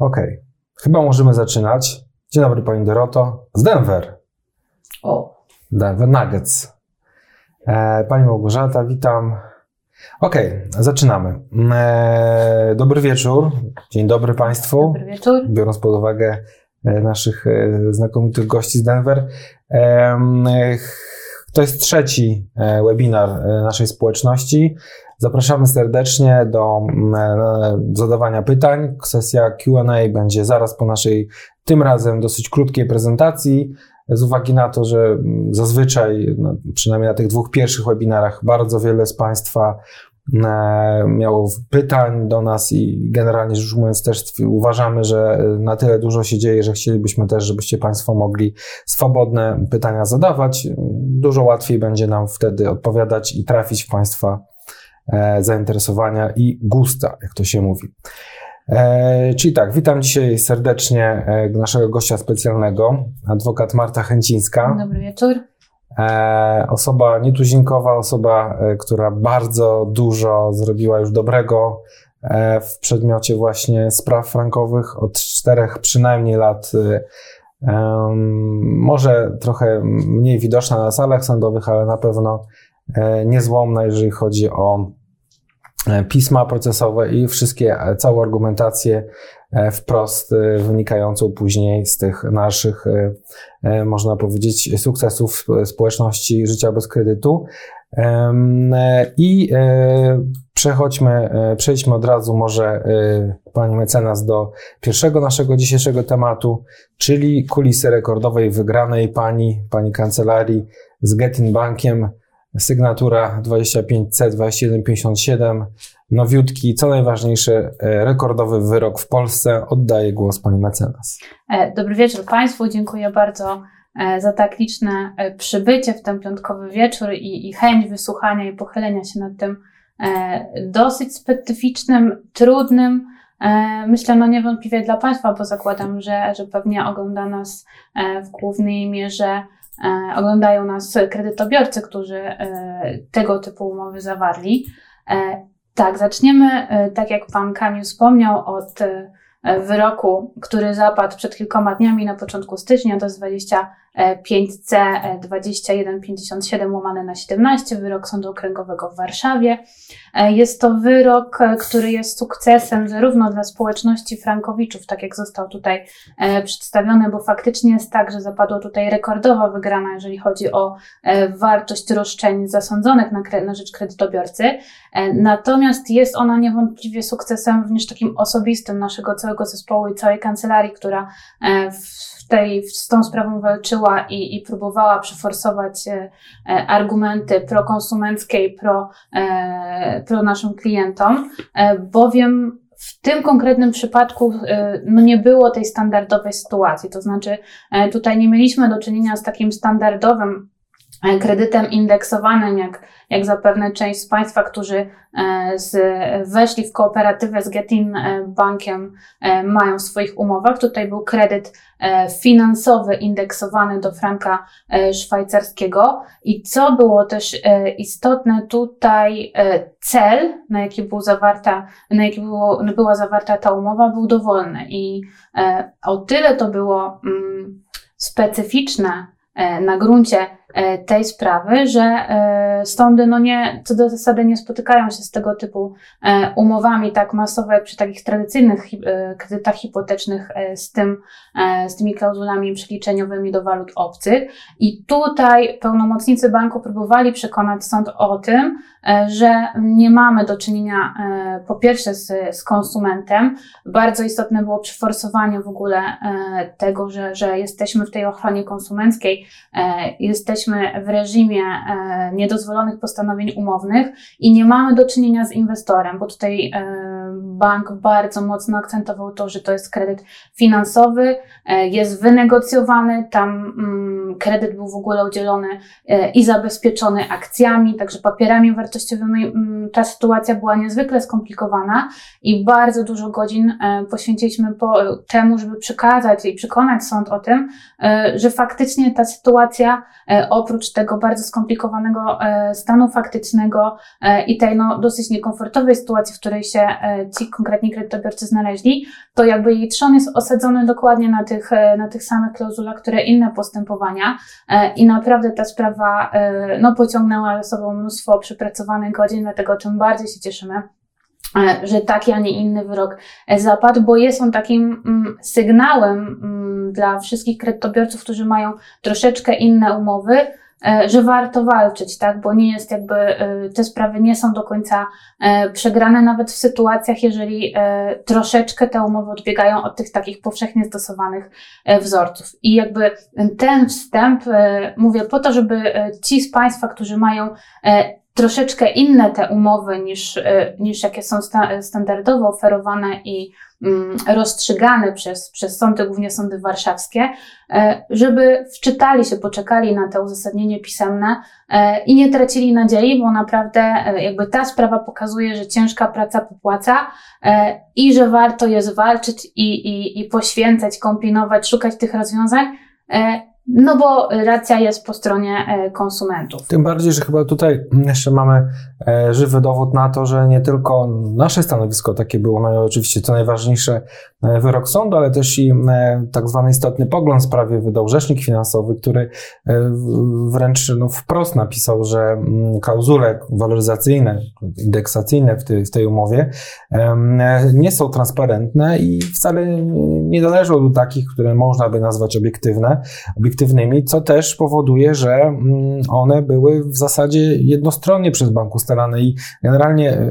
Okej. Chyba możemy zaczynać. Dzień dobry Pani Doroto. Z Denver. Denver Nuggets. Pani Małgorzata, witam. Okej, zaczynamy. Dobry wieczór. Dzień dobry Państwu. Dobry wieczór. Biorąc pod uwagę naszych znakomitych gości z Denver. To jest trzeci webinar naszej społeczności. Zapraszamy serdecznie do zadawania pytań. Sesja Q&A będzie zaraz po naszej, tym razem dosyć krótkiej prezentacji, z uwagi na to, że zazwyczaj, przynajmniej na tych dwóch pierwszych webinarach, bardzo wiele z Państwa miało pytań do nas i generalnie rzecz ujmując też uważamy, że na tyle dużo się dzieje, że chcielibyśmy też, żebyście Państwo mogli swobodne pytania zadawać. Dużo łatwiej będzie nam wtedy odpowiadać i trafić w Państwa zainteresowania i gusta, jak to się mówi. Czyli tak, witam dzisiaj serdecznie naszego gościa specjalnego, adwokat Marta Chęcińska. Dobry wieczór. Osoba nietuzinkowa, osoba, która bardzo dużo zrobiła już dobrego w przedmiocie właśnie spraw frankowych od 4 przynajmniej lat. Może trochę mniej widoczna na salach sądowych, ale na pewno niezłomna, jeżeli chodzi o pisma procesowe i całą argumentację wprost wynikającą później z tych naszych, można powiedzieć, sukcesów społeczności życia bez kredytu. I przejdźmy od razu może, pani mecenas, do pierwszego naszego dzisiejszego tematu, czyli kulisy rekordowej wygranej pani kancelarii z Getin Bankiem. Sygnatura 25C2157, nowiutki, co najważniejsze, rekordowy wyrok w Polsce. Oddaję głos pani mecenas. Dobry wieczór Państwu, dziękuję bardzo za tak liczne przybycie w ten piątkowy wieczór i chęć wysłuchania i pochylenia się nad tym dosyć specyficznym, trudnym, myślę, niewątpliwie dla Państwa, bo zakładam, że pewnie ogląda nas w głównej mierze oglądają nas kredytobiorcy, którzy tego typu umowy zawarli. Tak, zaczniemy, tak jak Pan Kamil wspomniał, od wyroku, który zapadł przed kilkoma dniami na początku stycznia, to jest 25C2157/17, wyrok Sądu Okręgowego w Warszawie. Jest to wyrok, który jest sukcesem zarówno dla społeczności frankowiczów, tak jak został tutaj przedstawiony, bo faktycznie jest tak, że zapadła tutaj rekordowa wygrana, jeżeli chodzi o wartość roszczeń zasądzonych na rzecz kredytobiorcy. Natomiast jest ona niewątpliwie sukcesem również takim osobistym naszego całego zespołu i całej kancelarii, która z tą sprawą walczyła i próbowała przeforsować argumenty prokonsumenckie i pro naszym klientom, bowiem w tym konkretnym przypadku nie było tej standardowej sytuacji, to znaczy tutaj nie mieliśmy do czynienia z takim standardowym kredytem indeksowanym, jak zapewne część z Państwa, którzy weszli w kooperatywę z Getin Bankiem, mają w swoich umowach. Tutaj był kredyt finansowy indeksowany do franka szwajcarskiego i co było też istotne tutaj, cel, na jaki była zawarta ta umowa, był dowolny i o tyle to było specyficzne na gruncie tej sprawy, że sądy co do zasady nie spotykają się z tego typu umowami tak masowo jak przy takich tradycyjnych kredytach hipotecznych z tymi klauzulami przeliczeniowymi do walut obcych. I tutaj pełnomocnicy banku próbowali przekonać sąd o tym, że nie mamy do czynienia po pierwsze z konsumentem. Bardzo istotne było przeforsowanie w ogóle tego, że jesteśmy w tej ochronie konsumenckiej, jesteśmy w reżimie niedozwolonych postanowień umownych i nie mamy do czynienia z inwestorem, bo tutaj bank bardzo mocno akcentował to, że to jest kredyt finansowy, jest wynegocjowany, tam kredyt był w ogóle udzielony i zabezpieczony akcjami, także papierami wartościowymi. Ta sytuacja była niezwykle skomplikowana i bardzo dużo godzin poświęciliśmy temu, żeby przekazać i przekonać sąd o tym, że faktycznie ta sytuacja oprócz tego bardzo skomplikowanego stanu faktycznego i tej dosyć niekomfortowej sytuacji, w której się ci konkretni kredytobiorcy znaleźli, to jakby jej trzon jest osadzony dokładnie na tych samych klauzulach, które inne postępowania i naprawdę ta sprawa pociągnęła za sobą mnóstwo przepracowanych godzin, dlatego czym bardziej się cieszymy, że taki, a nie inny wyrok zapadł, bo jest on takim sygnałem dla wszystkich kredytobiorców, którzy mają troszeczkę inne umowy, że warto walczyć, tak, bo nie jest te sprawy nie są do końca przegrane, nawet w sytuacjach, jeżeli troszeczkę te umowy odbiegają od tych takich powszechnie stosowanych wzorców. I jakby ten wstęp mówię po to, żeby ci z Państwa, którzy mają troszeczkę inne te umowy niż jakie są standardowo oferowane i rozstrzygane przez sądy, głównie sądy warszawskie, żeby wczytali się, poczekali na to uzasadnienie pisemne i nie tracili nadziei, bo naprawdę jakby ta sprawa pokazuje, że ciężka praca popłaca i że warto jest walczyć i poświęcać, kombinować, szukać tych rozwiązań, no bo racja jest po stronie konsumentów. Tym bardziej, że chyba tutaj jeszcze mamy żywy dowód na to, że nie tylko nasze stanowisko takie było, no i oczywiście co najważniejsze wyrok sądu, ale też i tak zwany istotny pogląd w sprawie wydał rzecznik finansowy, który wręcz wprost napisał, że klauzule waloryzacyjne, indeksacyjne w tej umowie nie są transparentne i wcale nie należą do takich, które można by nazwać obiektywnymi, co też powoduje, że one były w zasadzie jednostronnie przez bank ustalane i generalnie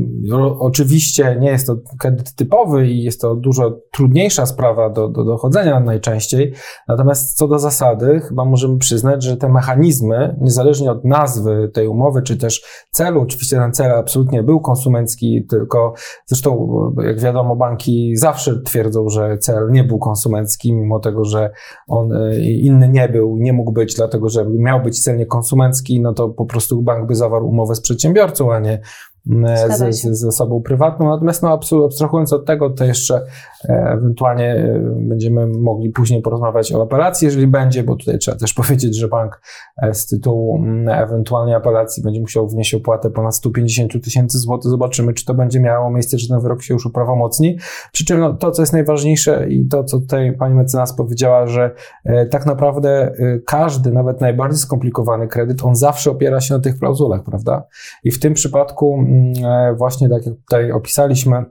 oczywiście nie jest to kredyt typowy i jest to dużo trudniejsza sprawa do dochodzenia najczęściej, natomiast co do zasady chyba możemy przyznać, że te mechanizmy, niezależnie od nazwy tej umowy, czy też celu, oczywiście ten cel absolutnie był konsumencki, tylko zresztą jak wiadomo banki zawsze twierdzą, że cel nie był konsumencki, mimo tego, że on inny nie mógł być, dlatego że miał być cel niekonsumencki, no to po prostu bank by zawarł umowę z przedsiębiorcą, a nie z osobą prywatną. Natomiast abstrahując od tego, to jeszcze ewentualnie będziemy mogli później porozmawiać o apelacji, jeżeli będzie, bo tutaj trzeba też powiedzieć, że bank z tytułu ewentualnej apelacji będzie musiał wnieść opłatę ponad 150 000 złotych. Zobaczymy, czy to będzie miało miejsce, czy ten wyrok się już uprawomocni. Przy czym to, co jest najważniejsze i to, co tutaj pani mecenas powiedziała, że tak naprawdę każdy, nawet najbardziej skomplikowany kredyt, on zawsze opiera się na tych klauzulach, prawda? I w tym przypadku właśnie tak jak tutaj opisaliśmy,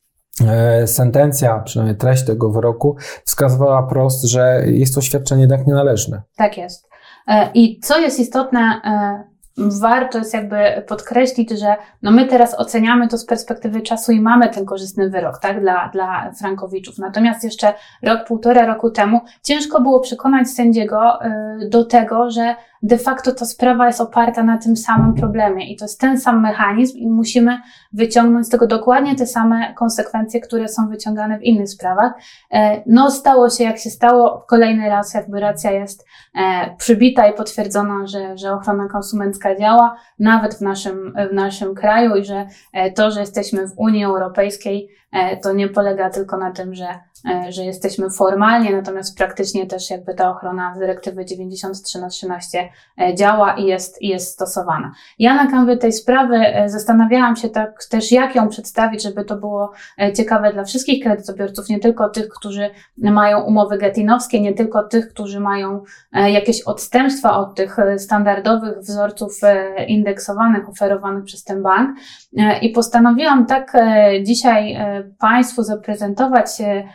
sentencja, przynajmniej treść tego wyroku wskazywała wprost, że jest to świadczenie jednak nienależne. Tak jest. I co jest istotne, warto jest jakby podkreślić, że my teraz oceniamy to z perspektywy czasu i mamy ten korzystny wyrok, tak, dla frankowiczów. Natomiast jeszcze półtora roku temu ciężko było przekonać sędziego do tego, że de facto ta sprawa jest oparta na tym samym problemie i to jest ten sam mechanizm i musimy wyciągnąć z tego dokładnie te same konsekwencje, które są wyciągane w innych sprawach. No stało się jak się stało, kolejny raz jakby racja jest przybita i potwierdzona, że ochrona konsumencka działa, nawet w naszym kraju i że to, że jesteśmy w Unii Europejskiej, to nie polega tylko na tym, że jesteśmy formalnie, natomiast praktycznie też jakby ta ochrona z dyrektywy 93/13 działa i jest stosowana. Ja na kanwie tej sprawy zastanawiałam się tak też, jak ją przedstawić, żeby to było ciekawe dla wszystkich kredytobiorców, nie tylko tych, którzy mają umowy get-inowskie, nie tylko tych, którzy mają jakieś odstępstwa od tych standardowych wzorców indeksowanych, oferowanych przez ten bank. I postanowiłam tak dzisiaj Państwu zaprezentować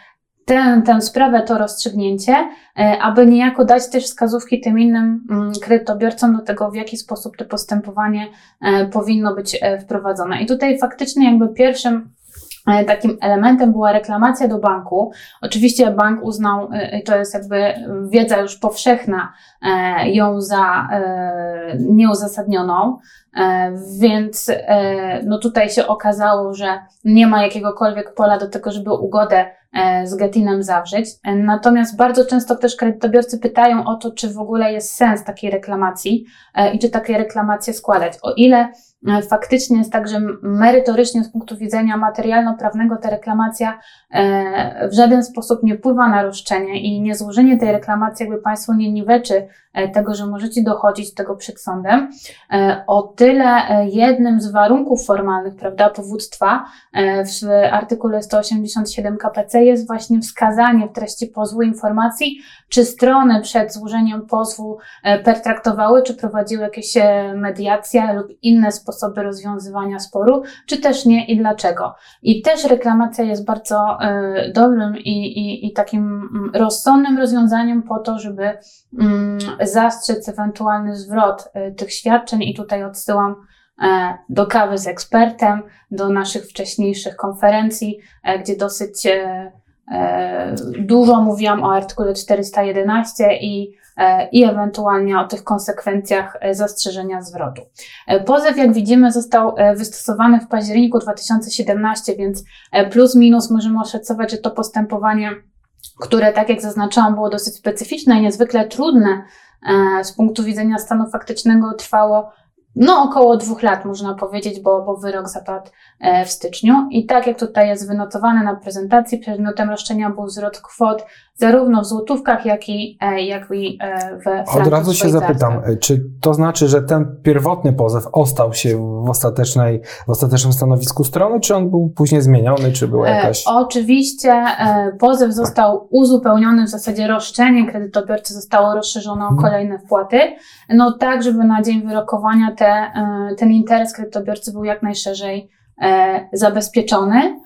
tę sprawę, to rozstrzygnięcie, aby niejako dać też wskazówki tym innym kredytobiorcom do tego, w jaki sposób to postępowanie powinno być wprowadzone. I tutaj faktycznie jakby pierwszym takim elementem była reklamacja do banku. Oczywiście bank uznał, i to jest jakby wiedza już powszechna, ją za nieuzasadnioną, więc no tutaj się okazało, że nie ma jakiegokolwiek pola do tego, żeby ugodę z get-inem zawrzeć. Natomiast bardzo często też kredytobiorcy pytają o to, czy w ogóle jest sens takiej reklamacji i czy takie reklamacje składać. O ile faktycznie jest tak, że merytorycznie z punktu widzenia materialno-prawnego ta reklamacja w żaden sposób nie wpływa na roszczenie i niezłożenie tej reklamacji jakby państwo nie niweczy tego, że możecie dochodzić tego przed sądem. O tyle jednym z warunków formalnych, prawda, powództwa w artykule 187 KPC jest właśnie wskazanie w treści pozwu informacji, czy strony przed złożeniem pozwu pertraktowały, czy prowadziły jakieś mediacje lub inne sposoby rozwiązywania sporu, czy też nie i dlaczego. I też reklamacja jest bardzo dobrym i takim rozsądnym rozwiązaniem po to, żeby zastrzec ewentualny zwrot tych świadczeń i tutaj odsyłam do kawy z ekspertem, do naszych wcześniejszych konferencji, gdzie dosyć dużo mówiłam o artykule 411 i ewentualnie o tych konsekwencjach zastrzeżenia zwrotu. Pozew, jak widzimy, został wystosowany w październiku 2017, więc plus minus możemy oszacować, że to postępowanie, które, tak jak zaznaczałam, było dosyć specyficzne i niezwykle trudne z punktu widzenia stanu faktycznego, trwało około 2 lat, można powiedzieć, bo wyrok zapadł w styczniu. I tak jak tutaj jest wynotowane na prezentacji, przedmiotem roszczenia był zwrot kwot zarówno w złotówkach, jak i we frankach. Od razu się zapytam, czy to znaczy, że ten pierwotny pozew ostał się w ostatecznym stanowisku strony, czy on był później zmieniony, czy była jakaś... Oczywiście pozew został uzupełniony, w zasadzie roszczenie kredytobiorcy zostało rozszerzone o kolejne wpłaty, tak, żeby na dzień wyrokowania ten interes kredytobiorcy był jak najszerzej zabezpieczony.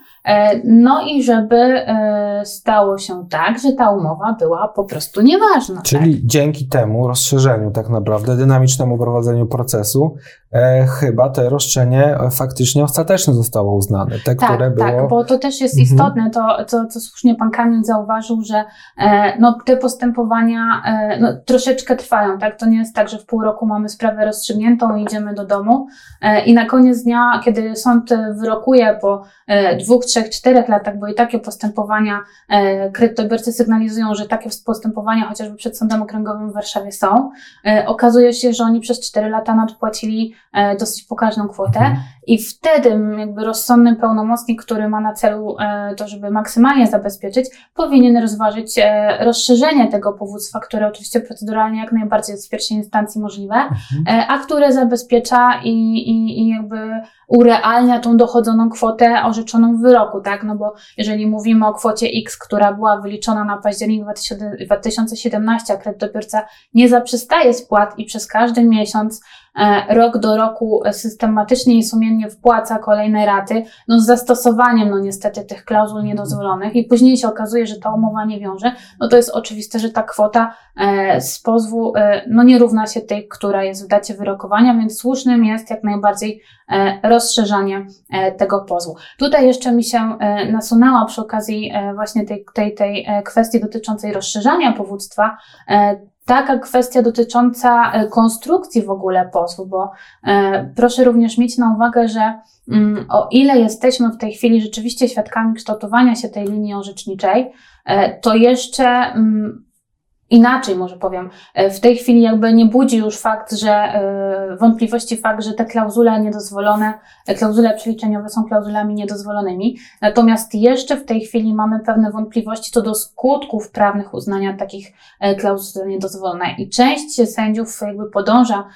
I żeby stało się tak, że ta umowa była po prostu nieważna. Czyli dzięki temu rozszerzeniu, tak naprawdę dynamicznemu prowadzeniu procesu, chyba to roszczenie faktycznie ostatecznie zostało uznane. Które było... Tak, bo to też jest istotne, co słusznie pan Kamil zauważył, że te postępowania troszeczkę trwają, tak? To nie jest tak, że w pół roku mamy sprawę rozstrzygniętą i idziemy do domu i na koniec dnia, kiedy sąd wyrokuje po 2, 3, 4 latach, bo i takie postępowania kredytobiorcy sygnalizują, że takie postępowania chociażby przed Sądem Okręgowym w Warszawie są, okazuje się, że oni przez 4 lata nadpłacili dosyć pokaźną kwotę i wtedy jakby rozsądny pełnomocnik, który ma na celu to, żeby maksymalnie zabezpieczyć, powinien rozważyć rozszerzenie tego powództwa, które oczywiście proceduralnie jak najbardziej jest w pierwszej instancji możliwe, a które zabezpiecza i jakby urealnia tą dochodzoną kwotę orzeczoną w wyroku, tak? Bo jeżeli mówimy o kwocie X, która była wyliczona na październik 2017, a kredytobiorca nie zaprzestaje spłat i przez każdy miesiąc, rok do roku systematycznie i sumiennie wpłaca kolejne raty, z zastosowaniem niestety tych klauzul niedozwolonych i później się okazuje, że ta umowa nie wiąże, to jest oczywiste, że ta kwota z pozwu nie równa się tej, która jest w dacie wyrokowania, więc słusznym jest jak najbardziej rozszerzanie tego pozwu. Tutaj jeszcze mi się nasunęła przy okazji właśnie tej kwestii dotyczącej rozszerzania powództwa taka kwestia dotycząca konstrukcji w ogóle pozwu, bo proszę również mieć na uwagę, że o ile jesteśmy w tej chwili rzeczywiście świadkami kształtowania się tej linii orzeczniczej, to jeszcze inaczej może powiem, w tej chwili jakby nie budzi już wątpliwości fakt, że te klauzule niedozwolone, klauzule przeliczeniowe są klauzulami niedozwolonymi, natomiast jeszcze w tej chwili mamy pewne wątpliwości co do skutków prawnych uznania takich klauzul za niedozwolone i część sędziów jakby podąża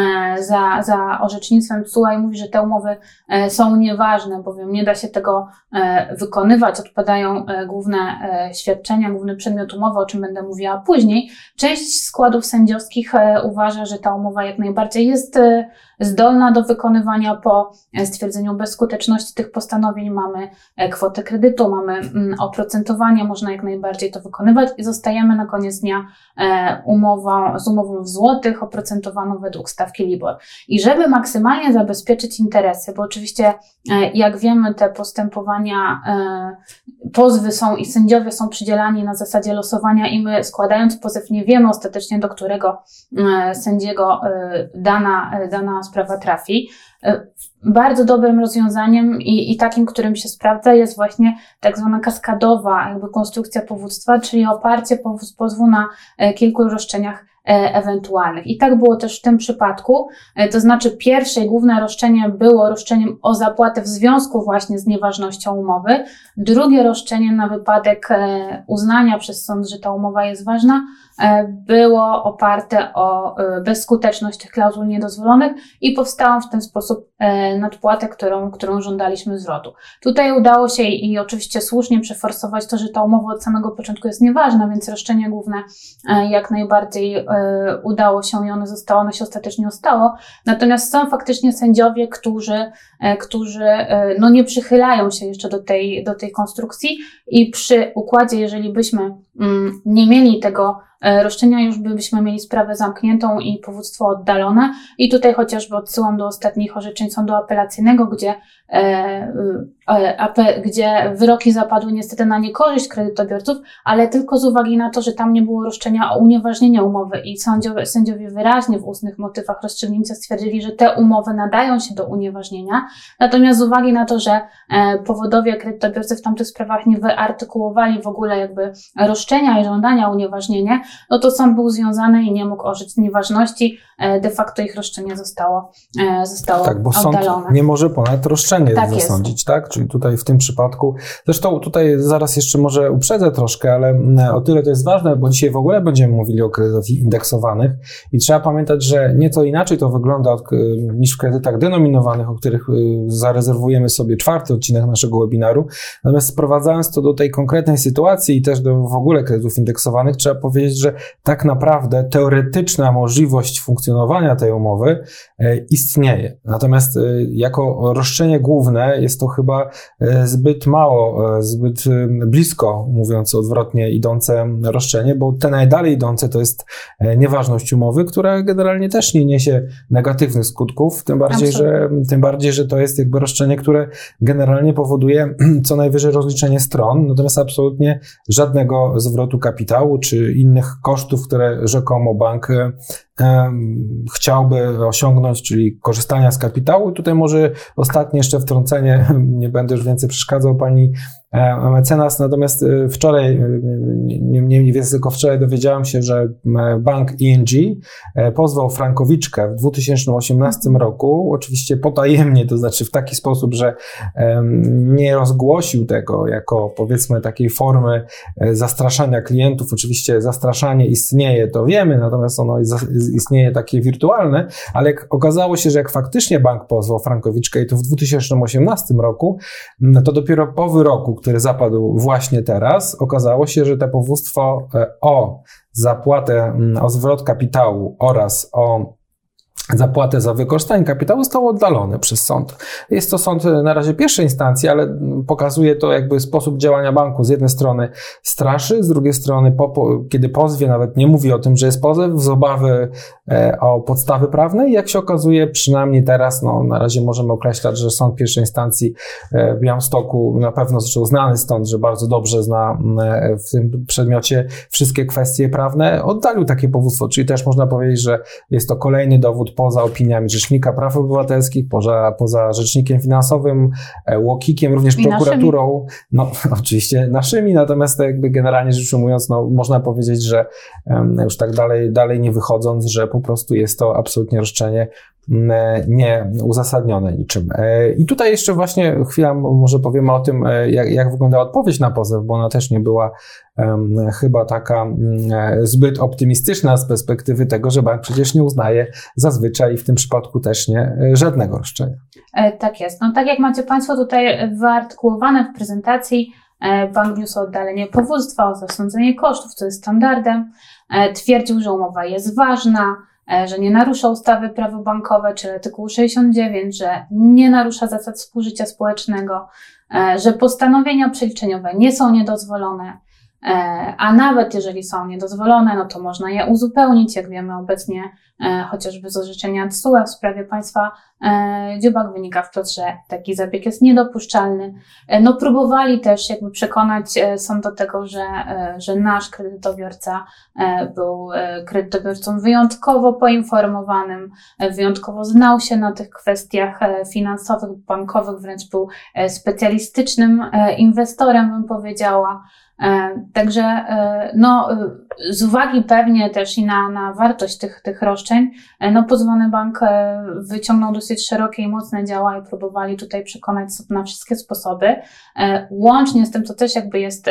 za orzecznictwem TSUE i mówi, że te umowy są nieważne, bowiem nie da się tego wykonywać, odpadają główne świadczenia, główny przedmiot umowy, o czym będę mówiła później. Część składów sędziowskich uważa, że ta umowa jak najbardziej jest zdolna do wykonywania po stwierdzeniu bezskuteczności tych postanowień. Mamy kwotę kredytu, mamy oprocentowanie, można jak najbardziej to wykonywać i zostajemy na koniec dnia z umową w złotych, oprocentowaną według stawki LIBOR. I żeby maksymalnie zabezpieczyć interesy, bo oczywiście jak wiemy te postępowania, pozwy są i sędziowie są przydzielani na zasadzie losowania i my składając pozew nie wiemy ostatecznie do którego sędziego dana sprawa trafi. bardzo dobrym rozwiązaniem i takim, którym się sprawdza, jest właśnie tak zwana kaskadowa jakby konstrukcja powództwa, czyli oparcie pozwu na kilku roszczeniach ewentualnych. I tak było też w tym przypadku, to znaczy pierwsze i główne roszczenie było roszczeniem o zapłatę w związku właśnie z nieważnością umowy. Drugie roszczenie na wypadek uznania przez sąd, że ta umowa jest ważna, było oparte o bezskuteczność tych klauzul niedozwolonych i powstałą w ten sposób nadpłatę, którą żądaliśmy zwrotu. Tutaj udało się i oczywiście słusznie przeforsować to, że ta umowa od samego początku jest nieważna, więc roszczenie główne jak najbardziej udało się i ono się ostatecznie ustało. Natomiast są faktycznie sędziowie, którzy no nie przychylają się jeszcze do tej konstrukcji i przy układzie, jeżeli byśmy nie mieli tego roszczenia, już byśmy mieli sprawę zamkniętą i powództwo oddalone. I tutaj chociażby odsyłam do ostatnich orzeczeń sądu apelacyjnego, gdzie wyroki zapadły niestety na niekorzyść kredytobiorców, ale tylko z uwagi na to, że tam nie było roszczenia o unieważnienie umowy i sędziowie wyraźnie w ustnych motywach rozstrzygnięcia stwierdzili, że te umowy nadają się do unieważnienia. Natomiast z uwagi na to, że powodowie kredytobiorcy w tamtych sprawach nie wyartykułowali w ogóle jakby roszczenia i żądania o unieważnienie, no to sąd był związany i nie mógł orzec nieważności. De facto ich roszczenie zostało tak, bo oddalone. Sąd nie może ponad roszczenie tak zasądzić, tak? Czyli tutaj w tym przypadku, zresztą tutaj zaraz jeszcze może uprzedzę troszkę, ale o tyle to jest ważne, bo dzisiaj w ogóle będziemy mówili o kredytach indeksowanych i trzeba pamiętać, że nieco inaczej to wygląda niż w kredytach denominowanych, o których zarezerwujemy sobie 4. odcinek naszego webinaru. Natomiast sprowadzając to do tej konkretnej sytuacji i też do w ogóle kredytów indeksowanych, trzeba powiedzieć, że tak naprawdę teoretyczna możliwość funkcjonowania tej umowy istnieje. Natomiast jako roszczenie główne jest to chyba zbyt mało, zbyt blisko, mówiąc odwrotnie, idące roszczenie, bo te najdalej idące to jest nieważność umowy, która generalnie też nie niesie negatywnych skutków, tym bardziej, że to jest jakby roszczenie, które generalnie powoduje co najwyżej rozliczenie stron, natomiast absolutnie żadnego zwrotu kapitału czy innych kosztów, które rzekomo bank chciałby osiągnąć, czyli korzystania z kapitału. Tutaj może ostatnie jeszcze wtrącenie, nie będę już więcej przeszkadzał pani mecenas, natomiast wczoraj, nie mniej więcej tylko wczoraj dowiedziałem się, że bank ING pozwał frankowiczkę w 2018 roku, oczywiście potajemnie, to znaczy w taki sposób, że nie rozgłosił tego jako powiedzmy takiej formy zastraszania klientów. Oczywiście zastraszanie istnieje, to wiemy, natomiast ono istnieje takie wirtualne, ale okazało się, że jak faktycznie bank pozwał frankowiczkę i to w 2018 roku, to dopiero po wyroku, który zapadł właśnie teraz, okazało się, że to powództwo o zapłatę, o zwrot kapitału oraz o zapłatę za wykorzystanie kapitału zostało oddalone przez sąd. Jest to sąd na razie pierwszej instancji, ale pokazuje to jakby sposób działania banku. Z jednej strony straszy, z drugiej strony kiedy pozwie nawet nie mówi o tym, że jest pozew, z obawy o podstawy prawne i jak się okazuje, przynajmniej teraz, na razie możemy określać, że sąd pierwszej instancji w Białymstoku na pewno zresztą znany stąd, że bardzo dobrze zna w tym przedmiocie wszystkie kwestie prawne, oddalił takie powództwo, czyli też można powiedzieć, że jest to kolejny dowód poza opiniami Rzecznika Praw Obywatelskich, poza Rzecznikiem Finansowym, UOKiK-iem, również prokuraturą, oczywiście naszymi, natomiast jakby generalnie rzecz ujmując, można powiedzieć, że już tak dalej nie wychodząc, że po prostu jest to absolutnie roszczenie nieuzasadnione niczym. I tutaj jeszcze właśnie chwila może powiemy o tym, jak wyglądała odpowiedź na pozew, bo ona też nie była chyba taka zbyt optymistyczna z perspektywy tego, że bank przecież nie uznaje zazwyczaj i w tym przypadku też nie żadnego roszczenia. Tak jest. Tak jak macie Państwo tutaj wyartykułowane w prezentacji, bank wniósł o oddalenie powództwa, o zasądzenie kosztów, co jest standardem. Twierdził, że umowa jest ważna, że nie narusza ustawy prawo bankowe, czy artykułu 69, że nie narusza zasad współżycia społecznego, że postanowienia przeliczeniowe nie są niedozwolone, a nawet jeżeli są niedozwolone, no to można je uzupełnić, jak wiemy obecnie chociażby z orzeczenia TSUE w sprawie państwa Dziubak wynika wprost, że taki zabieg jest niedopuszczalny. No próbowali też jakby przekonać sąd do tego, że nasz kredytobiorca był kredytobiorcą wyjątkowo poinformowanym, wyjątkowo znał się na tych kwestiach finansowych, bankowych, wręcz był specjalistycznym inwestorem, bym powiedziała. Także no, z uwagi pewnie też i na wartość tych roszczeń, no pozwany bank wyciągnął dosyć szerokie i mocne działa i próbowali tutaj przekonać sąd na wszystkie sposoby. Łącznie z tym, to też jakby jest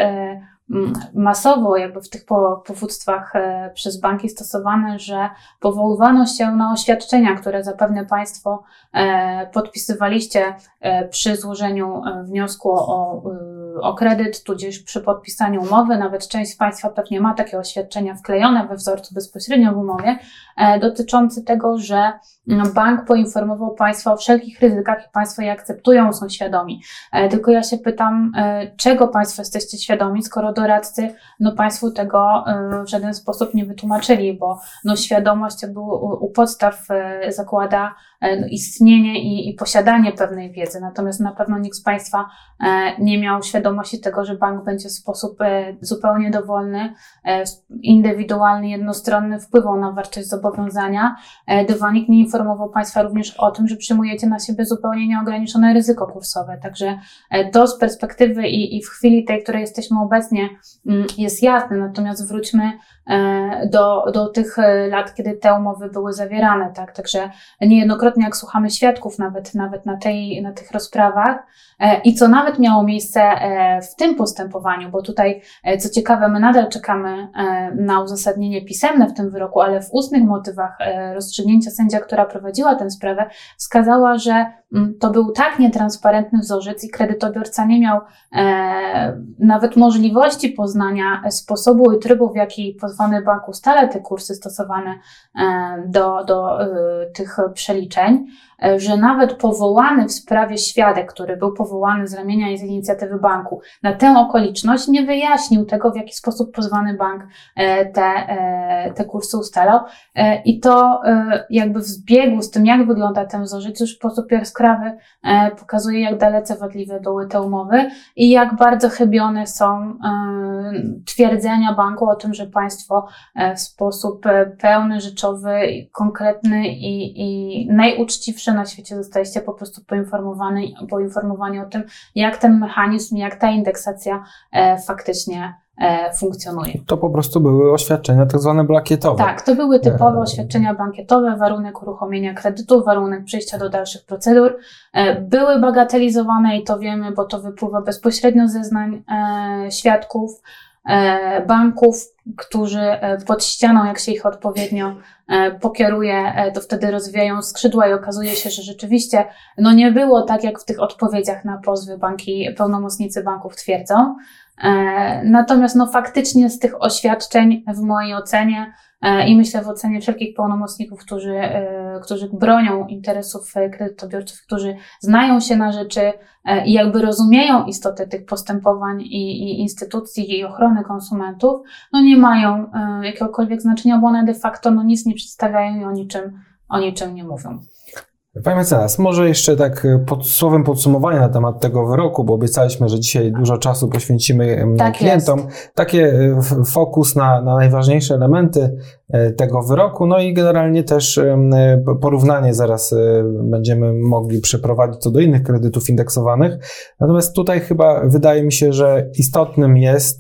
masowo jakby w tych powództwach przez banki stosowane, że powoływano się na oświadczenia, które zapewne Państwo podpisywaliście przy złożeniu wniosku o kredyt, tudzież przy podpisaniu umowy. Nawet część z Państwa pewnie ma takie oświadczenia wklejone we wzorcu bezpośrednio w umowie, dotyczące tego, że bank poinformował Państwa o wszelkich ryzykach i Państwo je akceptują, są świadomi. Tylko ja się pytam, czego Państwo jesteście świadomi, skoro doradcy no Państwu tego w żaden sposób nie wytłumaczyli, bo no świadomość jakby u podstaw zakłada istnienie i posiadanie pewnej wiedzy. Natomiast na pewno nikt z Państwa nie miał świadomości tego, że bank będzie w sposób zupełnie dowolny, indywidualny, jednostronny wpływał na wartość zobowiązania. Dywanik nie informował Państwa również o tym, że przyjmujecie na siebie zupełnie nieograniczone ryzyko kursowe. Także to z perspektywy i w chwili tej, w której jesteśmy obecnie, jest jasne. Natomiast wróćmy do tych lat, kiedy te umowy były zawierane, tak? Także niejednokrotnie jak słuchamy świadków nawet na tych rozprawach i co nawet miało miejsce w tym postępowaniu, bo tutaj co ciekawe my nadal czekamy na uzasadnienie pisemne w tym wyroku, ale w ustnych motywach rozstrzygnięcia sędzia, która prowadziła tę sprawę, wskazała, że to był tak nietransparentny wzorzec i kredytobiorca nie miał nawet możliwości poznania sposobu i trybu, w jaki pozwany bank ustala te kursy stosowane do tych przeliczeń, że nawet powołany w sprawie świadek, który był powołany z ramienia i z inicjatywy banku, na tę okoliczność nie wyjaśnił tego, w jaki sposób pozwany bank te kursy ustalał. I to jakby w zbiegu z tym, jak wygląda ten wzorzec, już w sposób jaskrawy pokazuje, jak dalece wadliwe były te umowy i jak bardzo chybione są twierdzenia banku o tym, że państwo w sposób pełny, rzeczowy, konkretny i najuczciwszy na świecie zostaliście po prostu poinformowani o tym, jak ten mechanizm, jak ta indeksacja faktycznie funkcjonuje. To po prostu były oświadczenia tak zwane blankietowe. Tak, to były typowe oświadczenia blankietowe, warunek uruchomienia kredytu, warunek przejścia do dalszych procedur. Były bagatelizowane i to wiemy, bo to wypływa bezpośrednio z zeznań świadków, banków, którzy pod ścianą, jak się ich odpowiednio pokieruje, to wtedy rozwijają skrzydła i okazuje się, że rzeczywiście no nie było tak, jak w tych odpowiedziach na pozwy pełnomocnicy banków twierdzą. Natomiast no faktycznie z tych oświadczeń w mojej ocenie i myślę w ocenie wszelkich pełnomocników, którzy bronią interesów kredytobiorców, którzy znają się na rzeczy i jakby rozumieją istotę tych postępowań i instytucji i ochrony konsumentów, no nie mają jakiegokolwiek znaczenia, bo one de facto no nic nie przedstawiają i o niczym nie mówią. Pani mecenas, może jeszcze tak słowem podsumowania na temat tego wyroku, bo obiecaliśmy, że dzisiaj dużo czasu poświęcimy klientom. Taki fokus na najważniejsze elementy tego wyroku, no i generalnie też porównanie zaraz będziemy mogli przeprowadzić co do innych kredytów indeksowanych. Natomiast tutaj chyba wydaje mi się, że istotnym jest,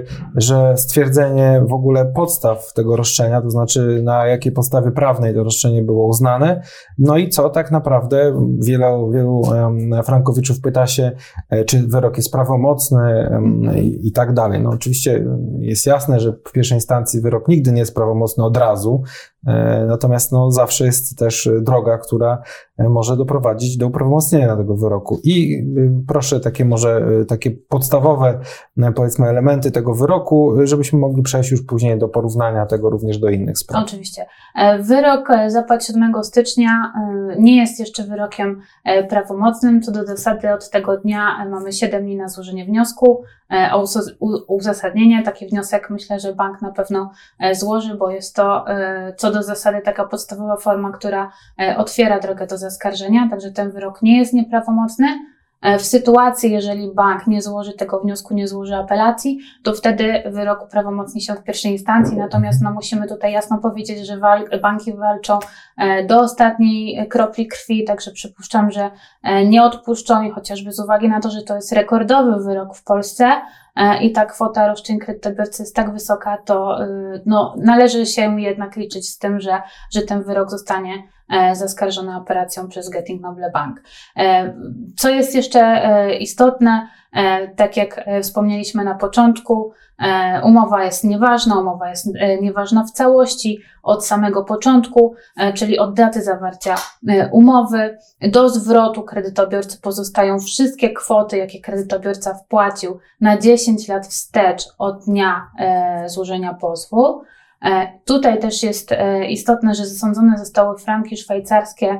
że stwierdzenie w ogóle podstaw tego roszczenia, to znaczy na jakiej podstawie prawnej to roszczenie było uznane, no i co tak naprawdę wielu frankowiczów pyta się, czy wyrok jest prawomocny i tak dalej. No oczywiście jest jasne, że w pierwszej instancji wyrok nigdy nie jest prawomocny od razu, Natomiast zawsze jest też droga, która może doprowadzić do uprawomocnienia tego wyroku. I proszę takie podstawowe, powiedzmy, elementy tego wyroku, żebyśmy mogli przejść już później do porównania tego również do innych spraw. Oczywiście. Wyrok zapadł 7 stycznia, nie jest jeszcze wyrokiem prawomocnym. Co do zasady od tego dnia mamy 7 dni na złożenie wniosku o uzasadnienie. Taki wniosek myślę, że bank na pewno złoży, bo jest to co do zasady taka podstawowa forma, która otwiera drogę do zaskarżenia, także ten wyrok nie jest nieprawomocny. W sytuacji, jeżeli bank nie złoży tego wniosku, nie złoży apelacji, to wtedy wyrok uprawomocni się w pierwszej instancji, natomiast musimy tutaj jasno powiedzieć, że banki walczą do ostatniej kropli krwi, także przypuszczam, że nie odpuszczą i chociażby z uwagi na to, że to jest rekordowy wyrok w Polsce i ta kwota roszczeń kredytobiorcy jest tak wysoka, to należy się jednak liczyć z tym, że ten wyrok zostanie zaskarżona operacją przez Getin Noble Bank. Co jest jeszcze istotne, tak jak wspomnieliśmy na początku, umowa jest nieważna w całości od samego początku, czyli od daty zawarcia umowy do zwrotu kredytobiorcy pozostają wszystkie kwoty, jakie kredytobiorca wpłacił na 10 lat wstecz od dnia złożenia pozwu. Tutaj też jest istotne, że zasądzone zostały franki szwajcarskie.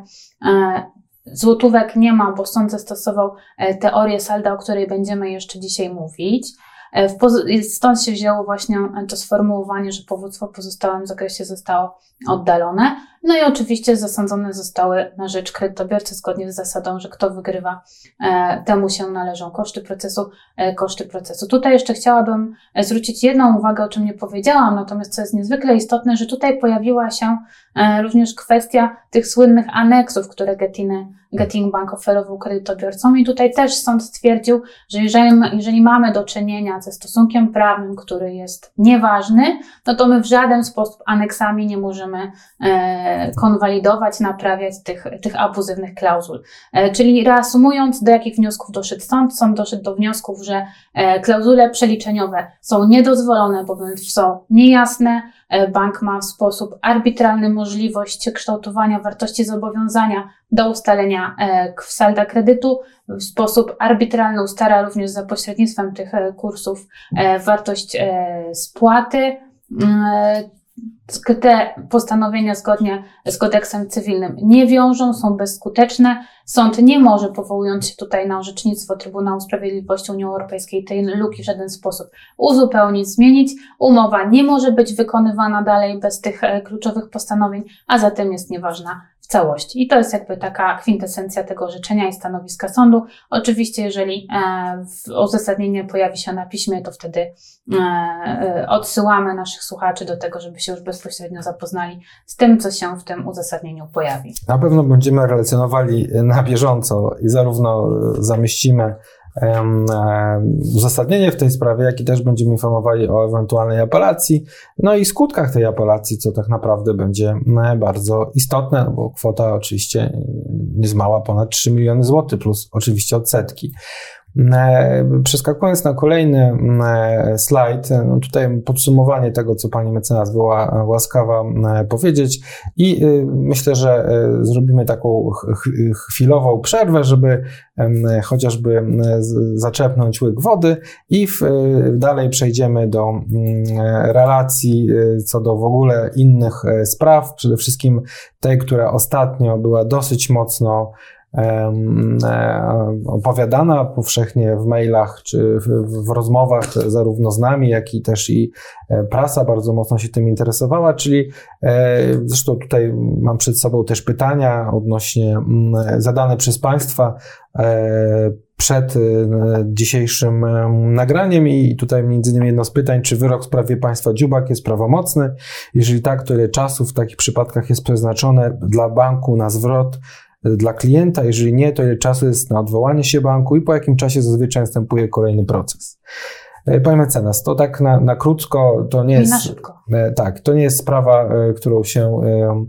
Złotówek nie ma, bo sąd zastosował teorię salda, o której będziemy jeszcze dzisiaj mówić. Stąd się wzięło właśnie to sformułowanie, że powództwo w pozostałym zakresie zostało oddalone. No i oczywiście zasądzone zostały na rzecz kredytobiorcy zgodnie z zasadą, że kto wygrywa, temu się należą koszty procesu. Tutaj jeszcze chciałabym zwrócić jedną uwagę, o czym nie powiedziałam, natomiast co jest niezwykle istotne, że tutaj pojawiła się również kwestia tych słynnych aneksów, które Getin Bank oferował kredytobiorcom i tutaj też sąd stwierdził, że jeżeli mamy do czynienia ze stosunkiem prawnym, który jest nieważny, no to my w żaden sposób aneksami nie możemy konwalidować, naprawiać tych abuzywnych klauzul. Czyli reasumując, do jakich wniosków doszedł sąd? Sąd doszedł do wniosków, że klauzule przeliczeniowe są niedozwolone, bowiem są niejasne. Bank ma w sposób arbitralny możliwość kształtowania wartości zobowiązania do ustalenia salda kredytu. W sposób arbitralny ustala również za pośrednictwem tych kursów wartość spłaty. Te postanowienia zgodnie z kodeksem cywilnym nie wiążą, są bezskuteczne. Sąd nie może, powołując się tutaj na orzecznictwo Trybunału Sprawiedliwości Unii Europejskiej, tej luki w żaden sposób uzupełnić, zmienić. Umowa nie może być wykonywana dalej bez tych kluczowych postanowień, a zatem jest nieważna w całości. I to jest jakby taka kwintesencja tego orzeczenia i stanowiska sądu. Oczywiście, jeżeli uzasadnienie pojawi się na piśmie, to wtedy odsyłamy naszych słuchaczy do tego, żeby się już bezpośrednio zapoznali z tym, co się w tym uzasadnieniu pojawi. Na pewno będziemy relacjonowali na bieżąco i zarówno zamieścimy uzasadnienie w tej sprawie, jak i też będziemy informowali o ewentualnej apelacji, no i skutkach tej apelacji, co tak naprawdę będzie bardzo istotne, no bo kwota oczywiście nie jest mała, ponad 3 miliony złotych, plus oczywiście odsetki. Przeskakując na kolejny slajd, no tutaj podsumowanie tego, co pani mecenas była łaskawa powiedzieć i myślę, że zrobimy taką chwilową przerwę, żeby chociażby zaczepnąć łyk wody i dalej przejdziemy do relacji co do w ogóle innych spraw, przede wszystkim tej, która ostatnio była dosyć mocno opowiadana powszechnie w mailach czy w rozmowach zarówno z nami, jak i też i prasa bardzo mocno się tym interesowała, czyli zresztą tutaj mam przed sobą też pytania odnośnie zadane przez Państwa przed dzisiejszym nagraniem i tutaj między innymi jedno z pytań, czy wyrok w sprawie państwa Dziubak jest prawomocny? Jeżeli tak, to ile czasu w takich przypadkach jest przeznaczone dla banku na zwrot dla klienta? Jeżeli nie, to ile czasu jest na odwołanie się banku i po jakim czasie zazwyczaj następuje kolejny proces? Pani mecenas, to tak na krótko, to nie jest... Na szybko. Tak, to nie jest sprawa, którą się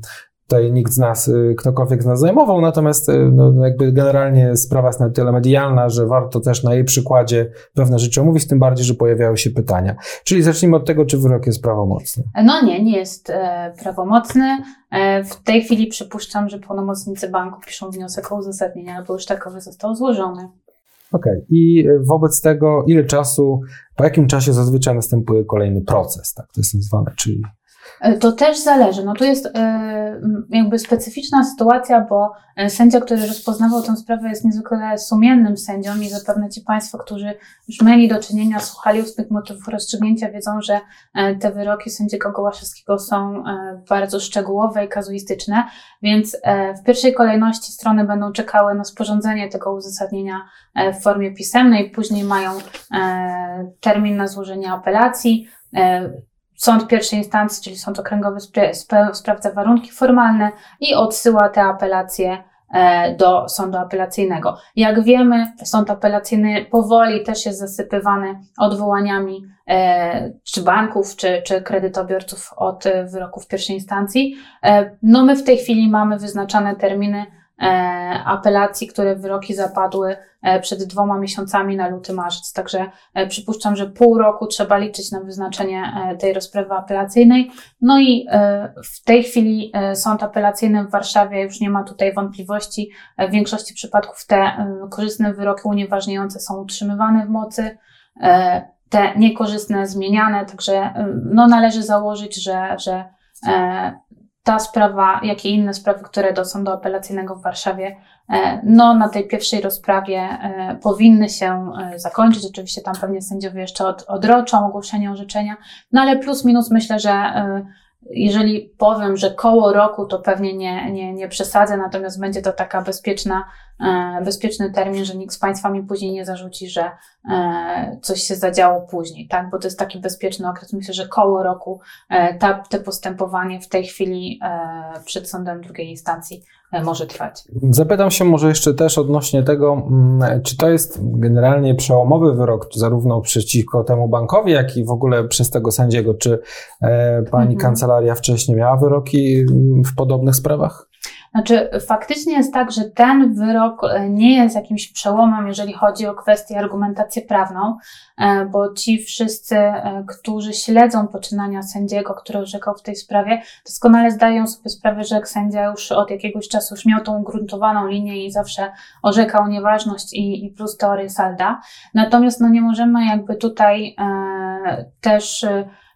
tutaj nikt z nas, ktokolwiek z nas zajmował, natomiast no, jakby generalnie sprawa jest na tyle medialna, że warto też na jej przykładzie pewne rzeczy omówić, tym bardziej, że pojawiają się pytania. Czyli zacznijmy od tego, czy wyrok jest prawomocny. No nie jest prawomocny. W tej chwili przypuszczam, że pełnomocnicy banku piszą wniosek o uzasadnienie, bo już takowy został złożony. Okej. I wobec tego po jakim czasie zazwyczaj następuje kolejny proces, tak to jest nazwane, czyli... To też zależy. No tu jest jakby specyficzna sytuacja, bo sędzia, który rozpoznawał tę sprawę, jest niezwykle sumiennym sędzią i zapewne ci Państwo, którzy już mieli do czynienia, słuchali ustnych motywów rozstrzygnięcia, wiedzą, że te wyroki sędziego Gołaszewskiego są bardzo szczegółowe i kazuistyczne, więc w pierwszej kolejności strony będą czekały na sporządzenie tego uzasadnienia w formie pisemnej, później mają termin na złożenie apelacji. Sąd pierwszej instancji, czyli sąd okręgowy, sprawdza warunki formalne i odsyła te apelacje do sądu apelacyjnego. Jak wiemy, sąd apelacyjny powoli też jest zasypywany odwołaniami czy banków, czy kredytobiorców od wyroków pierwszej instancji. No my w tej chwili mamy wyznaczane terminy apelacji, które wyroki zapadły przed 2 miesiącami na luty, marzec. Także przypuszczam, że pół roku trzeba liczyć na wyznaczenie tej rozprawy apelacyjnej. No i w tej chwili sąd apelacyjny w Warszawie już nie ma tutaj wątpliwości. W większości przypadków te korzystne wyroki unieważniające są utrzymywane w mocy, te niekorzystne zmieniane, także no, należy założyć, że ta sprawa, jak i inne sprawy, które do sądu apelacyjnego w Warszawie, no na tej pierwszej rozprawie powinny się zakończyć. Oczywiście tam pewnie sędziowie jeszcze odroczą ogłoszenie orzeczenia, no ale plus minus myślę, że jeżeli powiem, że koło roku, to pewnie nie przesadzę, natomiast będzie to taka bezpieczny termin, że nikt z Państwa mi później nie zarzuci, że coś się zadziało później, tak? Bo to jest taki bezpieczny okres. Myślę, że koło roku te postępowanie w tej chwili przed sądem drugiej instancji może trwać. Zapytam się może jeszcze też odnośnie tego, czy to jest generalnie przełomowy wyrok zarówno przeciwko temu bankowi, jak i w ogóle przez tego sędziego. Czy pani kancelaria wcześniej miała wyroki w podobnych sprawach? Znaczy, faktycznie jest tak, że ten wyrok nie jest jakimś przełomem, jeżeli chodzi o kwestię argumentację prawną, bo ci wszyscy, którzy śledzą poczynania sędziego, który orzekał w tej sprawie, doskonale zdają sobie sprawę, że jak sędzia już od jakiegoś czasu już miał tą ugruntowaną linię i zawsze orzekał nieważność i plus teorię salda. Natomiast no nie możemy jakby tutaj też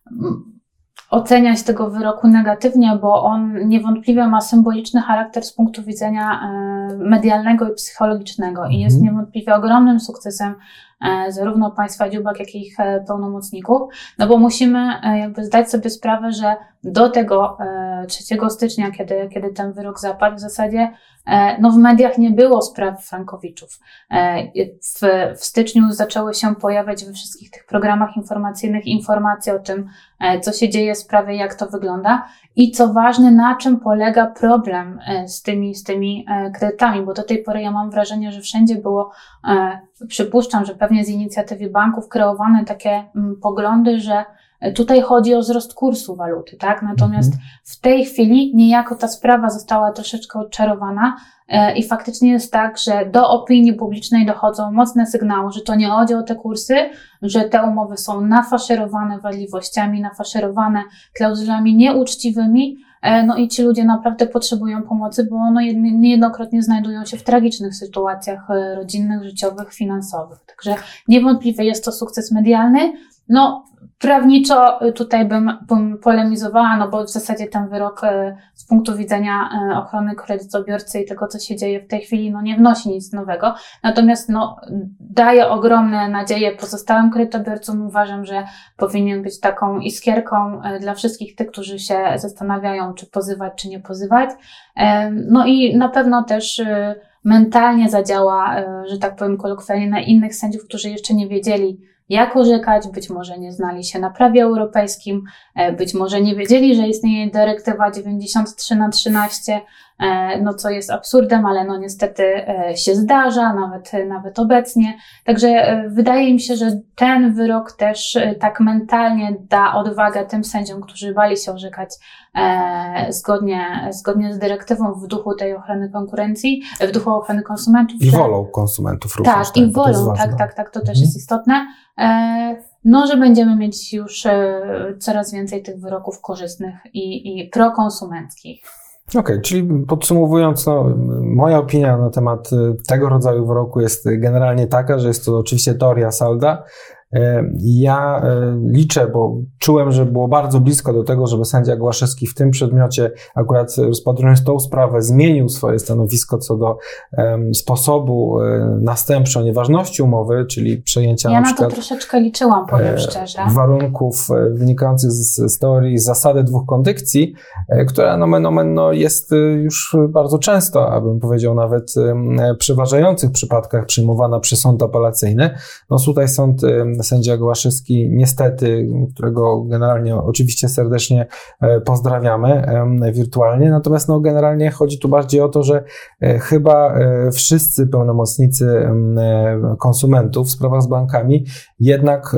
oceniać tego wyroku negatywnie, bo on niewątpliwie ma symboliczny charakter z punktu widzenia medialnego i psychologicznego i jest niewątpliwie ogromnym sukcesem zarówno państwa Dziubak, jak i ich pełnomocników, no bo musimy jakby zdać sobie sprawę, że do tego 3 stycznia, kiedy ten wyrok zapadł, w zasadzie no w mediach nie było spraw frankowiczów. W styczniu zaczęły się pojawiać we wszystkich tych programach informacyjnych informacje o tym, co się dzieje w sprawie, jak to wygląda i co ważne, na czym polega problem z tymi kredytami, bo do tej pory ja mam wrażenie, że wszędzie było, przypuszczam, że pewnie z inicjatywy banków kreowane takie poglądy, że tutaj chodzi o wzrost kursu waluty, tak? Natomiast w tej chwili niejako ta sprawa została troszeczkę odczarowana i faktycznie jest tak, że do opinii publicznej dochodzą mocne sygnały, że to nie chodzi o te kursy, że te umowy są nafaszerowane wadliwościami, nafaszerowane klauzulami nieuczciwymi, no i ci ludzie naprawdę potrzebują pomocy, bo no niejednokrotnie znajdują się w tragicznych sytuacjach rodzinnych, życiowych, finansowych. Także niewątpliwie jest to sukces medialny. No, prawniczo tutaj bym polemizowała, no bo w zasadzie ten wyrok z punktu widzenia ochrony kredytobiorcy i tego, co się dzieje w tej chwili, no nie wnosi nic nowego. Natomiast no, daje ogromne nadzieje pozostałym kredytobiorcom. Uważam, że powinien być taką iskierką dla wszystkich tych, którzy się zastanawiają, czy pozywać, czy nie pozywać. No i na pewno też mentalnie zadziała, że tak powiem kolokwialnie, na innych sędziów, którzy jeszcze nie wiedzieli, jak orzekać, być może nie znali się na prawie europejskim, być może nie wiedzieli, że istnieje dyrektywa 93/13, no co jest absurdem, ale no niestety się zdarza, nawet obecnie. Także wydaje mi się, że ten wyrok też tak mentalnie da odwagę tym sędziom, którzy bali się orzekać zgodnie z dyrektywą w duchu tej ochrony konkurencji, w duchu ochrony konsumentów. I wolą konsumentów również. Tak, i wolą, tak, to też jest istotne. No, że będziemy mieć już coraz więcej tych wyroków korzystnych i prokonsumenckich. Okej, czyli podsumowując, no, moja opinia na temat tego rodzaju wyroku jest generalnie taka, że jest to oczywiście teoria salda. Ja liczę, bo czułem, że było bardzo blisko do tego, żeby sędzia Głaszewski w tym przedmiocie, akurat rozpatrując tą sprawę, zmienił swoje stanowisko co do sposobu następczej nieważności umowy, czyli przejęcia ja na przykład to troszeczkę liczyłam, powiem szczerze. Warunków wynikających z teorii zasady dwóch kondykcji, która nomen omen jest już bardzo często, abym powiedział nawet przeważających przypadkach przyjmowana przez sąd apelacyjny. No tutaj sędzia Głaszewski, niestety, którego generalnie oczywiście serdecznie pozdrawiamy wirtualnie, natomiast no generalnie chodzi tu bardziej o to, że chyba wszyscy pełnomocnicy konsumentów w sprawach z bankami jednak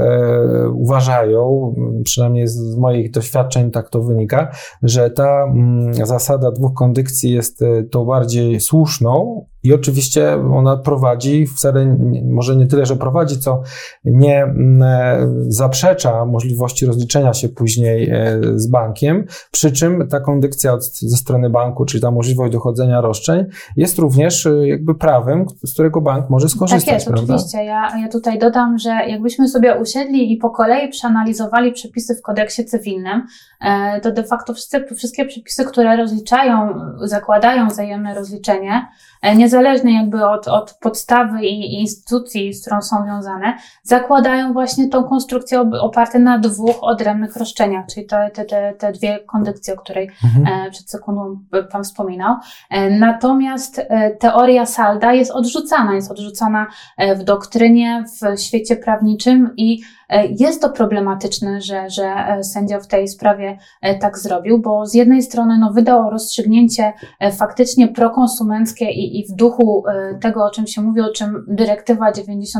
uważają, przynajmniej z moich doświadczeń tak to wynika, że ta zasada dwóch kondykcji jest tą bardziej słuszną i oczywiście ona prowadzi, wcale może nie tyle, że prowadzi, co nie zaprzecza możliwości rozliczenia się później z bankiem, przy czym ta kondykcja ze strony banku, czyli ta możliwość dochodzenia roszczeń jest również jakby prawem, z którego bank może skorzystać. Tak jest, prawda? oczywiście. Ja tutaj dodam, że jakbyśmy sobie usiedli i po kolei przeanalizowali przepisy w kodeksie cywilnym, to de facto wszystkie przepisy, które rozliczają, zakładają wzajemne rozliczenie, niezależnie jakby od podstawy i instytucji, z którą są wiązane, zakładają właśnie tą konstrukcję oparte na dwóch odrębnych roszczeniach, czyli te dwie kondykcje, o której przed sekundą Pan wspominał. Natomiast teoria salda jest odrzucana w doktrynie, w świecie prawniczym i jest to problematyczne, że sędzia w tej sprawie tak zrobił, bo z jednej strony wydał rozstrzygnięcie faktycznie prokonsumenckie i w duchu tego, o czym się mówi, o czym dyrektywa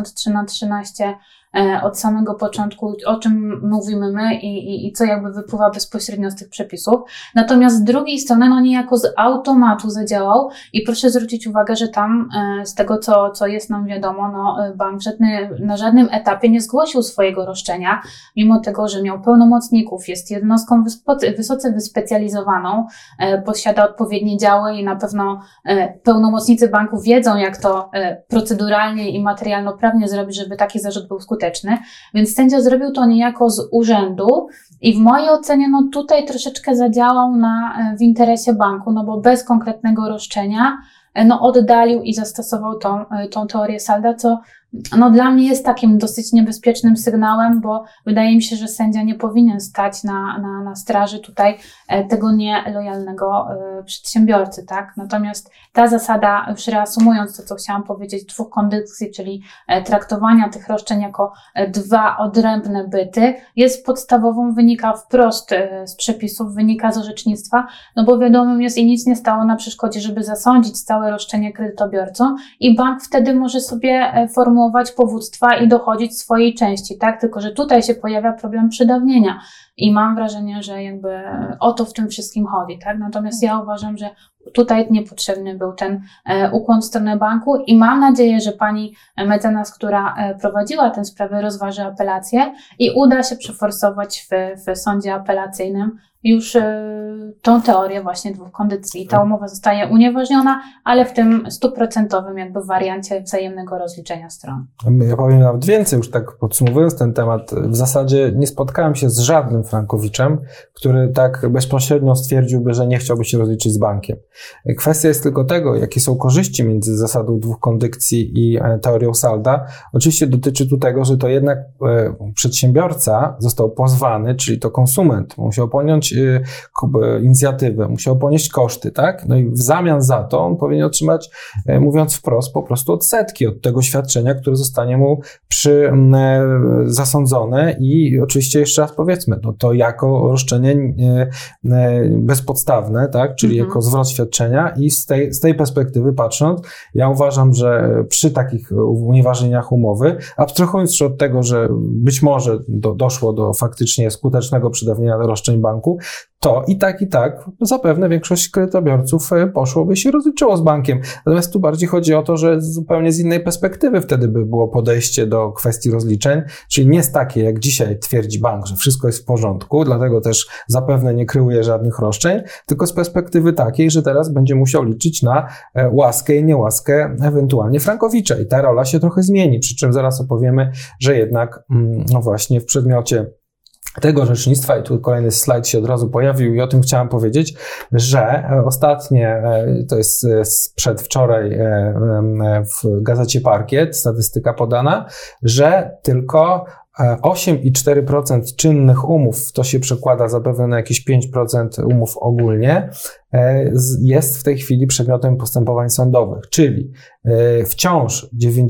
93/13 od samego początku, o czym mówimy my i co jakby wypływa bezpośrednio z tych przepisów. Natomiast z drugiej strony niejako z automatu zadziałał i proszę zwrócić uwagę, że tam z tego, co jest nam wiadomo, bank na żadnym etapie nie zgłosił swojego roszczenia, mimo tego, że miał pełnomocników, jest jednostką wysoce wyspecjalizowaną, posiada odpowiednie działy i na pewno pełnomocnicy banków wiedzą, jak to proceduralnie i materialno-prawnie zrobić, żeby taki zarzut był skuteczny. Więc sędzia zrobił to niejako z urzędu i w mojej ocenie tutaj troszeczkę zadziałał w interesie banku, bo bez konkretnego roszczenia oddalił i zastosował tą teorię salda, co dla mnie jest takim dosyć niebezpiecznym sygnałem, bo wydaje mi się, że sędzia nie powinien stać na straży tutaj tego nielojalnego przedsiębiorcy, tak? Natomiast ta zasada, już reasumując to, co chciałam powiedzieć, dwóch kondykcji, czyli traktowania tych roszczeń jako dwa odrębne byty, jest podstawową, wynika wprost z przepisów, wynika z orzecznictwa, bo wiadomym jest i nic nie stało na przeszkodzie, żeby zasądzić całe roszczenie kredytobiorcom i bank wtedy może sobie formułować powództwa i dochodzić swojej części, tak? Tylko że tutaj się pojawia problem przedawnienia i mam wrażenie, że jakby o to w tym wszystkim chodzi, tak? Natomiast ja uważam, że tutaj niepotrzebny był ten ukłon w stronę banku i mam nadzieję, że pani mecenas, która prowadziła tę sprawę, rozważy apelację i uda się przeforsować w sądzie apelacyjnym już tą teorię właśnie dwóch kondycji. Ta umowa zostaje unieważniona, ale w tym 100% jakby wariancie wzajemnego rozliczenia stron. Ja powiem nawet więcej, już tak podsumowując ten temat, w zasadzie nie spotkałem się z żadnym frankowiczem, który tak bezpośrednio stwierdziłby, że nie chciałby się rozliczyć z bankiem. Kwestia jest tylko tego, jakie są korzyści między zasadą dwóch kondykcji i teorią salda. Oczywiście dotyczy tu tego, że to jednak przedsiębiorca został pozwany, czyli to konsument musiał podjąć podjąć inicjatywę, musiał ponieść koszty, tak? No i w zamian za to on powinien otrzymać, mówiąc wprost, po prostu odsetki od tego świadczenia, które zostanie mu zasądzone i oczywiście jeszcze raz powiedzmy, no to jako roszczenie bezpodstawne, tak? Czyli jako zwrot świadczenia i z tej perspektywy patrząc, ja uważam, że przy takich unieważnieniach umowy, abstrahując od tego, że być może doszło do faktycznie skutecznego przedawnienia roszczeń banku, to i tak zapewne większość kredytobiorców poszłoby się rozliczyło z bankiem. Natomiast tu bardziej chodzi o to, że zupełnie z innej perspektywy wtedy by było podejście do kwestii rozliczeń, czyli nie z takiej, jak dzisiaj twierdzi bank, że wszystko jest w porządku, dlatego też zapewne nie kreuje żadnych roszczeń, tylko z perspektywy takiej, że teraz będzie musiał liczyć na łaskę i niełaskę ewentualnie Frankowicza i ta rola się trochę zmieni, przy czym zaraz opowiemy, że jednak no właśnie w przedmiocie tego orzecznictwa, i tu kolejny slajd się od razu pojawił i o tym chciałem powiedzieć, że ostatnie, to jest przedwczoraj w gazecie Parkiet, statystyka podana, że tylko 8,4% czynnych umów, to się przekłada zapewne na jakieś 5% umów ogólnie, jest w tej chwili przedmiotem postępowań sądowych, czyli wciąż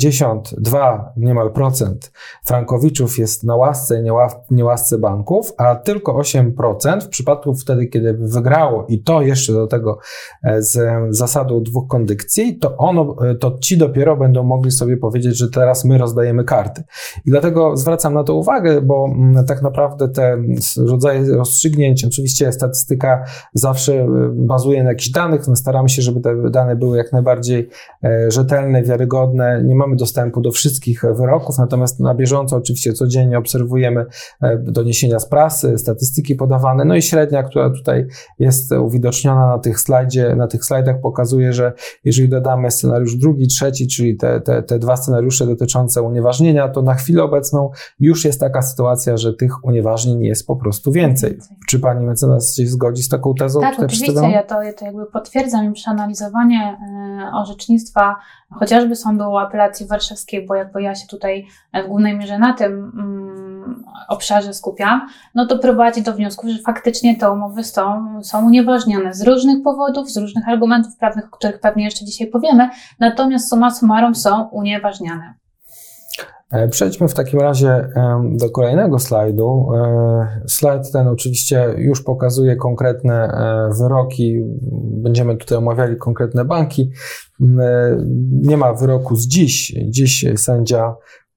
92 niemal procent frankowiczów jest na łasce i niełasce banków, a tylko 8% w przypadku wtedy, kiedy wygrało i to jeszcze do tego z zasadą dwóch kondykcji, to ci dopiero będą mogli sobie powiedzieć, że teraz my rozdajemy karty. I dlatego zwracam na to uwagę, bo tak naprawdę te rodzaje rozstrzygnięć, oczywiście statystyka zawsze bazuje na jakichś danych, no staramy się, żeby te dane były jak najbardziej rzetelne, wiarygodne. Nie mamy dostępu do wszystkich wyroków, natomiast na bieżąco oczywiście codziennie obserwujemy doniesienia z prasy, statystyki podawane, no i średnia, która tutaj jest uwidoczniona na tych slajdach pokazuje, że jeżeli dodamy scenariusz drugi, trzeci, czyli te dwa scenariusze dotyczące unieważnienia, to na chwilę obecną już jest taka sytuacja, że tych unieważnień jest po prostu więcej. Czy pani mecenas się zgodzi z taką tezą? Tak, oczywiście, ja to jakby potwierdzam i przeanalizowanie orzecznictwa chociażby Sądu Apelacji Warszawskiej, bo jakby ja się tutaj w głównej mierze na tym obszarze skupiam, no to prowadzi do wniosku, że faktycznie te umowy są unieważniane z różnych powodów, z różnych argumentów prawnych, o których pewnie jeszcze dzisiaj powiemy, natomiast summa summarum są unieważniane. Przejdźmy w takim razie do kolejnego slajdu. Slajd ten oczywiście już pokazuje konkretne wyroki. Będziemy tutaj omawiali konkretne banki. Nie ma wyroku z dziś. Dziś sędzia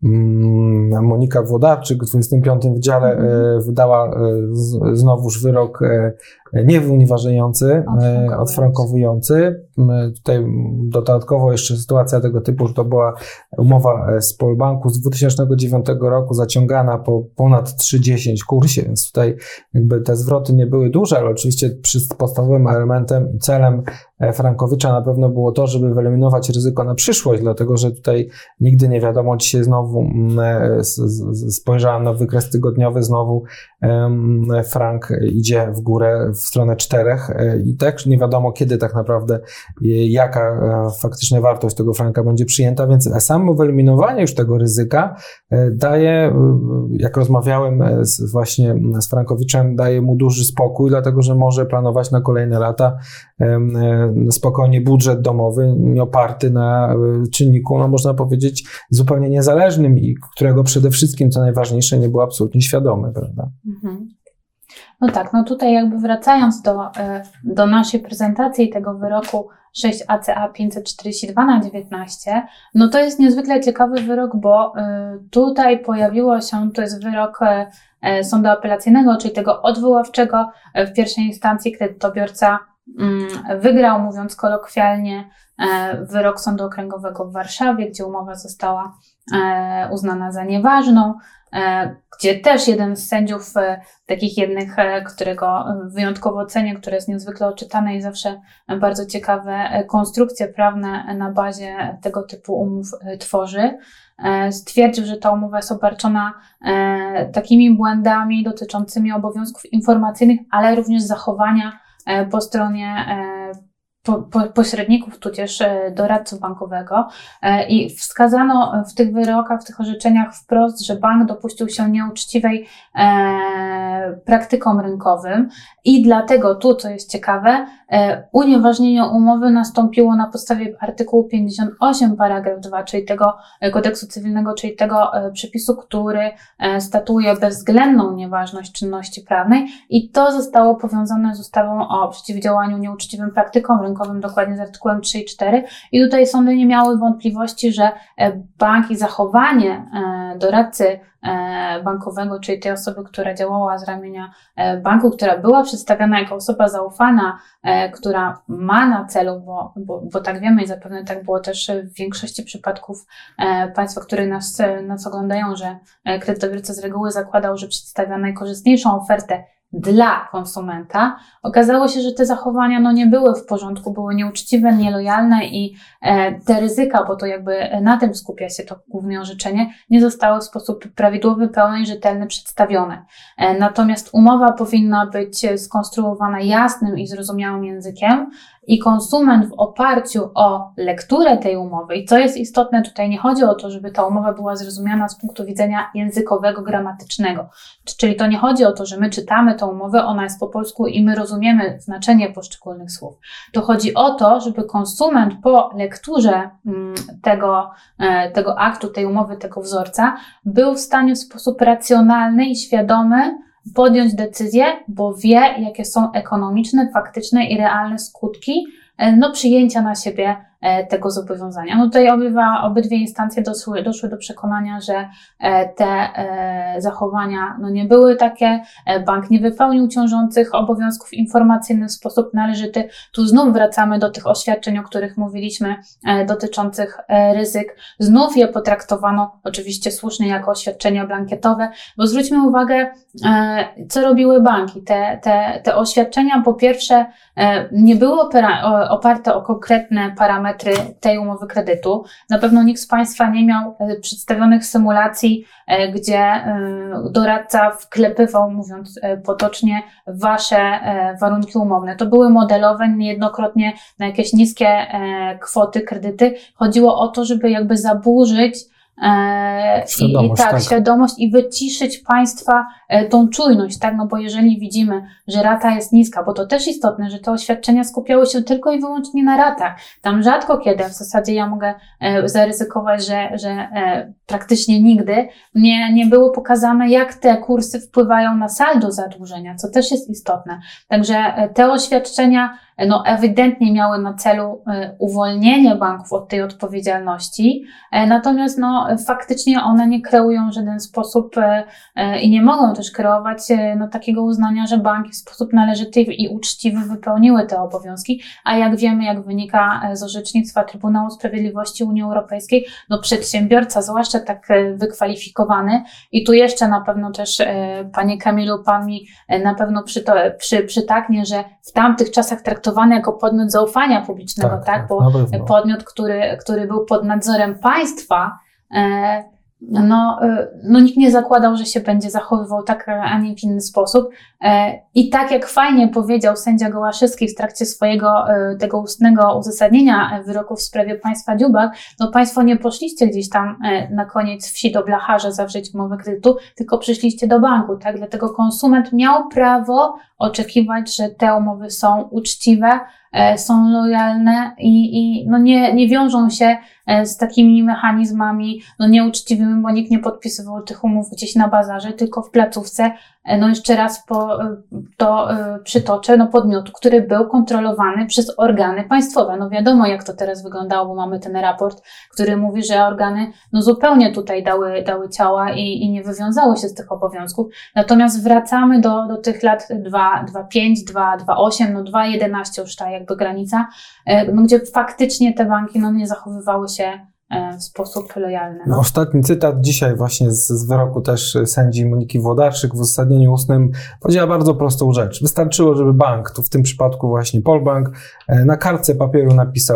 Monika Włodarczyk w 25. wydziale wydała znowuż wyrok nieunieważniający, odfrankowujący. Tutaj dodatkowo jeszcze sytuacja tego typu, że to była umowa z Polbanku z 2009 roku zaciągana po ponad 30 kursie, więc tutaj jakby te zwroty nie były duże, ale oczywiście podstawowym elementem i celem Frankowicza na pewno było to, żeby wyeliminować ryzyko na przyszłość, dlatego że tutaj nigdy nie wiadomo, dzisiaj znowu spojrzałem na wykres tygodniowy, znowu frank idzie w górę w stronę 4 i też nie wiadomo, kiedy tak naprawdę jaka faktycznie wartość tego franka będzie przyjęta, więc samo wyeliminowanie już tego ryzyka daje, jak rozmawiałem właśnie z Frankowiczem, daje mu duży spokój, dlatego że może planować na kolejne lata spokojnie budżet domowy, oparty na czynniku, no można powiedzieć, zupełnie niezależnym i którego przede wszystkim, co najważniejsze, nie był absolutnie świadomy, prawda? Mhm. No tak, no tutaj jakby wracając do naszej prezentacji tego wyroku 6 ACA 542/19, no to jest niezwykle ciekawy wyrok, bo tutaj pojawiło się, to jest wyrok Sądu Apelacyjnego, czyli tego odwoławczego. W pierwszej instancji kredytobiorca wygrał, mówiąc kolokwialnie, wyrok Sądu Okręgowego w Warszawie, gdzie umowa została uznana za nieważną, gdzie też jeden z sędziów, takich jednych, którego wyjątkowo cenię, które jest niezwykle oczytane i zawsze bardzo ciekawe konstrukcje prawne na bazie tego typu umów tworzy, stwierdził, że ta umowa jest obarczona takimi błędami dotyczącymi obowiązków informacyjnych, ale również zachowania po stronie pośredników, tudzież doradców bankowego i wskazano w tych wyrokach, w tych orzeczeniach wprost, że bank dopuścił się nieuczciwej praktykom rynkowym i dlatego tu, co jest ciekawe, unieważnienie umowy nastąpiło na podstawie artykułu 58 paragraf 2, czyli tego kodeksu cywilnego, czyli tego przepisu, który statuuje bezwzględną nieważność czynności prawnej i to zostało powiązane z ustawą o przeciwdziałaniu nieuczciwym praktykom rynkowym, dokładnie z artykułem 3 i 4 i tutaj sądy nie miały wątpliwości, że bank i zachowanie doradcy bankowego, czyli tej osoby, która działała z ramienia banku, która była przedstawiana jako osoba zaufana, która ma na celu, bo tak wiemy i zapewne tak było też w większości przypadków państwa, które nas oglądają, że kredytobiorca z reguły zakładał, że przedstawia najkorzystniejszą ofertę dla konsumenta. Okazało się, że te zachowania nie były w porządku, były nieuczciwe, nielojalne i te ryzyka, bo to jakby na tym skupia się to główne orzeczenie, nie zostały w sposób prawidłowy, pełny i rzetelny przedstawione. Natomiast umowa powinna być skonstruowana jasnym i zrozumiałym językiem i konsument w oparciu o lekturę tej umowy, i co jest istotne, tutaj nie chodzi o to, żeby ta umowa była zrozumiana z punktu widzenia językowego, gramatycznego. Czyli to nie chodzi o to, że my czytamy tę umowę, ona jest po polsku i my rozumiemy znaczenie poszczególnych słów. To chodzi o to, żeby konsument po lekturze tego aktu, tej umowy, tego wzorca był w stanie w sposób racjonalny i świadomy podjąć decyzję, bo wie, jakie są ekonomiczne, faktyczne i realne skutki przyjęcia na siebie tego zobowiązania. Tutaj obydwie instancje doszły do przekonania, że te zachowania nie były takie, bank nie wypełnił ciążących obowiązków informacyjnych w sposób należyty. Tu znów wracamy do tych oświadczeń, o których mówiliśmy, dotyczących ryzyk. Znów je potraktowano oczywiście słusznie jako oświadczenia blankietowe, bo zwróćmy uwagę, co robiły banki. Te oświadczenia po pierwsze nie były oparte o konkretne parametry tej umowy kredytu. Na pewno nikt z Państwa nie miał przedstawionych symulacji, gdzie doradca wklepywał, mówiąc potocznie, Wasze warunki umowne. To były modelowe, niejednokrotnie na jakieś niskie kwoty kredyty. Chodziło o to, żeby jakby zaburzyć świadomość i wyciszyć Państwa tą czujność, tak? Bo jeżeli widzimy, że rata jest niska, bo to też istotne, że te oświadczenia skupiały się tylko i wyłącznie na ratach. Tam rzadko kiedy, w zasadzie ja mogę zaryzykować, że praktycznie nigdy nie było pokazane, jak te kursy wpływają na saldo zadłużenia, co też jest istotne. Także te oświadczenia ewidentnie miały na celu uwolnienie banków od tej odpowiedzialności, natomiast faktycznie one nie kreują w żaden sposób i nie mogą też kreować takiego uznania, że banki w sposób należyty i uczciwy wypełniły te obowiązki, a jak wiemy, jak wynika z orzecznictwa Trybunału Sprawiedliwości Unii Europejskiej, przedsiębiorca, zwłaszcza tak wykwalifikowany, i tu jeszcze na pewno też Panie Kamilu, Pan mi na pewno przytaknie, że w tamtych czasach traktowany jako podmiot zaufania publicznego, tak? Bo podmiot, który był pod nadzorem państwa, nikt nie zakładał, że się będzie zachowywał tak, a nie w inny sposób. I tak jak fajnie powiedział sędzia Gołaszewski w trakcie swojego tego ustnego uzasadnienia wyroku w sprawie państwa Dziubak, Państwo nie poszliście gdzieś tam na koniec wsi do blacharza zawrzeć umowę kredytu, tylko przyszliście do banku, tak? Dlatego konsument miał prawo oczekiwać, że te umowy są uczciwe, są lojalne i nie wiążą się z takimi mechanizmami nieuczciwymi, bo nikt nie podpisywał tych umów gdzieś na bazarze, tylko w placówce. Jeszcze raz to przytoczę, podmiotu, który był kontrolowany przez organy państwowe. Wiadomo, jak to teraz wyglądało, bo mamy ten raport, który mówi, że organy zupełnie tutaj dały ciała i nie wywiązały się z tych obowiązków. Natomiast wracamy do tych lat 2,5, 2,8, 2,11 już ta jakby granica, gdzie faktycznie te banki nie zachowywały się w sposób lojalny. Ostatni cytat dzisiaj właśnie z wyroku też sędzi Moniki Włodarczyk w uzasadnieniu ustnym powiedziała bardzo prostą rzecz. Wystarczyło, żeby bank, tu w tym przypadku właśnie Polbank, na kartce papieru napisał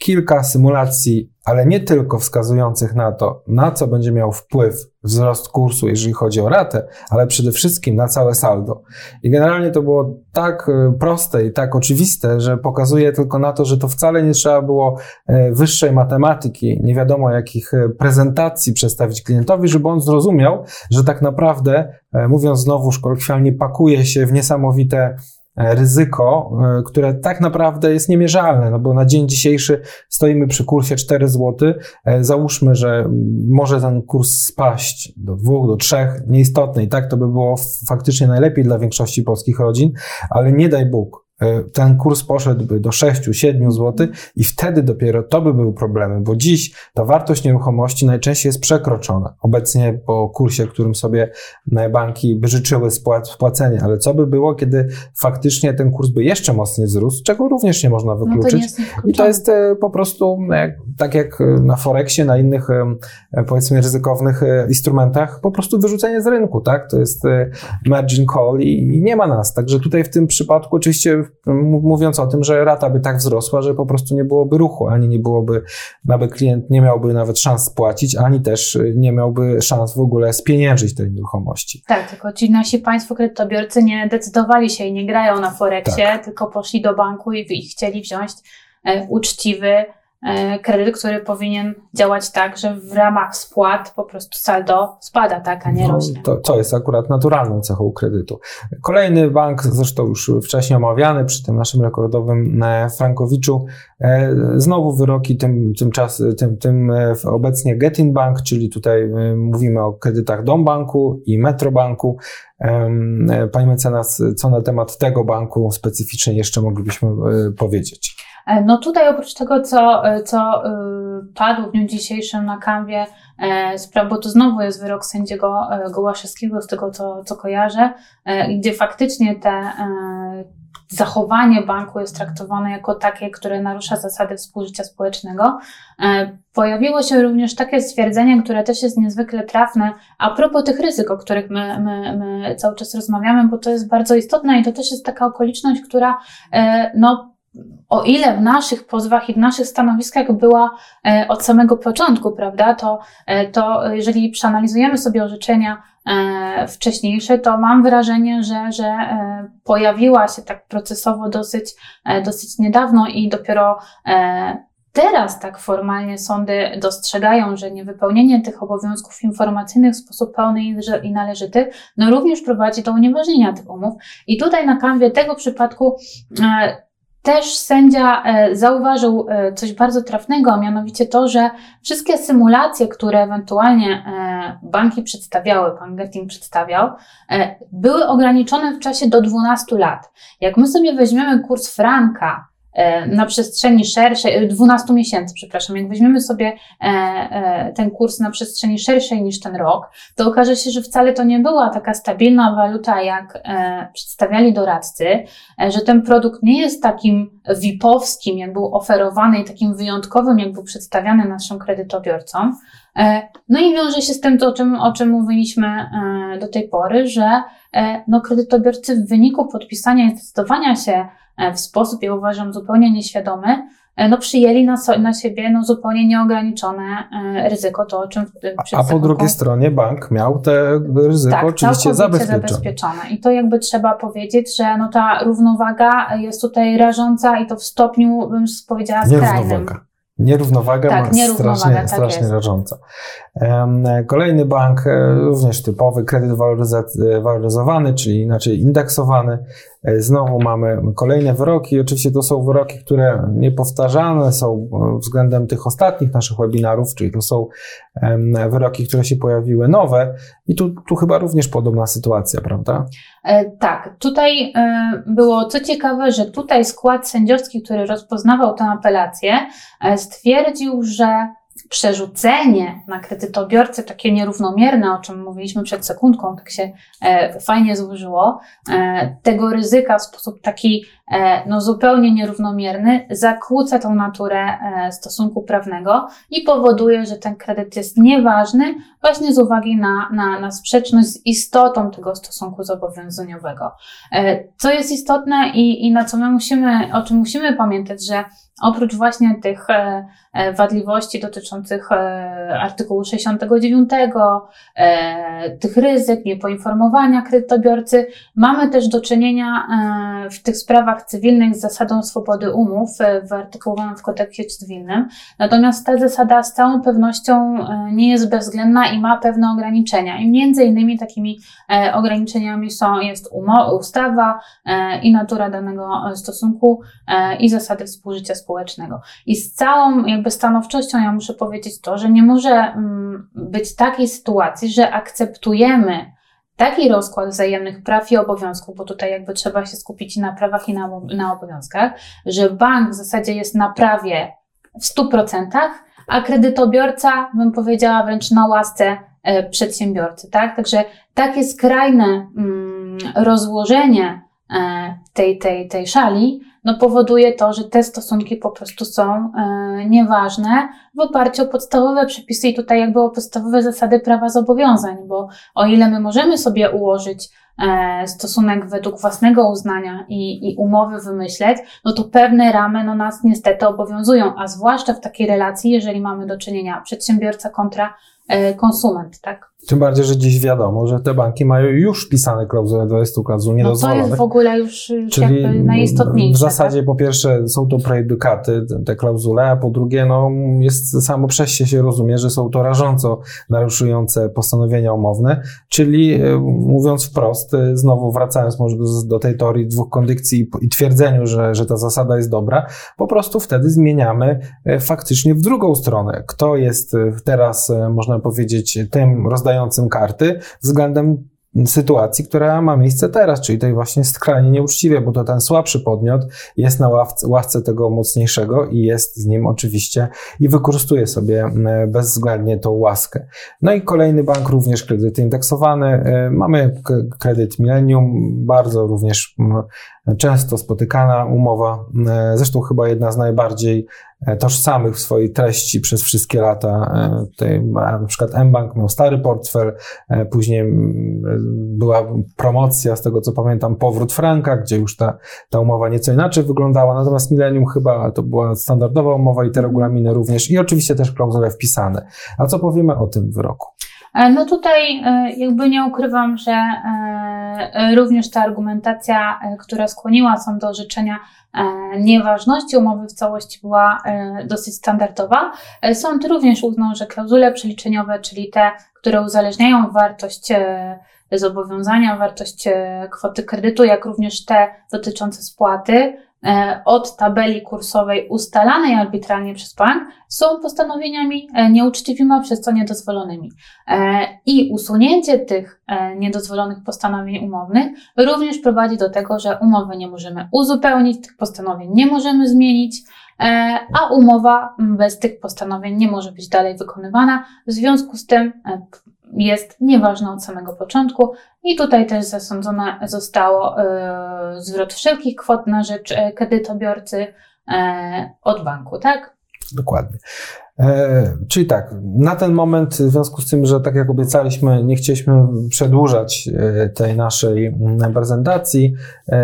kilka symulacji, ale nie tylko wskazujących na to, na co będzie miał wpływ wzrost kursu, jeżeli chodzi o ratę, ale przede wszystkim na całe saldo. I generalnie to było tak proste i tak oczywiste, że pokazuje tylko na to, że to wcale nie trzeba było wyższej matematyki, nie wiadomo jakich prezentacji przedstawić klientowi, żeby on zrozumiał, że tak naprawdę, mówiąc znowuż kolokwialnie, pakuje się w niesamowite ryzyko, które tak naprawdę jest niemierzalne, no bo na dzień dzisiejszy stoimy przy kursie 4 zł, załóżmy, że może ten kurs spaść do 2, do 3, nieistotne i tak to by było faktycznie najlepiej dla większości polskich rodzin, ale nie daj Bóg, ten kurs poszedłby do 6-7 zł i wtedy dopiero to by były problemy, bo dziś ta wartość nieruchomości najczęściej jest przekroczona. Obecnie po kursie, którym sobie banki by życzyły spłacenie, ale co by było, kiedy faktycznie ten kurs by jeszcze mocniej wzrósł, czego również nie można wykluczyć. I to jest po prostu tak jak na Forexie, na innych powiedzmy ryzykownych instrumentach, po prostu wyrzucenie z rynku, tak? To jest margin call i nie ma nas. Także tutaj w tym przypadku oczywiście mówiąc o tym, że rata by tak wzrosła, że po prostu nie byłoby ruchu, ani nie byłoby, nawet klient nie miałby nawet szans spłacić, ani też nie miałby szans w ogóle spieniężyć tej nieruchomości. Tak, tylko ci nasi państwo kredytobiorcy nie decydowali się i nie grają na Forexie, tak, tylko poszli do banku i chcieli wziąć uczciwy kredyt, który powinien działać tak, że w ramach spłat po prostu saldo spada, tak, a nie rośnie. To jest akurat naturalną cechą kredytu. Kolejny bank, zresztą już wcześniej omawiany przy tym naszym rekordowym Frankowiczu, znowu wyroki tym obecnie Getin Bank, czyli tutaj mówimy o kredytach Dombanku i Metrobanku. Pani mecenas, co na temat tego banku specyficznie jeszcze moglibyśmy powiedzieć? No tutaj oprócz tego, co padł w dniu dzisiejszym na kanwie spraw, bo to znowu jest wyrok sędziego Gołaszewskiego, z tego co kojarzę, gdzie faktycznie zachowanie banku jest traktowane jako takie, które narusza zasady współżycia społecznego. Pojawiło się również takie stwierdzenie, które też jest niezwykle trafne a propos tych ryzyk, o których my cały czas rozmawiamy, bo to jest bardzo istotne i to też jest taka okoliczność, która o ile w naszych pozwach i w naszych stanowiskach była od samego początku, prawda, to jeżeli przeanalizujemy sobie orzeczenia wcześniejsze, to mam wrażenie, że pojawiła się tak procesowo dosyć niedawno i dopiero teraz tak formalnie sądy dostrzegają, że niewypełnienie tych obowiązków informacyjnych w sposób pełny i należyty również prowadzi do unieważnienia tych umów. I tutaj na kanwie tego przypadku też sędzia zauważył coś bardzo trafnego, a mianowicie to, że wszystkie symulacje, które ewentualnie banki przedstawiały, pan Getin przedstawiał, były ograniczone w czasie do 12 lat. Jak my sobie weźmiemy kurs franka na przestrzeni szerszej, 12 miesięcy, przepraszam, jak weźmiemy sobie ten kurs na przestrzeni szerszej niż ten rok, to okaże się, że wcale to nie była taka stabilna waluta, jak przedstawiali doradcy, że ten produkt nie jest takim VIP-owskim, jak był oferowany i takim wyjątkowym, jak był przedstawiany naszym kredytobiorcom. No i wiąże się z tym to, o czym mówiliśmy do tej pory, że kredytobiorcy w wyniku podpisania i zdecydowania się w sposób, ja uważam, zupełnie nieświadomy, przyjęli na siebie zupełnie nieograniczone ryzyko, to o czym A po drugiej stronie bank miał te ryzyko oczywiście zabezpieczone. I to jakby trzeba powiedzieć, że ta równowaga jest tutaj rażąca i to w stopniu, bym powiedziała, skrajnym. Nierównowaga strasznie rażąca. Kolejny bank, również typowy, kredyt waloryzowany, czyli inaczej indeksowany. Znowu mamy kolejne wyroki. Oczywiście to są wyroki, które niepowtarzalne są względem tych ostatnich naszych webinarów, czyli to są wyroki, które się pojawiły nowe i tu chyba również podobna sytuacja, prawda? Tak, tutaj było co ciekawe, że tutaj skład sędziowski, który rozpoznawał tę apelację, stwierdził, że przerzucenie na kredytobiorcę takie nierównomierne, o czym mówiliśmy przed sekundką, tak się fajnie złożyło, tego ryzyka w sposób taki zupełnie nierównomierny zakłóca tą naturę stosunku prawnego i powoduje, że ten kredyt jest nieważny właśnie z uwagi na sprzeczność z istotą tego stosunku zobowiązaniowego. Co jest istotne i na co o czym musimy pamiętać, że oprócz właśnie tych wadliwości dotyczących artykułu 69, tych ryzyk, niepoinformowania kredytobiorcy, mamy też do czynienia w tych sprawach cywilnych z zasadą swobody umów wyartykułowaną w kodeksie cywilnym. Natomiast ta zasada z całą pewnością nie jest bezwzględna i ma pewne ograniczenia. I między innymi takimi ograniczeniami jest ustawa i natura danego stosunku i zasady współżycia społecznego. I z całą jakby stanowczością ja muszę powiedzieć to, że nie może być takiej sytuacji, że akceptujemy taki rozkład wzajemnych praw i obowiązków, bo tutaj jakby trzeba się skupić i na prawach i na obowiązkach, że bank w zasadzie jest na prawie w 100%, a kredytobiorca, bym powiedziała, wręcz na łasce przedsiębiorcy, tak? Także takie skrajne rozłożenie tej szali powoduje to, że te stosunki po prostu są nieważne w oparciu o podstawowe przepisy i tutaj jakby o podstawowe zasady prawa zobowiązań, bo o ile my możemy sobie ułożyć stosunek według własnego uznania i umowy wymyśleć, to pewne ramy nas niestety obowiązują, a zwłaszcza w takiej relacji, jeżeli mamy do czynienia przedsiębiorca kontra konsument, tak? Tym bardziej, że dziś wiadomo, że te banki mają już wpisane klauzule 20 klauzul niedozwolonych. To jest w ogóle już czyli jakby najistotniejsze. W zasadzie tak? Po pierwsze są to prejudykaty, te klauzule, a po drugie jest samo przez się rozumie, że są to rażąco naruszujące postanowienia umowne, czyli mówiąc wprost, znowu wracając może do tej teorii dwóch kondycji i twierdzeniu, że ta zasada jest dobra, po prostu wtedy zmieniamy faktycznie w drugą stronę. Kto jest teraz, można powiedzieć, tym rozdającym karty względem sytuacji, która ma miejsce teraz, czyli tej właśnie skrajnie nieuczciwie, bo to ten słabszy podmiot jest na ławce tego mocniejszego i jest z nim oczywiście i wykorzystuje sobie bezwzględnie tą łaskę. No i kolejny bank, również kredyt indeksowany. Mamy kredyt Millennium, bardzo również często spotykana umowa, zresztą chyba jedna z najbardziej tożsamych w swojej treści przez wszystkie lata. Na przykład mBank miał stary portfel, później była promocja, z tego co pamiętam, powrót franka, gdzie już ta umowa nieco inaczej wyglądała, natomiast Millennium chyba to była standardowa umowa i te regulaminy również i oczywiście też klauzule wpisane. A co powiemy o tym wyroku? Tutaj jakby nie ukrywam, że również ta argumentacja, która skłoniła sąd do orzeczenia nieważności umowy w całości była dosyć standardowa. Sąd również uznał, że klauzule przeliczeniowe, czyli te, które uzależniają wartość zobowiązania, wartość kwoty kredytu, jak również te dotyczące spłaty od tabeli kursowej ustalanej arbitralnie przez bank, są postanowieniami nieuczciwymi, a przez co niedozwolonymi. I usunięcie tych niedozwolonych postanowień umownych również prowadzi do tego, że umowy nie możemy uzupełnić, tych postanowień nie możemy zmienić, a umowa bez tych postanowień nie może być dalej wykonywana. W związku z tym jest nieważna od samego początku i tutaj też zasądzone zostało zwrot wszelkich kwot na rzecz kredytobiorcy od banku, tak? Dokładnie. Czyli tak, na ten moment, w związku z tym, że tak jak obiecaliśmy, nie chcieliśmy przedłużać tej naszej prezentacji,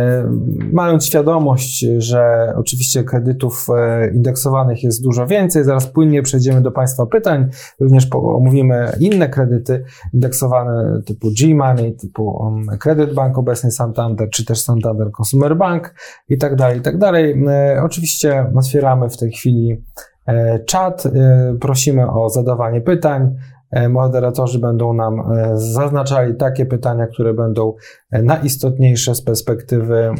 mając świadomość, że oczywiście kredytów indeksowanych jest dużo więcej, zaraz płynnie przejdziemy do Państwa pytań, również omówimy inne kredyty indeksowane typu G-Money, typu Credit Bank, obecnie Santander, czy też Santander Consumer Bank i tak dalej, i tak dalej. Oczywiście otwieramy w tej chwili czat, prosimy o zadawanie pytań. Moderatorzy będą nam zaznaczali takie pytania, które będą najistotniejsze z perspektywy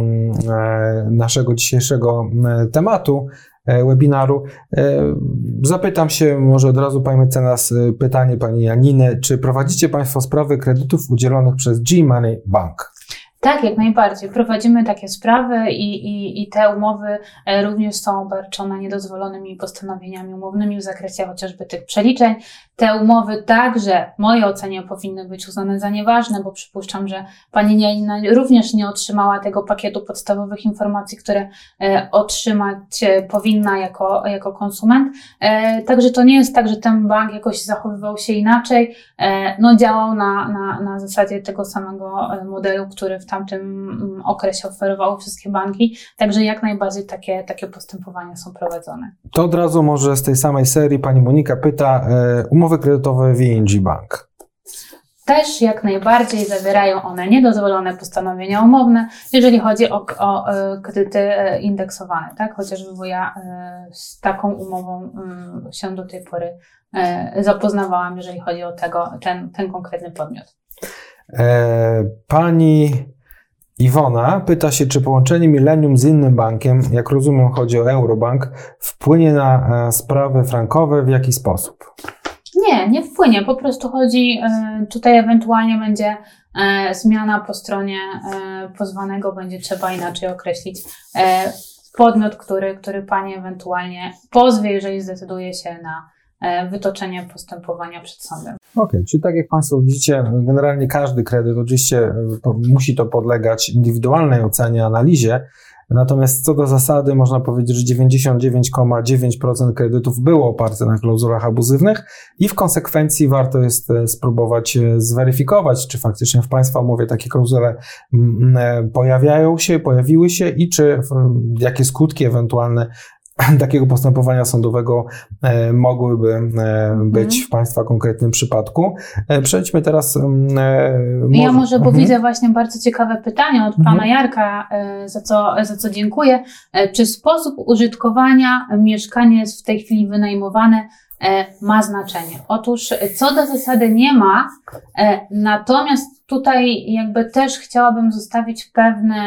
naszego dzisiejszego tematu webinaru. Zapytam się może od razu Pani mecenas pytanie Pani Janiny, czy prowadzicie Państwo sprawy kredytów udzielonych przez G-Money Bank? Tak, jak najbardziej. Prowadzimy takie sprawy i te umowy również są obarczone niedozwolonymi postanowieniami umownymi w zakresie chociażby tych przeliczeń. Te umowy także, w mojej ocenie, powinny być uznane za nieważne, bo przypuszczam, że pani Janina również nie otrzymała tego pakietu podstawowych informacji, które otrzymać powinna jako konsument. Także to nie jest tak, że ten bank jakoś zachowywał się inaczej. Działał na zasadzie tego samego modelu, który w tamtym okresie oferowały wszystkie banki. Także jak najbardziej takie postępowania są prowadzone. To od razu może z tej samej serii pani Monika pyta, umowy kredytowe w ING Bank. Też jak najbardziej zawierają one niedozwolone postanowienia umowne, jeżeli chodzi o kredyty indeksowane, tak? Chociażby ja z taką umową się do tej pory zapoznawałam, jeżeli chodzi o ten konkretny podmiot. Pani Iwona pyta się, czy połączenie Millennium z innym bankiem, jak rozumiem chodzi o Eurobank, wpłynie na sprawy frankowe, w jaki sposób? Nie wpłynie. Po prostu chodzi, tutaj ewentualnie będzie zmiana po stronie pozwanego, będzie trzeba inaczej określić podmiot, który pani ewentualnie pozwie, jeżeli zdecyduje się na wytoczenie postępowania przed sądem. Okej, czyli tak jak Państwo widzicie, generalnie każdy kredyt oczywiście musi to podlegać indywidualnej ocenie, analizie, natomiast co do zasady można powiedzieć, że 99,9% kredytów było oparte na klauzulach abuzywnych i w konsekwencji warto jest spróbować zweryfikować, czy faktycznie w Państwa umowie takie klauzule pojawiły się i czy jakie skutki ewentualne takiego postępowania sądowego mogłyby być w Państwa konkretnym przypadku. Przejdźmy teraz... Ja może, bo widzę właśnie bardzo ciekawe pytanie od pana Jarka, za co dziękuję. Czy sposób użytkowania mieszkania jest w tej chwili wynajmowane ma znaczenie? Otóż co do zasady nie ma, natomiast tutaj jakby też chciałabym zostawić pewne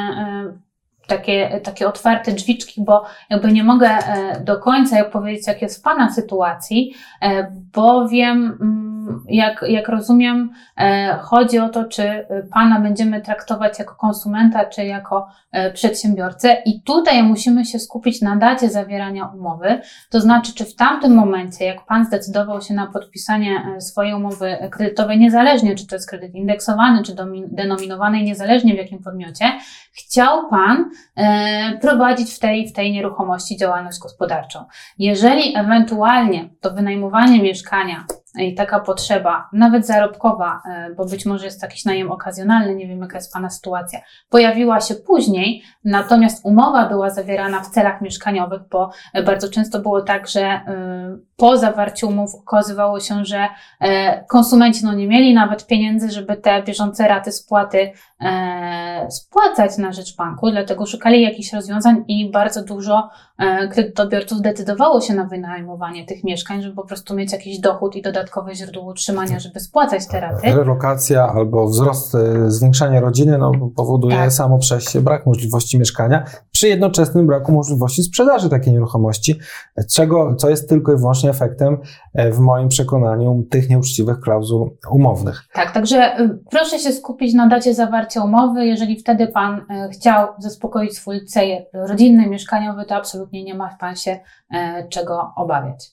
takie otwarte drzwiczki, bo jakby nie mogę do końca powiedzieć, jak jest w Pana sytuacji, bowiem jak rozumiem, chodzi o to, czy Pana będziemy traktować jako konsumenta, czy jako przedsiębiorcę i tutaj musimy się skupić na dacie zawierania umowy, to znaczy, czy w tamtym momencie, jak Pan zdecydował się na podpisanie swojej umowy kredytowej, niezależnie czy to jest kredyt indeksowany, czy denominowany, niezależnie w jakim podmiocie, chciał Pan prowadzić w tej nieruchomości działalność gospodarczą. Jeżeli ewentualnie to wynajmowanie mieszkania i taka potrzeba, nawet zarobkowa, bo być może jest jakiś najem okazjonalny, nie wiem jaka jest Pana sytuacja, pojawiła się później, natomiast umowa była zawierana w celach mieszkaniowych, bo bardzo często było tak, że po zawarciu umów okazywało się, że konsumenci nie mieli nawet pieniędzy, żeby te bieżące raty spłaty spłacać na rzecz banku, dlatego szukali jakichś rozwiązań i bardzo dużo kredytobiorców decydowało się na wynajmowanie tych mieszkań, żeby po prostu mieć jakiś dochód i dodatkowe źródło utrzymania, żeby spłacać te raty. Relokacja albo wzrost, zwiększanie rodziny powoduje samo przez się brak możliwości mieszkania przy jednoczesnym braku możliwości sprzedaży takiej nieruchomości, co jest tylko i wyłącznie efektem, w moim przekonaniu, tych nieuczciwych klauzul umownych. Tak, także proszę się skupić na dacie zawarcia umowy. Jeżeli wtedy Pan chciał zaspokoić swój cel rodzinny, mieszkaniowy, to absolutnie nie ma Pan się czego obawiać.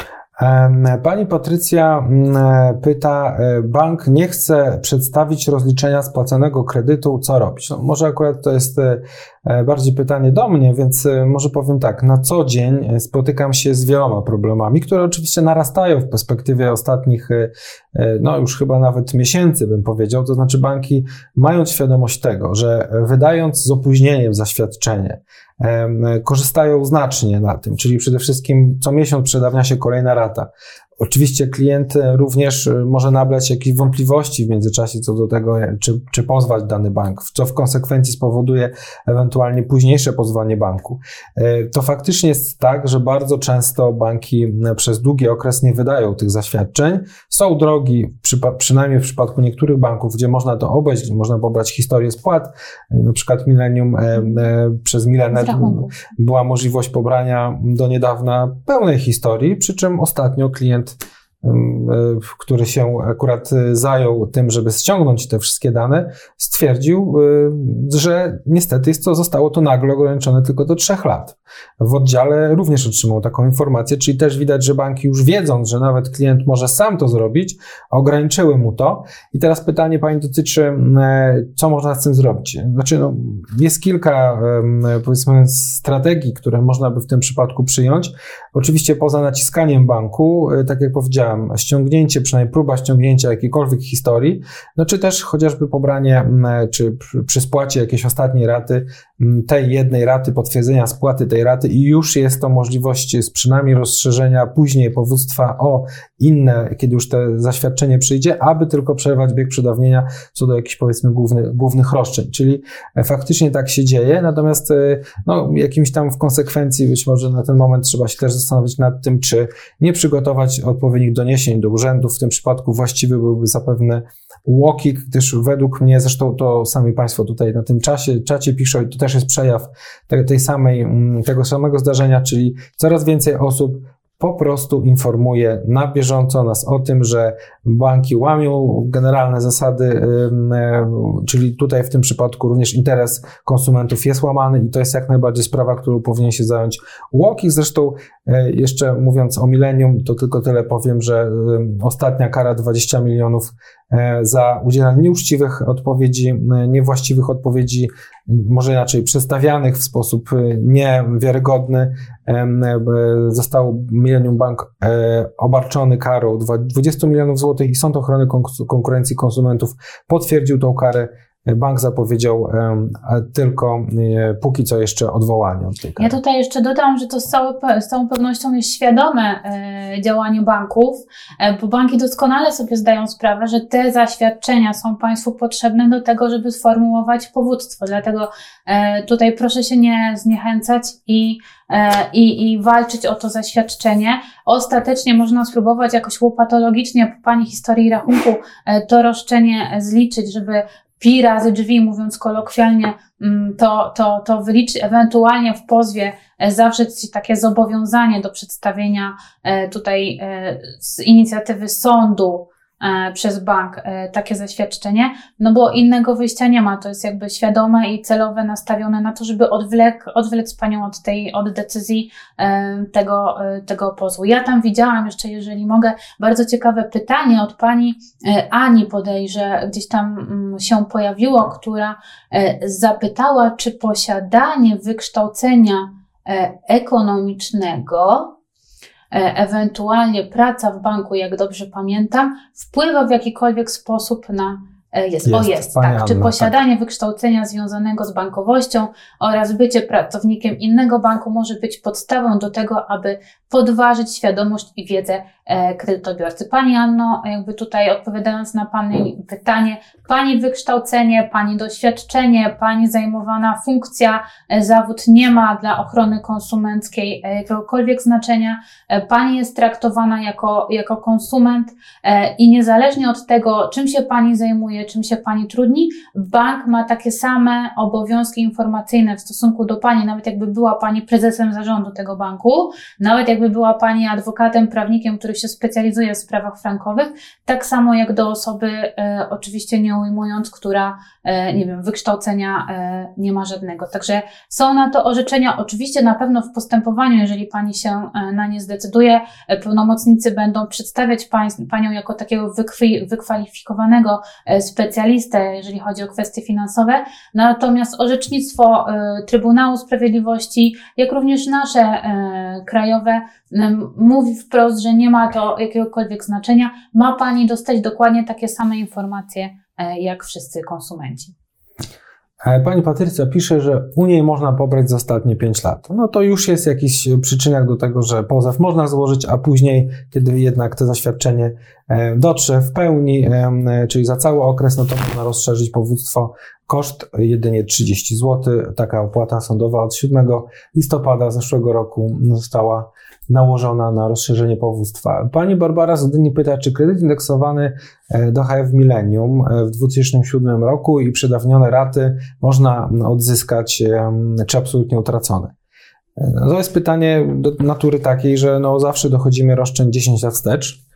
Pani Patrycja pyta, bank nie chce przedstawić rozliczenia spłaconego kredytu, co robić? Może akurat to jest bardziej pytanie do mnie, więc może powiem tak, na co dzień spotykam się z wieloma problemami, które oczywiście narastają w perspektywie ostatnich, już chyba nawet miesięcy bym powiedział, to znaczy banki mając świadomość tego, że wydając z opóźnieniem zaświadczenie, korzystają znacznie na tym, czyli przede wszystkim co miesiąc przedawnia się kolejna rata. Oczywiście klient również może nabrać jakichś wątpliwości w międzyczasie co do tego, czy pozwać dany bank, co w konsekwencji spowoduje ewentualnie późniejsze pozwanie banku. To faktycznie jest tak, że bardzo często banki przez długi okres nie wydają tych zaświadczeń. Są drogi, przynajmniej w przypadku niektórych banków, gdzie można to obejść, gdzie można pobrać historię spłat. Na przykład Millennium, przez Milenet była możliwość pobrania do niedawna pełnej historii, przy czym ostatnio klient który się akurat zajął tym, żeby ściągnąć te wszystkie dane, stwierdził, że niestety zostało to nagle ograniczone tylko do 3 lat. W oddziale również otrzymał taką informację, czyli też widać, że banki już wiedząc, że nawet klient może sam to zrobić, ograniczyły mu to. I teraz pytanie pani dotyczy, co można z tym zrobić. Znaczy, jest kilka, powiedzmy, strategii, które można by w tym przypadku przyjąć. Oczywiście poza naciskaniem banku, tak jak powiedziałem, ściągnięcie, przynajmniej próba ściągnięcia jakiejkolwiek historii, czy też chociażby pobranie, czy przy spłacie jakiejś ostatniej raty, tej jednej raty, potwierdzenia spłaty tej raty i już jest to możliwość z przynajmniej rozszerzenia później powództwa o inne, kiedy już to zaświadczenie przyjdzie, aby tylko przerwać bieg przedawnienia co do jakichś, powiedzmy, głównych roszczeń. Czyli faktycznie tak się dzieje, natomiast jakimś tam w konsekwencji być może na ten moment trzeba się też zastanowić nad tym, czy nie przygotować odpowiednich doniesień do urzędów. W tym przypadku właściwy byłby zapewne UOKiK, gdyż według mnie, zresztą to sami Państwo tutaj na tym czacie piszą, i to też jest przejaw tego samego zdarzenia, czyli coraz więcej osób po prostu informuje na bieżąco nas o tym, że banki łamią generalne zasady, czyli tutaj w tym przypadku również interes konsumentów jest łamany i to jest jak najbardziej sprawa, którą powinien się zająć UOKiK. Zresztą jeszcze mówiąc o Millennium, to tylko tyle powiem, że ostatnia kara 20 milionów za udzielanie nieuczciwych odpowiedzi, niewłaściwych odpowiedzi, może inaczej przedstawianych w sposób niewiarygodny, został Millennium Bank obarczony karą 20 milionów złotych i Sąd Ochrony Konkurencji i Konsumentów potwierdził tą karę. Bank zapowiedział tylko póki co jeszcze odwołanie od tej kary. Ja tutaj jeszcze dodam, że to z całą pewnością jest świadome działanie banków, bo banki doskonale sobie zdają sprawę, że te zaświadczenia są Państwu potrzebne do tego, żeby sformułować powództwo. Dlatego tutaj proszę się nie zniechęcać i walczyć o to zaświadczenie. Ostatecznie można spróbować jakoś łopatologicznie po Pani historii rachunku to roszczenie zliczyć, żeby pi razy drzwi, mówiąc kolokwialnie, to wyliczyć, ewentualnie w pozwie zawrzeć takie zobowiązanie do przedstawienia tutaj z inicjatywy sądu przez bank takie zaświadczenie, bo innego wyjścia nie ma. To jest jakby świadome i celowe nastawione na to, żeby odwlec Panią od decyzji tego pozwu. Ja tam widziałam jeszcze, jeżeli mogę, bardzo ciekawe pytanie od Pani Ani, podejrzę, gdzieś tam się pojawiło, która zapytała, czy posiadanie wykształcenia ekonomicznego, ewentualnie praca w banku, jak dobrze pamiętam, wpływa w jakikolwiek sposób na tak. Czy posiadanie wykształcenia związanego z bankowością oraz bycie pracownikiem innego banku może być podstawą do tego, aby podważyć świadomość i wiedzę kredytobiorcy. Pani Anno, jakby tutaj odpowiadając na Pani pytanie, Pani wykształcenie, Pani doświadczenie, Pani zajmowana funkcja, zawód nie ma dla ochrony konsumenckiej jakiegokolwiek znaczenia. Pani jest traktowana jako konsument i niezależnie od tego, czym się Pani zajmuje, czym się Pani trudni, bank ma takie same obowiązki informacyjne w stosunku do Pani, nawet jakby była Pani prezesem zarządu tego banku, nawet jakby była Pani adwokatem, prawnikiem, który się specjalizuje w sprawach frankowych, tak samo jak do osoby, oczywiście nie ujmując, która, wykształcenia nie ma żadnego. Także są na to orzeczenia, oczywiście na pewno w postępowaniu, jeżeli Pani się na nie zdecyduje, pełnomocnicy będą przedstawiać Panią jako takiego wykwalifikowanego specjalistę, jeżeli chodzi o kwestie finansowe, natomiast orzecznictwo Trybunału Sprawiedliwości, jak również nasze krajowe, mówi wprost, że nie ma to jakiegokolwiek znaczenia. Ma Pani dostać dokładnie takie same informacje jak wszyscy konsumenci. Pani Patrycja pisze, że u niej można pobrać za ostatnie 5 lat. To już jest jakiś przyczynek do tego, że pozew można złożyć, a później, kiedy jednak to zaświadczenie dotrze w pełni, czyli za cały okres, to można rozszerzyć powództwo. Koszt jedynie 30 zł. Taka opłata sądowa od 7 listopada zeszłego roku została nałożona na rozszerzenie powództwa. Pani Barbara z Gdyni pyta, czy kredyt indeksowany do HF Millennium w 2007 roku i przedawnione raty można odzyskać, czy absolutnie utracone? To jest pytanie do natury takiej, że zawsze dochodzimy roszczeń 10 lat wstecz.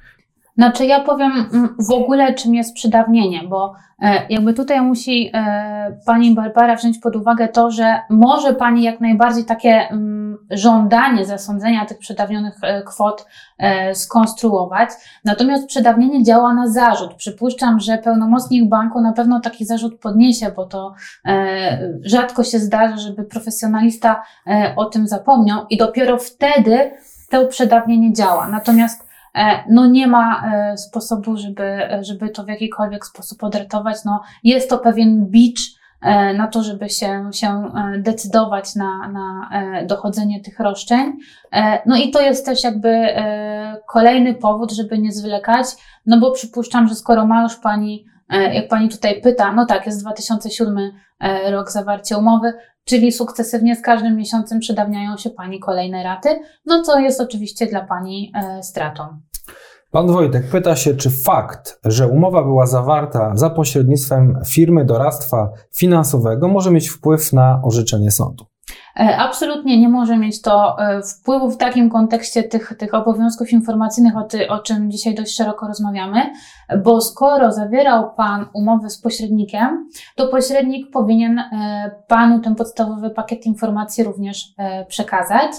Znaczy ja powiem w ogóle, czym jest przedawnienie, bo jakby tutaj musi pani Barbara wziąć pod uwagę to, że może pani jak najbardziej takie żądanie zasądzenia tych przedawnionych kwot skonstruować, natomiast przedawnienie działa na zarzut. Przypuszczam, że pełnomocnik banku na pewno taki zarzut podniesie, bo to rzadko się zdarza, żeby profesjonalista o tym zapomniał i dopiero wtedy to przedawnienie działa. Natomiast no nie ma sposobu, żeby to w jakikolwiek sposób odratować. No jest to pewien bicz na to, żeby się decydować na dochodzenie tych roszczeń. No i to jest też jakby kolejny powód, żeby nie zwlekać, no bo przypuszczam, że skoro ma już pani, jak pani tutaj pyta, no tak, jest 2007 rok zawarcia umowy, czyli sukcesywnie z każdym miesiącem przedawniają się pani kolejne raty, no co jest oczywiście dla pani stratą. Pan Wojtek pyta się, czy fakt, że umowa była zawarta za pośrednictwem firmy doradztwa finansowego może mieć wpływ na orzeczenie sądu? Absolutnie nie może mieć to wpływu w takim kontekście tych obowiązków informacyjnych, o czym dzisiaj dość szeroko rozmawiamy, bo skoro zawierał pan umowę z pośrednikiem, to pośrednik powinien panu ten podstawowy pakiet informacji również przekazać.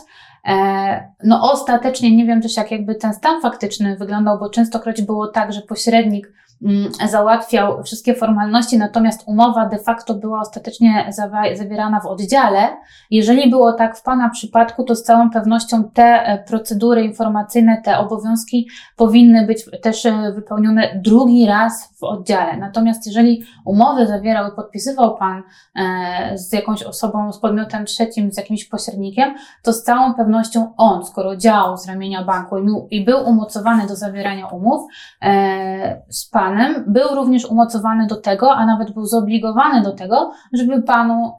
No ostatecznie nie wiem też jak jakby ten stan faktyczny wyglądał, bo częstokroć było tak, że pośrednik załatwiał wszystkie formalności, natomiast umowa de facto była ostatecznie zawierana w oddziale. Jeżeli było tak w pana przypadku, to z całą pewnością te procedury informacyjne, te obowiązki powinny być też wypełnione drugi raz w oddziale. Natomiast jeżeli umowy zawierał i podpisywał pan z jakąś osobą, z podmiotem trzecim, z jakimś pośrednikiem, to z całą pewnością on, skoro działał z ramienia banku i był umocowany do zawierania umów z panem, był również umocowany do tego, a nawet był zobligowany do tego, żeby panu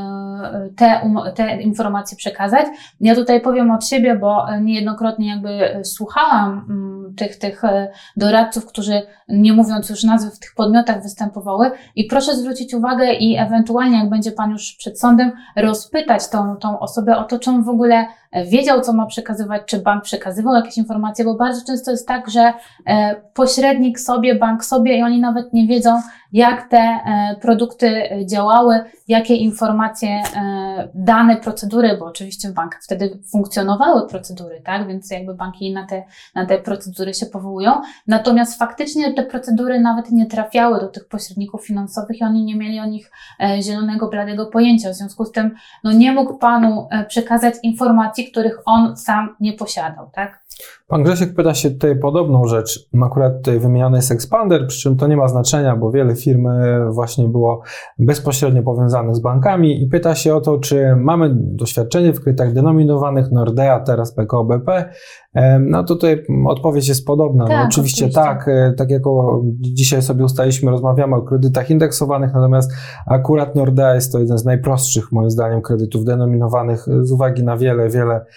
te informacje przekazać. Ja tutaj powiem od siebie, bo niejednokrotnie jakby słuchałam tych doradców, którzy nie mówiąc już nazwy w tych podmiotach występowały i proszę zwrócić uwagę i ewentualnie jak będzie pan już przed sądem rozpytać tą osobę o to, czy on w ogóle wiedział, co ma przekazywać, czy bank przekazywał jakieś informacje, bo bardzo często jest tak, że pośrednik sobie, bank sobie i oni nawet nie wiedzą, jak te produkty działały, jakie informacje, dane procedury, bo oczywiście w bankach wtedy funkcjonowały procedury, tak, więc jakby banki na te procedury się powołują, natomiast faktycznie te procedury nawet nie trafiały do tych pośredników finansowych i oni nie mieli o nich zielonego, bladego pojęcia, w związku z tym no nie mógł panu przekazać informacji, których on sam nie posiadał, tak? Pan Grzesiek pyta się tutaj podobną rzecz. Akurat tutaj wymieniony jest Expander, przy czym to nie ma znaczenia, bo wiele firm właśnie było bezpośrednio powiązanych z bankami i pyta się o to, czy mamy doświadczenie w kredytach denominowanych Nordea, teraz PKO BP. No tutaj odpowiedź jest podobna. Tak, no, oczywiście tak jak dzisiaj sobie ustaliliśmy, rozmawiamy o kredytach indeksowanych, natomiast akurat Nordea jest to jeden z najprostszych moim zdaniem kredytów denominowanych z uwagi na wiele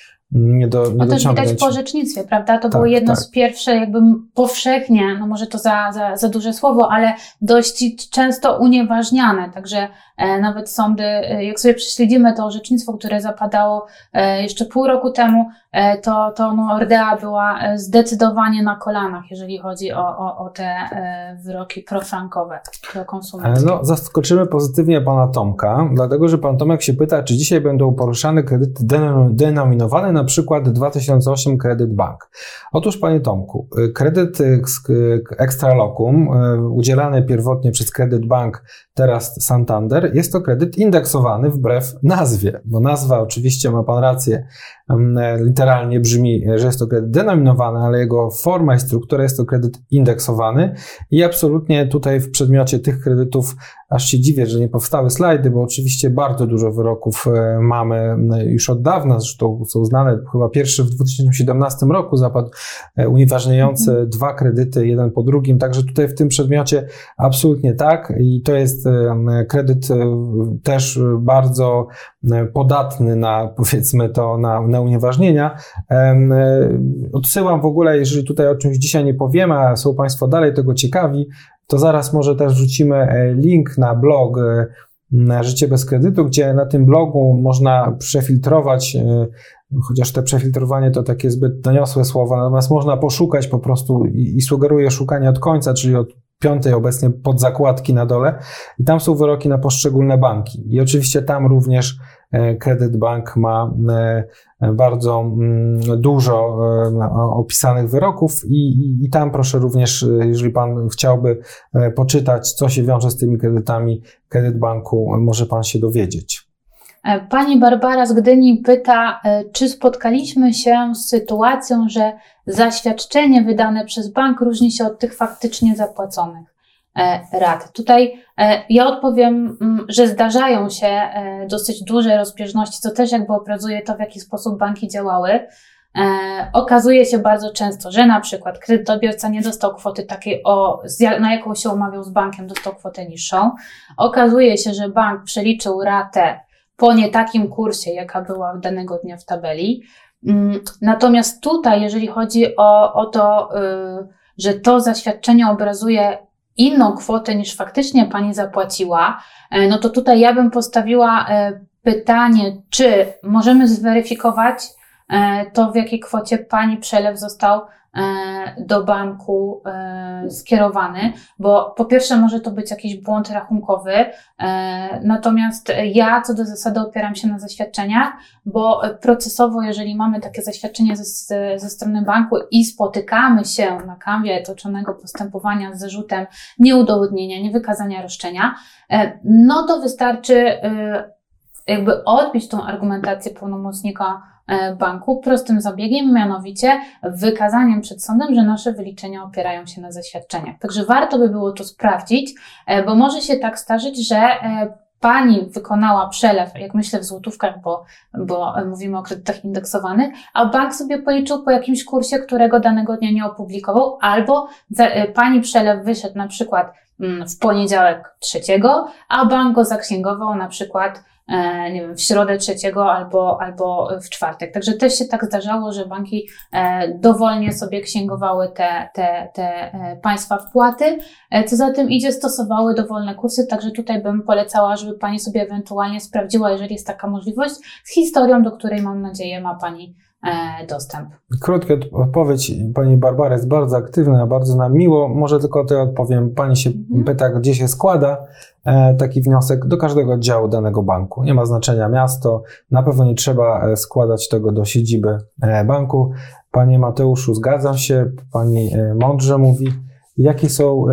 no też widać po orzecznictwie, prawda? To było jedno z pierwszych, jakby powszechnie, no może to za duże słowo, ale dość często unieważniane. Także nawet sądy, jak sobie prześledzimy to orzecznictwo, które zapadało jeszcze pół roku temu, to Nordea była zdecydowanie na kolanach, jeżeli chodzi o te wyroki profrankowe, prokonsumenckie. No, zaskoczymy pozytywnie pana Tomka, dlatego że pan Tomek się pyta, czy dzisiaj będą poruszane kredyty denominowane, na przykład 2008 Kredyt Bank. Otóż, panie Tomku, kredyt Extra Locum, udzielany pierwotnie przez Kredyt Bank, teraz Santander, jest to kredyt indeksowany wbrew nazwie, bo nazwa oczywiście, ma pan rację, literalnie brzmi, że jest to kredyt denominowany, ale jego forma i struktura jest to kredyt indeksowany i absolutnie tutaj w przedmiocie tych kredytów aż się dziwię, że nie powstały slajdy, bo oczywiście bardzo dużo wyroków mamy już od dawna, zresztą są znane, chyba pierwszy w 2017 roku zapadł unieważniający dwa kredyty, jeden po drugim, także tutaj w tym przedmiocie absolutnie tak i to jest kredyt też bardzo podatny na, powiedzmy to, na unieważnienia. Odsyłam w ogóle, jeżeli tutaj o czymś dzisiaj nie powiemy, a są Państwo dalej tego ciekawi, to zaraz może też wrzucimy link na blog Życie bez kredytu, gdzie na tym blogu można przefiltrować chociaż te przefiltrowanie to takie zbyt doniosłe słowo, natomiast można poszukać po prostu i sugeruję szukanie od końca, czyli od 5. obecnie podzakładki na dole i tam są wyroki na poszczególne banki. I oczywiście tam również Kredytbank ma bardzo dużo opisanych wyroków i tam proszę również, jeżeli Pan chciałby poczytać, co się wiąże z tymi kredytami Kredytbanku, może Pan się dowiedzieć. Pani Barbara z Gdyni pyta, czy spotkaliśmy się z sytuacją, że zaświadczenie wydane przez bank różni się od tych faktycznie zapłaconych rat. Tutaj ja odpowiem, że zdarzają się dosyć duże rozbieżności, co też jakby obrazuje to, w jaki sposób banki działały. Okazuje się bardzo często, że na przykład kredytobiorca nie dostał kwoty takiej, na jaką się umawiał z bankiem, dostał kwotę niższą. Okazuje się, że bank przeliczył ratę po nie takim kursie, jaka była danego dnia w tabeli. Natomiast tutaj, jeżeli chodzi o to, że to zaświadczenie obrazuje inną kwotę niż faktycznie Pani zapłaciła, no to tutaj ja bym postawiła pytanie, czy możemy zweryfikować to, w jakiej kwocie Pani przelew został do banku skierowany, bo po pierwsze może to być jakiś błąd rachunkowy, natomiast ja co do zasady opieram się na zaświadczeniach, bo procesowo, jeżeli mamy takie zaświadczenie ze strony banku i spotykamy się na kanwie toczonego postępowania z zarzutem nieudowodnienia, niewykazania roszczenia, no to wystarczy jakby odbić tą argumentację pełnomocnika banku prostym zabiegiem, mianowicie wykazaniem przed sądem, że nasze wyliczenia opierają się na zaświadczeniach. Także warto by było to sprawdzić, bo może się tak zdarzyć, że Pani wykonała przelew, jak myślę w złotówkach, bo mówimy o kredytach indeksowanych, a bank sobie policzył po jakimś kursie, którego danego dnia nie opublikował, albo Pani przelew wyszedł na przykład w poniedziałek 3, a bank go zaksięgował na przykład nie wiem, w środę 3 albo w czwartek. Także też się tak zdarzało, że banki dowolnie sobie księgowały te państwa wpłaty. Co za tym idzie, stosowały dowolne kursy, także tutaj bym polecała, żeby Pani sobie ewentualnie sprawdziła, jeżeli jest taka możliwość, z historią, do której mam nadzieję ma Pani dostęp. Krótka odpowiedź Pani Barbara jest bardzo aktywna, bardzo nam miło. Może tylko to odpowiem. Pani się pyta, gdzie się składa taki wniosek do każdego oddziału danego banku. Nie ma znaczenia miasto. Na pewno nie trzeba składać tego do siedziby banku. Panie Mateuszu, zgadzam się. Pani mądrze mówi. Jakie są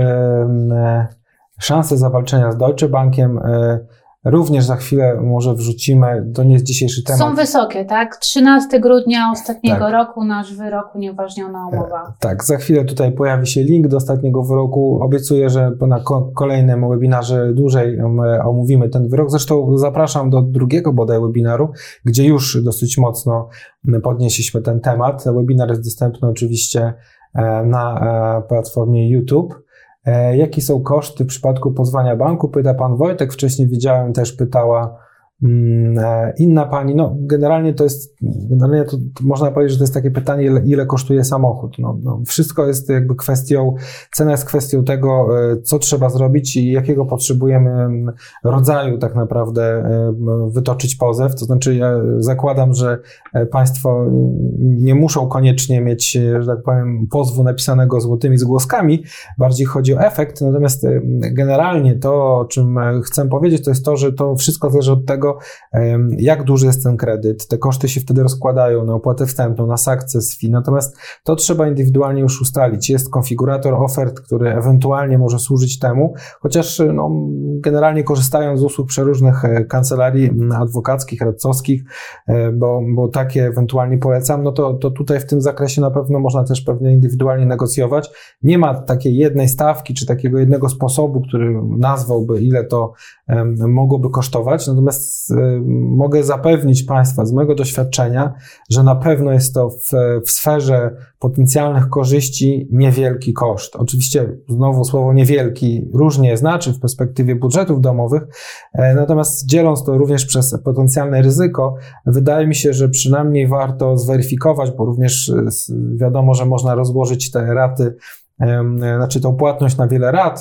szanse zawalczenia z Deutsche Bankiem? Również za chwilę może wrzucimy, to nie jest dzisiejszy temat. Są wysokie, tak? 13 grudnia ostatniego roku, nasz wyrok, unieważniona umowa. Tak, za chwilę tutaj pojawi się link do ostatniego wyroku. Obiecuję, że na kolejnym webinarze dłużej omówimy ten wyrok. Zresztą zapraszam do drugiego bodaj webinaru, gdzie już dosyć mocno podnieśliśmy ten temat. Webinar jest dostępny oczywiście na platformie YouTube. Jakie są koszty w przypadku pozwania banku? Pyta Pan Wojtek, wcześniej widziałem, też pytała inna Pani. No, generalnie to można powiedzieć, że to jest takie pytanie, ile kosztuje samochód. No, wszystko jest jakby cena jest kwestią tego, co trzeba zrobić i jakiego potrzebujemy rodzaju tak naprawdę wytoczyć pozew. To znaczy ja zakładam, że Państwo nie muszą koniecznie mieć, że tak powiem, pozwu napisanego złotymi zgłoskami. Bardziej chodzi o efekt. Natomiast generalnie to, o czym chcę powiedzieć, to jest to, że to wszystko zależy od tego, jak duży jest ten kredyt. Te koszty się wtedy rozkładają na opłatę wstępną, na success fee. Natomiast to trzeba indywidualnie już ustalić. Jest konfigurator ofert, który ewentualnie może służyć temu, chociaż generalnie korzystają z usług przeróżnych kancelarii adwokackich, radcowskich, bo takie ewentualnie polecam, no to tutaj w tym zakresie na pewno można też pewnie indywidualnie negocjować. Nie ma takiej jednej stawki, czy takiego jednego sposobu, który nazwałby, ile to mogłoby kosztować, natomiast mogę zapewnić Państwa z mojego doświadczenia, że na pewno jest to w sferze potencjalnych korzyści niewielki koszt. Oczywiście znowu słowo niewielki różnie znaczy w perspektywie budżetów domowych, natomiast dzieląc to również przez potencjalne ryzyko, wydaje mi się, że przynajmniej warto zweryfikować, bo również wiadomo, że można rozłożyć te raty znaczy tą płatność na wiele lat,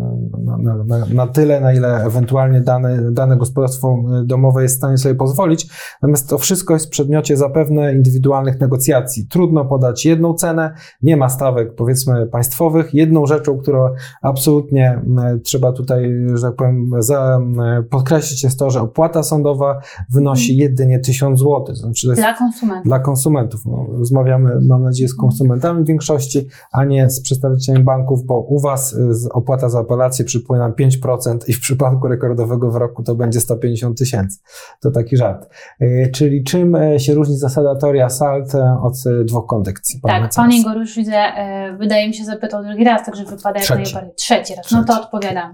na tyle, na ile ewentualnie dane gospodarstwo domowe jest w stanie sobie pozwolić. Natomiast to wszystko jest w przedmiocie zapewne indywidualnych negocjacji. Trudno podać jedną cenę, nie ma stawek, powiedzmy, państwowych. Jedną rzeczą, którą absolutnie trzeba tutaj, że tak powiem, podkreślić, jest to, że opłata sądowa wynosi jedynie 1000 zł. Znaczy to jest dla konsumentów. No, rozmawiamy, mam nadzieję, z konsumentami w większości, a nie z przedstawicielami banków, bo u Was opłata za apelację przypłynie nam 5% i w przypadku rekordowego wyroku to będzie 150 000. To taki żart. Czyli czym się różni zasada teoria SALT od dwóch kondykcji? Tak, Pan Igor już widzę, wydaje mi się, zapytał drugi raz, także wypada jak najbardziej. Trzeci raz. No to odpowiadam.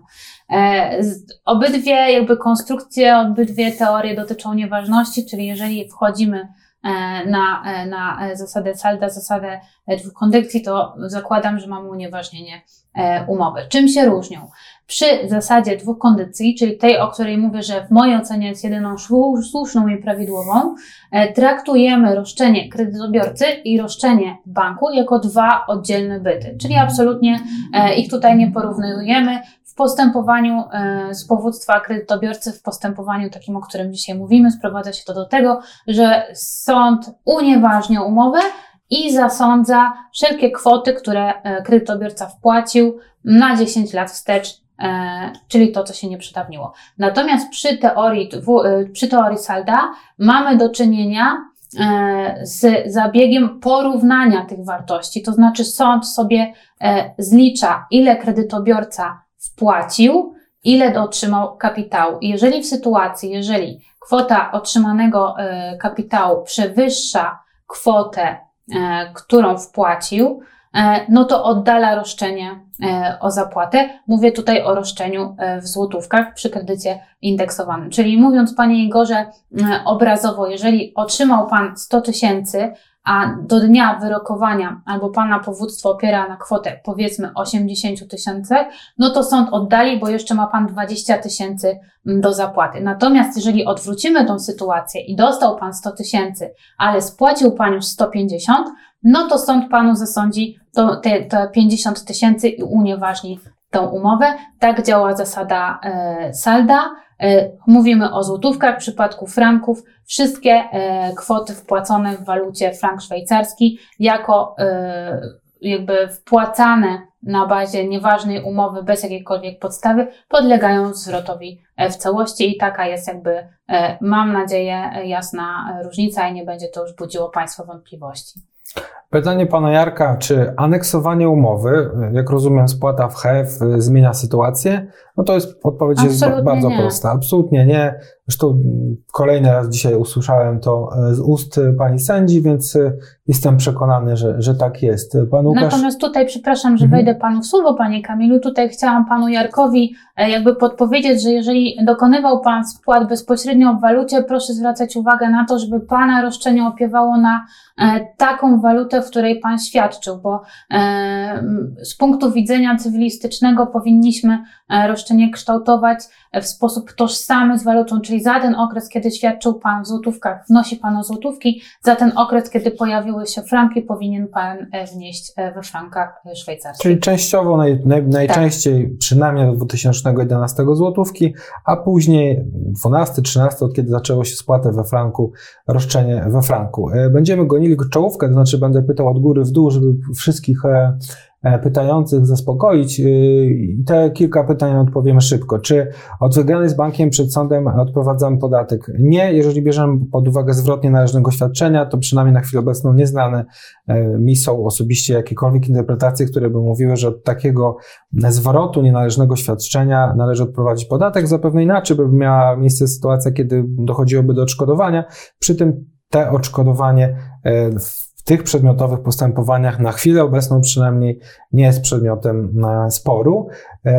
Obydwie jakby konstrukcje, obydwie teorie dotyczą nieważności, czyli jeżeli wchodzimy na zasadę SALT, zasadę dwóch kondykcji, to zakładam, że mamy unieważnienie umowy. Czym się różnią? Przy zasadzie dwóch kondycji, czyli tej, o której mówię, że w mojej ocenie jest jedyną słuszną i prawidłową, traktujemy roszczenie kredytobiorcy i roszczenie banku jako dwa oddzielne byty, czyli absolutnie ich tutaj nie porównujemy. W postępowaniu z powództwa kredytobiorcy, w postępowaniu takim, o którym dzisiaj mówimy, sprowadza się to do tego, że sąd unieważnia umowę i zasądza wszelkie kwoty, które kredytobiorca wpłacił na 10 lat wstecz, czyli to, co się nie przedawniło. Natomiast przy teorii Salda mamy do czynienia z zabiegiem porównania tych wartości, to znaczy sąd sobie zlicza, ile kredytobiorca wpłacił, ile otrzymał kapitału. I jeżeli kwota otrzymanego kapitału przewyższa kwotę, którą wpłacił, no to oddala roszczenie o zapłatę. Mówię tutaj o roszczeniu w złotówkach przy kredycie indeksowanym. Czyli mówiąc, Panie Igorze, obrazowo, jeżeli otrzymał Pan 100 000, a do dnia wyrokowania albo Pana powództwo opiera na kwotę powiedzmy 80 000, no to sąd oddali, bo jeszcze ma Pan 20 000 do zapłaty. Natomiast jeżeli odwrócimy tą sytuację i dostał Pan 100 000, ale spłacił Pan już 150, no to sąd Panu zasądzi te 50 000 i unieważni tą umowę. Tak działa zasada Salda. Mówimy o złotówkach, w przypadku franków wszystkie kwoty wpłacone w walucie frank szwajcarski jako jakby wpłacane na bazie nieważnej umowy bez jakiejkolwiek podstawy podlegają zwrotowi w całości i taka jest jakby, mam nadzieję, jasna różnica i nie będzie to już budziło Państwa wątpliwości. Pytanie Pana Jarka, czy aneksowanie umowy, jak rozumiem spłata w HF, zmienia sytuację? No to jest odpowiedź jest bardzo prosta. Absolutnie nie. Zresztą kolejny raz dzisiaj usłyszałem to z ust Pani sędzi, więc jestem przekonany, że tak jest. Pan Łukasz... Natomiast tutaj, przepraszam, że wejdę Panu w słowo, Panie Kamilu, tutaj chciałam Panu Jarkowi jakby podpowiedzieć, że jeżeli dokonywał Pan spłat bezpośrednio w walucie, proszę zwracać uwagę na to, żeby Pana roszczenie opiewało na taką walutę, w której Pan świadczył, bo z punktu widzenia cywilistycznego powinniśmy roszczenie kształtować w sposób tożsamy z walutą, czyli za ten okres, kiedy świadczył Pan w złotówkach, wnosi Pan o złotówki, za ten okres, kiedy pojawiły się franki, powinien Pan wnieść we frankach szwajcarskich. Czyli częściowo najczęściej tak. Przynajmniej do 2011 złotówki, a później 12, 13, od kiedy zaczęło się spłatę we franku, roszczenie we franku. Będziemy gonili czołówkę, to znaczy będę pytał od góry w dół, żeby wszystkich pytających zaspokoić. Te kilka pytań odpowiemy szybko. Czy od wygranej z bankiem przed sądem odprowadzamy podatek? Nie. Jeżeli bierzemy pod uwagę zwrot nienależnego świadczenia, to przynajmniej na chwilę obecną nieznane mi są osobiście jakiekolwiek interpretacje, które by mówiły, że od takiego zwrotu nienależnego świadczenia należy odprowadzić podatek. Zapewne inaczej by miała miejsce sytuacja, kiedy dochodziłoby do odszkodowania. Przy tym te odszkodowanie w tych przedmiotowych postępowaniach na chwilę obecną przynajmniej nie jest przedmiotem sporu.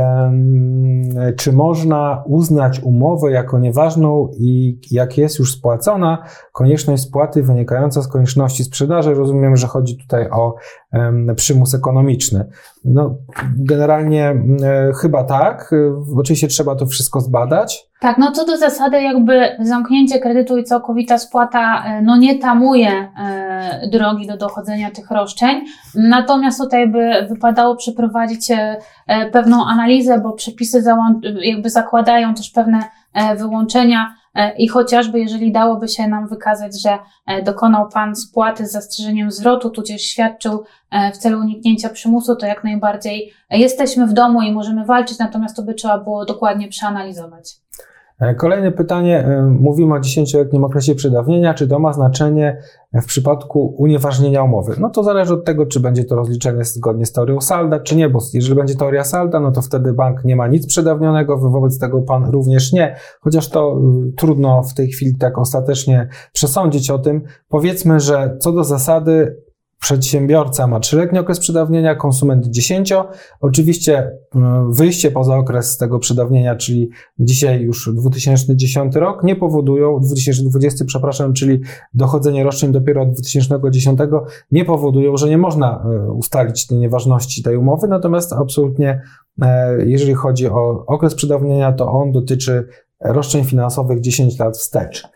Czy można uznać umowę jako nieważną i jak jest już spłacona, konieczność spłaty wynikająca z konieczności sprzedaży? Rozumiem, że chodzi tutaj o przymus ekonomiczny. No, generalnie chyba tak. Oczywiście trzeba to wszystko zbadać. Tak, no co do zasady jakby zamknięcie kredytu i całkowita spłata nie tamuje drogi do dochodzenia tych roszczeń, natomiast tutaj by wypadało przeprowadzić pewną analizę, bo przepisy jakby zakładają też pewne wyłączenia i chociażby jeżeli dałoby się nam wykazać, że dokonał Pan spłaty z zastrzeżeniem zwrotu, tudzież świadczył w celu uniknięcia przymusu, to jak najbardziej jesteśmy w domu i możemy walczyć, natomiast to by trzeba było dokładnie przeanalizować. Kolejne pytanie. Mówimy o 10-letnim okresie przedawnienia. Czy to ma znaczenie w przypadku unieważnienia umowy? No to zależy od tego, czy będzie to rozliczenie zgodnie z teorią salda, czy nie, bo jeżeli będzie teoria salda, no to wtedy bank nie ma nic przedawnionego, wobec tego Pan również nie, chociaż to trudno w tej chwili tak ostatecznie przesądzić o tym. Powiedzmy, że co do zasady przedsiębiorca ma 3-letni okres przedawnienia, konsument 10. Oczywiście wyjście poza okres tego przedawnienia, czyli dzisiaj już 2010 rok, nie powodują, 2020, przepraszam, czyli dochodzenie roszczeń dopiero od 2010, nie powodują, że nie można ustalić tej nieważności tej umowy, natomiast absolutnie, jeżeli chodzi o okres przedawnienia, to on dotyczy roszczeń finansowych 10 lat wstecz.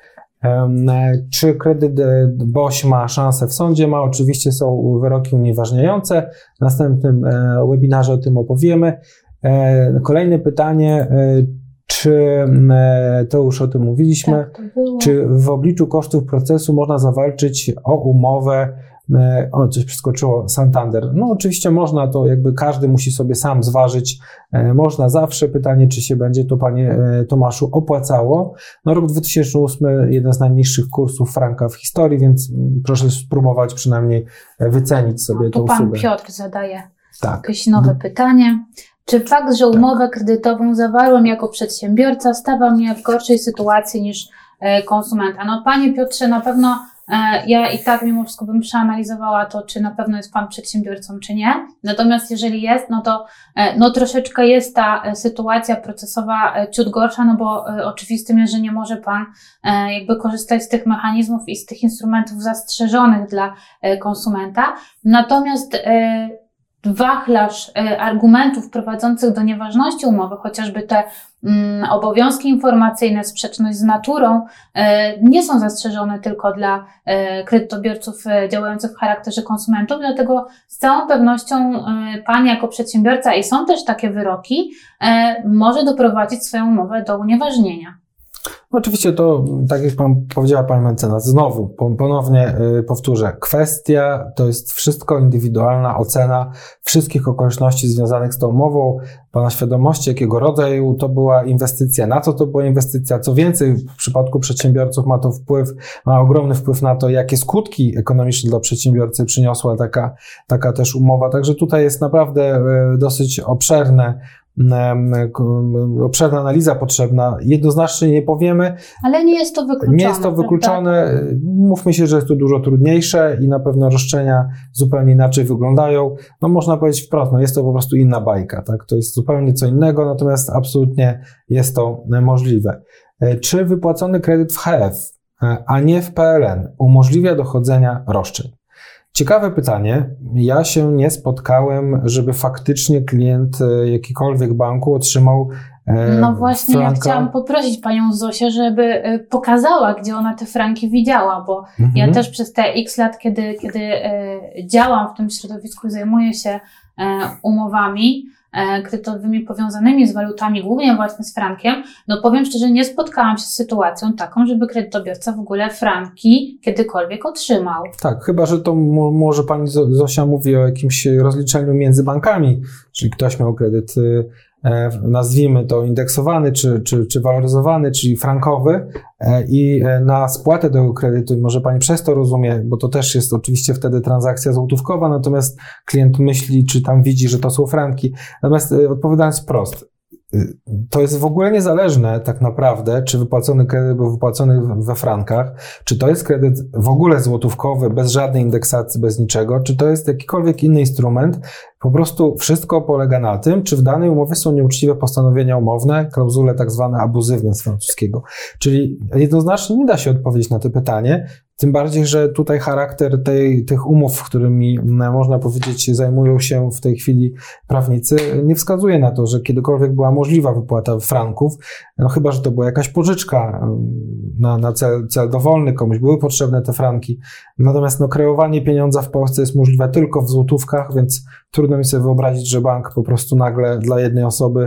Czy kredyt BOŚ ma szansę w sądzie? Ma, oczywiście są wyroki unieważniające. W następnym webinarze o tym opowiemy. Kolejne pytanie, czy to już o tym mówiliśmy, tak, to było. Czy w obliczu kosztów procesu można zawalczyć o umowę? Coś przeskoczyło, Santander. No oczywiście można, to jakby każdy musi sobie sam zważyć. Można zawsze. Pytanie, czy się będzie to, Panie Tomaszu, opłacało. No rok 2008, jeden z najniższych kursów franka w historii, więc proszę spróbować przynajmniej wycenić sobie tę usługę. Pan Piotr zadaje tak. jakieś nowe pytanie. Czy fakt, że umowę kredytową zawarłem jako przedsiębiorca, stawia mnie w gorszej sytuacji niż konsumenta? No Panie Piotrze, na pewno ja i tak mimo wszystko bym przeanalizowała to, czy na pewno jest Pan przedsiębiorcą, czy nie. Natomiast jeżeli jest, no troszeczkę jest ta sytuacja procesowa ciut gorsza, no bo oczywistym jest, że nie może Pan jakby korzystać z tych mechanizmów i z tych instrumentów zastrzeżonych dla konsumenta. Natomiast wachlarz argumentów prowadzących do nieważności umowy, chociażby te obowiązki informacyjne, sprzeczność z naturą, nie są zastrzeżone tylko dla kredytobiorców działających w charakterze konsumentów, dlatego z całą pewnością Pan jako przedsiębiorca, i są też takie wyroki, może doprowadzić swoją umowę do unieważnienia. Oczywiście to, tak jak powiedziała Pani mecenas, znowu, ponownie powtórzę, kwestia to jest wszystko indywidualna ocena wszystkich okoliczności związanych z tą umową, Pana świadomości, jakiego rodzaju to była inwestycja, na co to była inwestycja, co więcej, w przypadku przedsiębiorców ma ogromny wpływ na to, jakie skutki ekonomiczne dla przedsiębiorcy przyniosła taka też umowa, także tutaj jest naprawdę dosyć obszerna analiza potrzebna. Jednoznacznie nie powiemy. Ale nie jest to wykluczone. Nie jest to wykluczone. Prawda? Mówmy się, że jest to dużo trudniejsze i na pewno roszczenia zupełnie inaczej wyglądają. No można powiedzieć wprost, jest to po prostu inna bajka, tak? To jest zupełnie co innego, natomiast absolutnie jest to możliwe. Czy wypłacony kredyt w HF, a nie w PLN umożliwia dochodzenia roszczeń? Ciekawe pytanie. Ja się nie spotkałem, żeby faktycznie klient jakikolwiek banku otrzymał No właśnie, franka. Ja chciałam poprosić Panią Zosię, żeby pokazała, gdzie ona te franki widziała, bo ja też przez te x lat, kiedy działam w tym środowisku i zajmuję się umowami kredytowymi powiązanymi z walutami, głównie właśnie z frankiem, no powiem szczerze, nie spotkałam się z sytuacją taką, żeby kredytobiorca w ogóle franki kiedykolwiek otrzymał. Tak, chyba że to może Pani Zosia mówi o jakimś rozliczeniu między bankami, czyli ktoś miał kredyt, nazwijmy to indeksowany czy waloryzowany, czyli frankowy i na spłatę tego kredytu, może Pani przez to rozumie, bo to też jest oczywiście wtedy transakcja złotówkowa, natomiast klient myśli, czy tam widzi, że to są franki. Natomiast odpowiadając wprost, to jest w ogóle niezależne tak naprawdę, czy wypłacony kredyt był wypłacony we frankach, czy to jest kredyt w ogóle złotówkowy, bez żadnej indeksacji, bez niczego, czy to jest jakikolwiek inny instrument. Po prostu wszystko polega na tym, czy w danej umowie są nieuczciwe postanowienia umowne, klauzule tak zwane abuzywne z francuskiego. Czyli jednoznacznie nie da się odpowiedzieć na to pytanie, tym bardziej, że tutaj charakter tych umów, którymi można powiedzieć zajmują się w tej chwili prawnicy, nie wskazuje na to, że kiedykolwiek była możliwa wypłata franków, no chyba, że to była jakaś pożyczka na cel dowolny, komuś były potrzebne te franki. Natomiast no, kreowanie pieniądza w Polsce jest możliwe tylko w złotówkach, więc trudno mi sobie wyobrazić, że bank po prostu nagle dla jednej osoby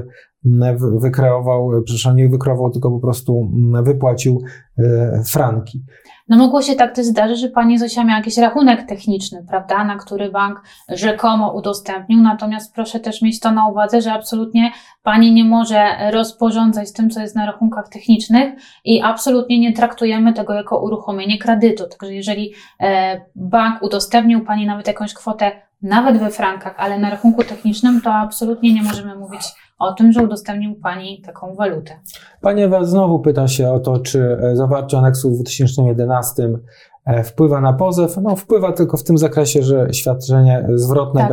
nie wykreował, tylko po prostu wypłacił franki. No mogło się tak też zdarzyć, że pani Zosia miała jakiś rachunek techniczny, prawda, na który bank rzekomo udostępnił, natomiast proszę też mieć to na uwadze, że absolutnie pani nie może rozporządzać tym, co jest na rachunkach technicznych i absolutnie nie traktujemy tego jako uruchomienie kredytu. Także jeżeli bank udostępnił pani nawet jakąś kwotę, nawet we frankach, ale na rachunku technicznym, to absolutnie nie możemy mówić o tym, że udostępnił pani taką walutę. Pani Ewa znowu pyta się o to, czy zawarcie aneksu w 2011 wpływa na pozew. No wpływa tylko w tym zakresie, że świadczenie zwrotne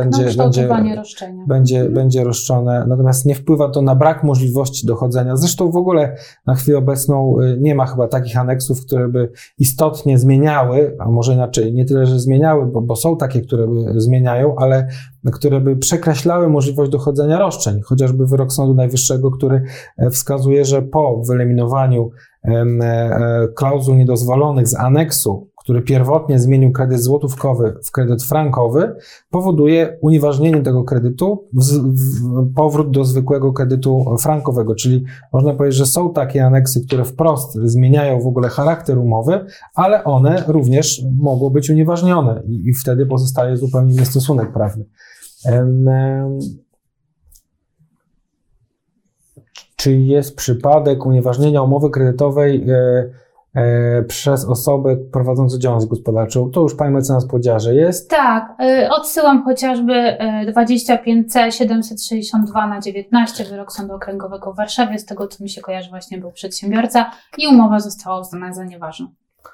będzie roszczone, natomiast nie wpływa to na brak możliwości dochodzenia. Zresztą w ogóle na chwilę obecną nie ma chyba takich aneksów, które by istotnie zmieniały, a może inaczej, nie tyle, że zmieniały, bo są takie, które by zmieniają, ale które by przekreślały możliwość dochodzenia roszczeń. Chociażby wyrok Sądu Najwyższego, który wskazuje, że po wyeliminowaniu klauzul niedozwolonych z aneksu, który pierwotnie zmienił kredyt złotówkowy w kredyt frankowy, powoduje unieważnienie tego kredytu, powrót do zwykłego kredytu frankowego. Czyli można powiedzieć, że są takie aneksy, które wprost zmieniają w ogóle charakter umowy, ale one również mogą być unieważnione i wtedy pozostaje zupełnie inny stosunek prawny. Czy jest przypadek unieważnienia umowy kredytowej przez osobę prowadzącą działalność gospodarczą? To już pani mecenas powiedziała, że jest. Tak, odsyłam chociażby 25C 762/19, wyrok Sądu Okręgowego w Warszawie, z tego co mi się kojarzy właśnie był przedsiębiorca i umowa została uznana za nieważną.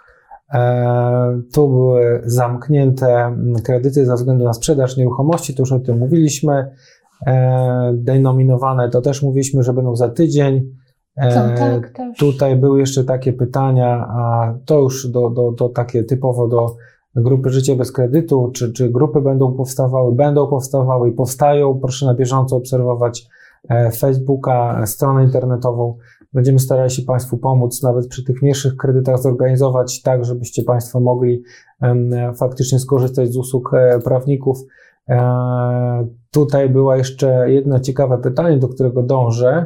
Tu były zamknięte kredyty ze względu na sprzedaż nieruchomości, to już o tym mówiliśmy. Denominowane to też mówiliśmy, że będą za tydzień. Tak, też. Tutaj były jeszcze takie pytania, a to już do takie typowo do grupy Życie bez kredytu, czy grupy będą powstawały i powstają. Proszę na bieżąco obserwować Facebooka, stronę internetową. Będziemy starali się Państwu pomóc, nawet przy tych mniejszych kredytach zorganizować tak, żebyście Państwo mogli faktycznie skorzystać z usług prawników. Tutaj było jeszcze jedno ciekawe pytanie, do którego dążę.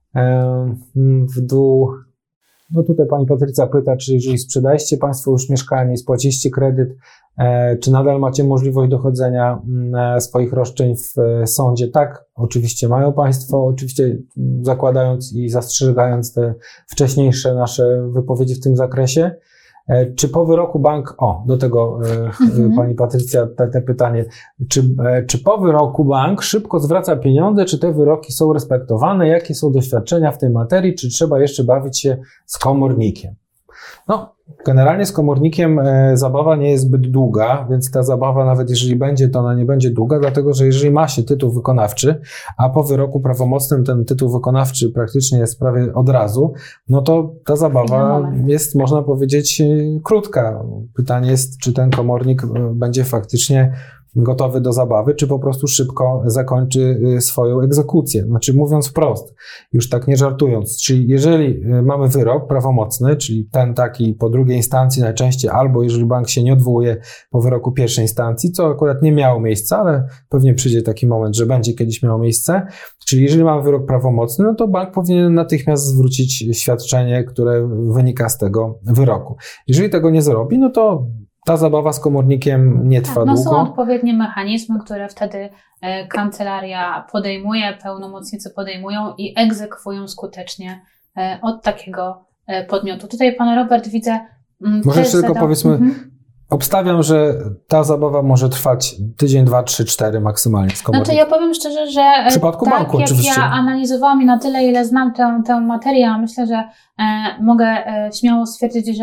W dół. No tutaj pani Patrycja pyta, czy jeżeli sprzedaliście Państwo już mieszkanie i spłaciliście kredyt, czy nadal macie możliwość dochodzenia swoich roszczeń w sądzie? Tak, oczywiście mają Państwo, oczywiście zakładając i zastrzegając te wcześniejsze nasze wypowiedzi w tym zakresie. Czy po wyroku bank, do tego pani Patrycja te pytanie, czy po wyroku bank szybko zwraca pieniądze, czy te wyroki są respektowane, jakie są doświadczenia w tej materii, czy trzeba jeszcze bawić się z komornikiem? No, generalnie z komornikiem zabawa nie jest zbyt długa, więc ta zabawa, nawet jeżeli będzie, to ona nie będzie długa, dlatego że jeżeli ma się tytuł wykonawczy, a po wyroku prawomocnym ten tytuł wykonawczy praktycznie jest prawie od razu, no to ta zabawa jest, można powiedzieć, krótka. Pytanie jest, czy ten komornik będzie faktycznie gotowy do zabawy, czy po prostu szybko zakończy swoją egzekucję. Znaczy mówiąc wprost, już tak nie żartując, czyli jeżeli mamy wyrok prawomocny, czyli ten taki po drugiej instancji najczęściej, albo jeżeli bank się nie odwołuje po wyroku pierwszej instancji, co akurat nie miało miejsca, ale pewnie przyjdzie taki moment, że będzie kiedyś miało miejsce, czyli jeżeli mamy wyrok prawomocny, no to bank powinien natychmiast zwrócić świadczenie, które wynika z tego wyroku. Jeżeli tego nie zrobi, no to ta zabawa z komornikiem nie trwa długo. Są odpowiednie mechanizmy, które wtedy kancelaria podejmuje, pełnomocnicy podejmują i egzekwują skutecznie od takiego podmiotu. Tutaj pan Robert widzę... Może jeszcze tylko powiedzmy, obstawiam, że ta zabawa może trwać tydzień, 2, 3, 4 maksymalnie z komornikiem. Znaczy ja powiem szczerze, że w przypadku tak banku, jak oczywiście. Ja analizowałam i na tyle, ile znam tę materię, myślę, że mogę śmiało stwierdzić, że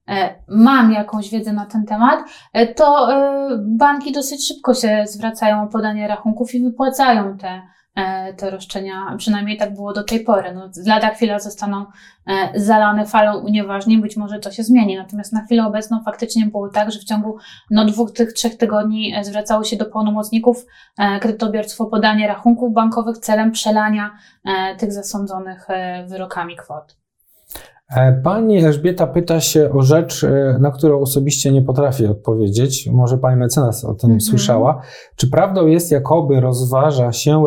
mam jakąś wiedzę na ten temat, to banki dosyć szybko się zwracają o podanie rachunków i wypłacają te roszczenia, przynajmniej tak było do tej pory. No, lada chwila zostaną zalane falą unieważnień, być może to się zmieni. Natomiast na chwilę obecną faktycznie było tak, że w ciągu 2-3 tygodni zwracało się do pełnomocników kredytobiorców o podanie rachunków bankowych celem przelania tych zasądzonych wyrokami kwot. Pani Elżbieta pyta się o rzecz, na którą osobiście nie potrafię odpowiedzieć. Może pani mecenas o tym słyszała. Czy prawdą jest, jakoby rozważa się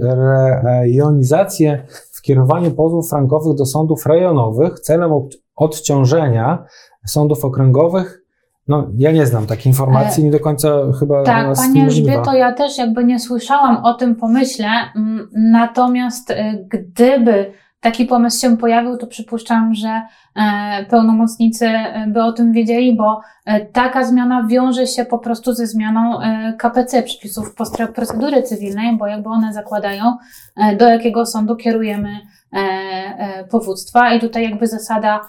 rejonizację w kierowaniu pozwów frankowych do sądów rejonowych celem odciążenia sądów okręgowych? No, ja nie znam takiej informacji, nie do końca chyba. Tak, pani Elżbieto, ja też jakby nie słyszałam o tym pomyśle, natomiast gdyby taki pomysł się pojawił, to przypuszczam, że pełnomocnicy by o tym wiedzieli, bo taka zmiana wiąże się po prostu ze zmianą KPC, przepisów procedury cywilnej, bo jakby one zakładają, do jakiego sądu kierujemy powództwa i tutaj jakby zasada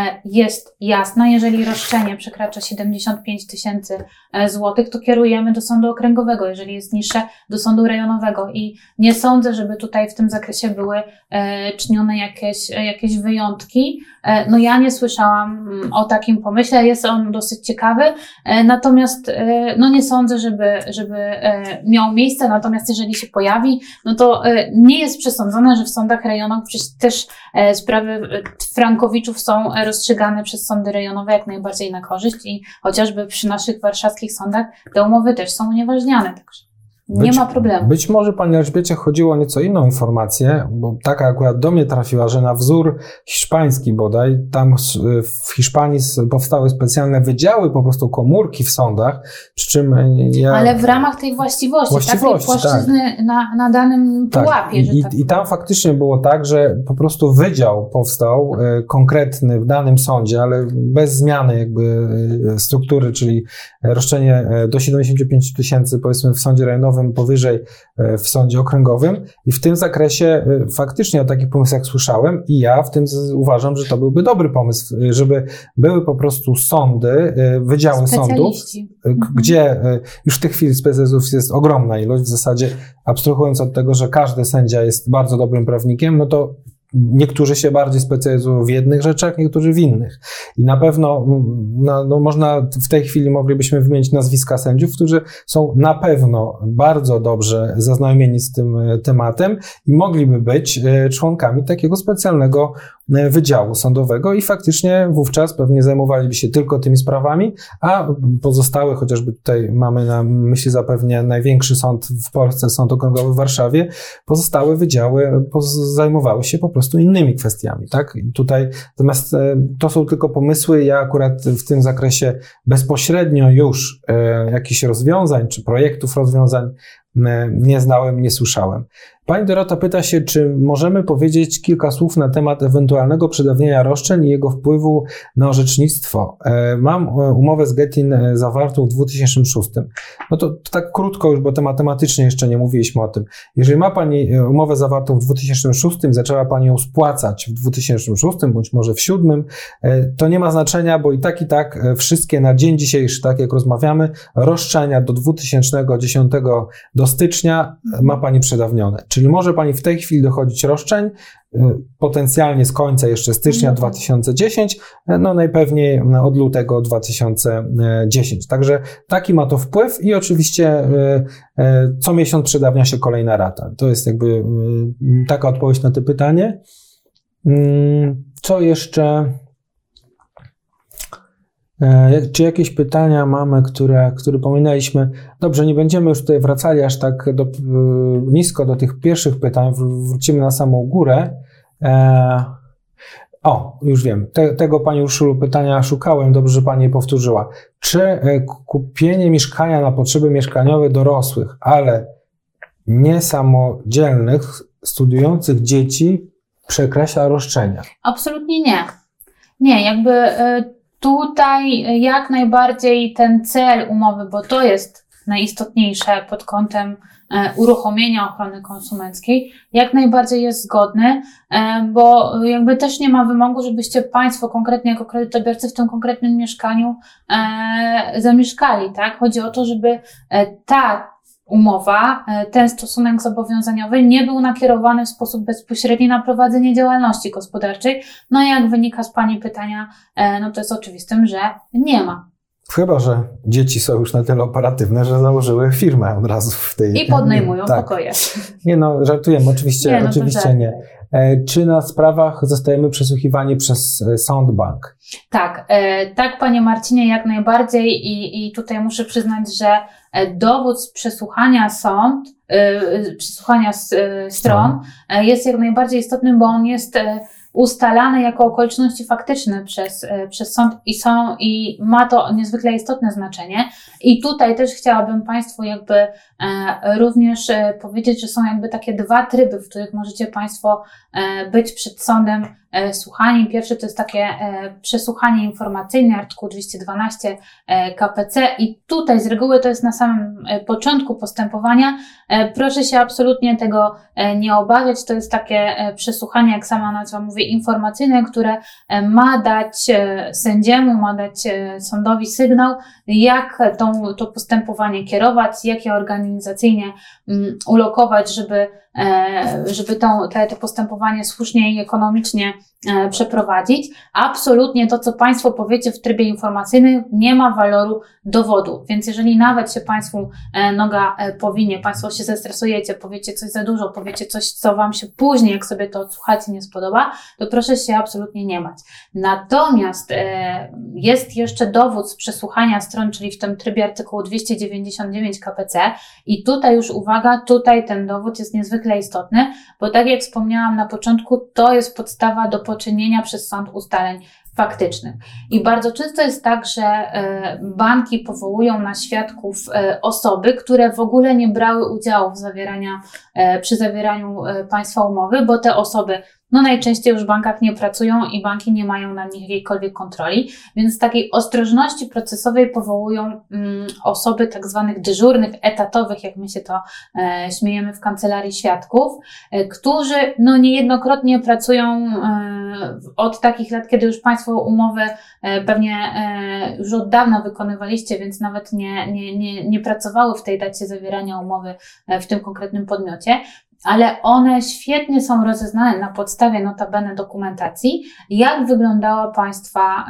jest jasna. Jeżeli roszczenie przekracza 75 000 złotych, to kierujemy do sądu okręgowego. Jeżeli jest niższe, do sądu rejonowego. I nie sądzę, żeby tutaj w tym zakresie były czynione jakieś wyjątki. No ja nie słyszałam o takim pomyśle. Jest on dosyć ciekawy. Natomiast no nie sądzę, żeby miał miejsce. Natomiast jeżeli się pojawi, no to nie jest przesądzone, że w sądach rejonowych przecież też sprawy frankowiczów są rozstrzygane przez sądy rejonowe jak najbardziej na korzyść i chociażby przy naszych warszawskich sądach te umowy też są unieważniane, także nie ma problemu. Być może pani Elżbiecie chodziło o nieco inną informację, bo taka akurat do mnie trafiła, że na wzór hiszpański bodaj, tam w Hiszpanii powstały specjalne wydziały, po prostu komórki w sądach, przy czym ale w ramach tej właściwości tej płaszczyzny tak. na danym pułapie. Tak. I tam faktycznie było tak, że po prostu wydział powstał konkretny w danym sądzie, ale bez zmiany jakby struktury, czyli roszczenie do 75 000 powiedzmy w sądzie rejonowym, powyżej w sądzie okręgowym i w tym zakresie faktycznie o takich pomysłach słyszałem i ja w tym uważam, że to byłby dobry pomysł, żeby były po prostu sądy, wydziały sądów, gdzie już w tej chwili specjalistów jest ogromna ilość, w zasadzie abstrahując od tego, że każdy sędzia jest bardzo dobrym prawnikiem, no to niektórzy się bardziej specjalizują w jednych rzeczach, niektórzy w innych. I na pewno no można w tej chwili moglibyśmy wymienić nazwiska sędziów, którzy są na pewno bardzo dobrze zaznajomieni z tym tematem i mogliby być członkami takiego specjalnego wydziału sądowego i faktycznie wówczas pewnie zajmowaliby się tylko tymi sprawami, a pozostałe, chociażby tutaj mamy na myśli zapewne największy sąd w Polsce, Sąd Okręgowy w Warszawie, pozostałe wydziały zajmowały się po prostu innymi kwestiami, tak? I tutaj, natomiast to są tylko pomysły, ja akurat w tym zakresie bezpośrednio już jakichś rozwiązań, czy projektów rozwiązań nie znałem, nie słyszałem. Pani Dorota pyta się, czy możemy powiedzieć kilka słów na temat ewentualnego przedawnienia roszczeń i jego wpływu na orzecznictwo. Mam umowę z Getin zawartą w 2006. No to tak krótko już, bo matematycznie jeszcze nie mówiliśmy o tym. Jeżeli ma Pani umowę zawartą w 2006 i zaczęła Pani ją spłacać w 2006 bądź może w 2007, to nie ma znaczenia, bo i tak wszystkie na dzień dzisiejszy, tak jak rozmawiamy, roszczenia do 2010 do stycznia ma Pani przedawnione. Czyli może Pani w tej chwili dochodzić roszczeń, potencjalnie z końca jeszcze stycznia 2010, no najpewniej od lutego 2010. Także taki ma to wpływ i oczywiście co miesiąc przedawnia się kolejna rata. To jest jakby taka odpowiedź na to pytanie. Co jeszcze? Czy jakieś pytania mamy, które pominęliśmy? Dobrze, nie będziemy już tutaj wracali aż tak nisko do tych pierwszych pytań, wrócimy na samą górę. Już wiem, tego Pani Urszulu pytania szukałem, dobrze, że Pani je powtórzyła. Czy kupienie mieszkania na potrzeby mieszkaniowe dorosłych, ale niesamodzielnych, studiujących dzieci przekreśla roszczenia? Absolutnie nie. Nie, jakby tutaj jak najbardziej ten cel umowy, bo to jest najistotniejsze pod kątem uruchomienia ochrony konsumenckiej jak najbardziej jest zgodny, bo jakby też nie ma wymogu, żebyście Państwo konkretnie jako kredytobiorcy w tym konkretnym mieszkaniu zamieszkali, tak? Chodzi o to, żeby ta umowa, ten stosunek zobowiązaniowy nie był nakierowany w sposób bezpośredni na prowadzenie działalności gospodarczej. No i jak wynika z Pani pytania, no to jest oczywistym, że nie ma. Chyba że dzieci są już na tyle operatywne, że założyły firmę od razu w tej... I podnajmują pokoje. Nie no, żartujemy, oczywiście nie. Czy na sprawach zostajemy przesłuchiwani przez Soundbank? Tak, Panie Marcinie, jak najbardziej i tutaj muszę przyznać, że dowód z przesłuchania stron jest jak najbardziej istotny, bo on jest ustalane jako okoliczności faktyczne przez sąd i ma to niezwykle istotne znaczenie. I tutaj też chciałabym Państwu jakby również powiedzieć, że są jakby takie dwa tryby, w których możecie Państwo być przed sądem słuchani. Pierwszy to jest takie przesłuchanie informacyjne, artykuł 212 KPC i tutaj z reguły to jest na samym początku postępowania. Proszę się absolutnie tego nie obawiać. To jest takie przesłuchanie, jak sama nazwa mówi, informacyjne, które ma dać sędziemu, ma dać sądowi sygnał, jak to postępowanie kierować, jak je organizacyjnie ulokować, żeby to postępowanie słusznie i ekonomicznie przeprowadzić. Absolutnie to, co Państwo powiecie w trybie informacyjnym, nie ma waloru dowodu. Więc jeżeli nawet się Państwu noga powinie, Państwo się zestresujecie, powiecie coś za dużo, powiecie coś, co Wam się później, jak sobie to odsłuchacie, nie spodoba, to proszę się absolutnie nie bać. Natomiast jest jeszcze dowód z przesłuchania stron, czyli w tym trybie artykułu 299 KPC i tutaj już uwaga, tutaj ten dowód jest niezwykle istotny, bo tak jak wspomniałam na początku, to jest podstawa do poczynienia przez sąd ustaleń faktycznych. I bardzo często jest tak, że banki powołują na świadków osoby, które w ogóle nie brały udziału przy zawieraniu Państwa umowy, bo te osoby najczęściej już w bankach nie pracują i banki nie mają na nich jakiejkolwiek kontroli, więc z takiej ostrożności procesowej powołują osoby tak zwanych dyżurnych, etatowych, jak my się to śmiejemy w kancelarii świadków, którzy niejednokrotnie pracują od takich lat, kiedy już Państwo umowy pewnie już od dawna wykonywaliście, więc nawet nie pracowały w tej dacie zawierania umowy w tym konkretnym podmiocie, ale one świetnie są rozeznane na podstawie notabene dokumentacji, jak wyglądała Państwa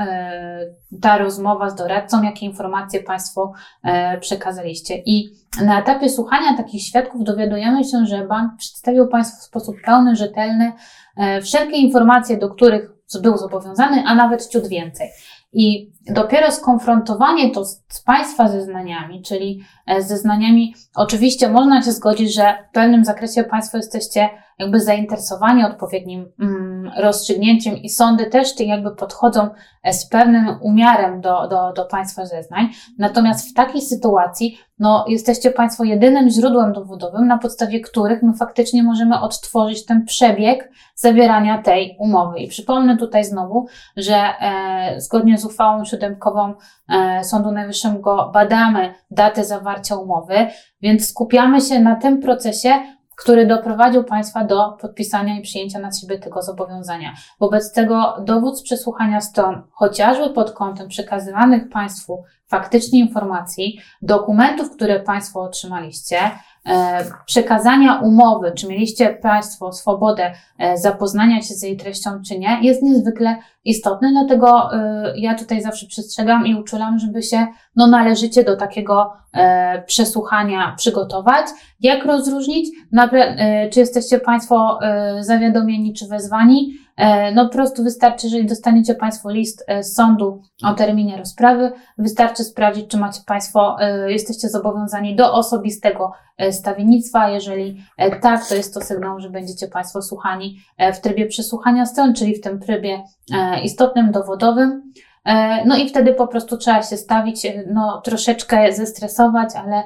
ta rozmowa z doradcą, jakie informacje Państwo przekazaliście. I na etapie słuchania takich świadków dowiadujemy się, że bank przedstawił Państwu w sposób pełny, rzetelny wszelkie informacje, do których był zobowiązany, a nawet ciut więcej. I dopiero skonfrontowanie to z Państwa zeznaniami, czyli z zeznaniami, oczywiście można się zgodzić, że w pewnym zakresie Państwo jesteście jakby zainteresowani odpowiednim rozstrzygnięciem i sądy też jakby podchodzą z pewnym umiarem do Państwa zeznań. Natomiast w takiej sytuacji jesteście Państwo jedynym źródłem dowodowym, na podstawie których my faktycznie możemy odtworzyć ten przebieg zawierania tej umowy. I przypomnę tutaj znowu, że zgodnie z uchwałą siódemkową Sądu Najwyższego badamy datę zawarcia umowy, więc skupiamy się na tym procesie, który doprowadził Państwa do podpisania i przyjęcia na siebie tego zobowiązania. Wobec tego dowód z przesłuchania stron, chociażby pod kątem przekazywanych Państwu faktycznie informacji, dokumentów, które Państwo otrzymaliście, przekazania umowy, czy mieliście Państwo swobodę zapoznania się z jej treścią, czy nie, jest niezwykle istotny, dlatego ja tutaj zawsze przestrzegam i uczulam, żeby się należycie do takiego przesłuchania przygotować. Jak rozróżnić? Czy jesteście Państwo zawiadomieni, czy wezwani? Po prostu wystarczy, jeżeli dostaniecie Państwo list z sądu o terminie rozprawy, wystarczy sprawdzić, czy macie Państwo, jesteście zobowiązani do osobistego stawiennictwa. Jeżeli tak, to jest to sygnał, że będziecie Państwo słuchani w trybie przesłuchania stron, czyli w tym trybie istotnym, dowodowym. I wtedy po prostu trzeba się stawić, troszeczkę zestresować, ale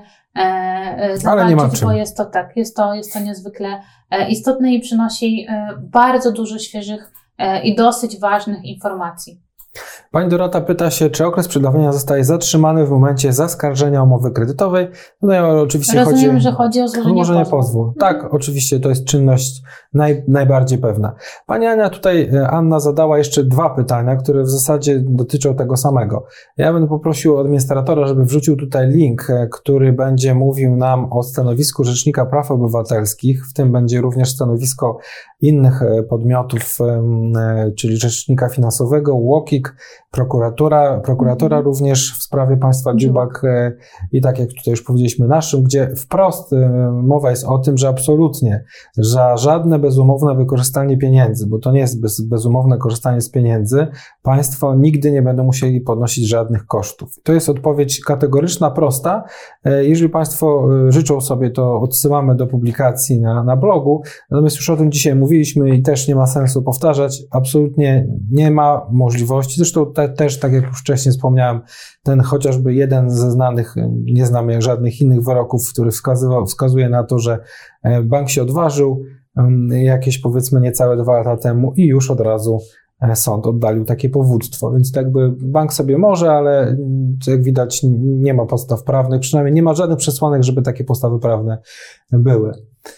nie ma czym. Bo jest to niezwykle istotne i przynosi bardzo dużo świeżych i dosyć ważnych informacji. Pani Dorota pyta się, czy okres przedawnienia zostaje zatrzymany w momencie zaskarżenia umowy kredytowej. Tutaj oczywiście Rozumiem, że chodzi o złożenie pozwu. Tak, oczywiście to jest czynność najbardziej pewna. Pani Ania, tutaj Anna zadała jeszcze 2 pytania, które w zasadzie dotyczą tego samego. Ja bym poprosił administratora, żeby wrzucił tutaj link, który będzie mówił nam o stanowisku Rzecznika Praw Obywatelskich, w tym będzie również stanowisko innych podmiotów, czyli Rzecznika Finansowego, UOKiK, prokuratora również w sprawie państwa Dziubak i tak jak tutaj już powiedzieliśmy naszym, gdzie wprost mowa jest o tym, że absolutnie za żadne bezumowne wykorzystanie pieniędzy, bo to nie jest bezumowne korzystanie z pieniędzy, państwo nigdy nie będą musieli podnosić żadnych kosztów. To jest odpowiedź kategoryczna, prosta. Jeżeli państwo życzą sobie, to odsyłamy do publikacji na blogu, natomiast już o tym dzisiaj mówiliśmy i też nie ma sensu powtarzać. Absolutnie nie ma możliwości, zresztą też, tak jak już wcześniej wspomniałem, ten chociażby jeden ze znanych, nie znam żadnych innych wyroków, który wskazuje na to, że bank się odważył jakieś powiedzmy niecałe 2 lata temu i już od razu sąd oddalił takie powództwo, więc tak jakby bank sobie może, ale jak widać nie ma podstaw prawnych, przynajmniej nie ma żadnych przesłanek, żeby takie podstawy prawne były.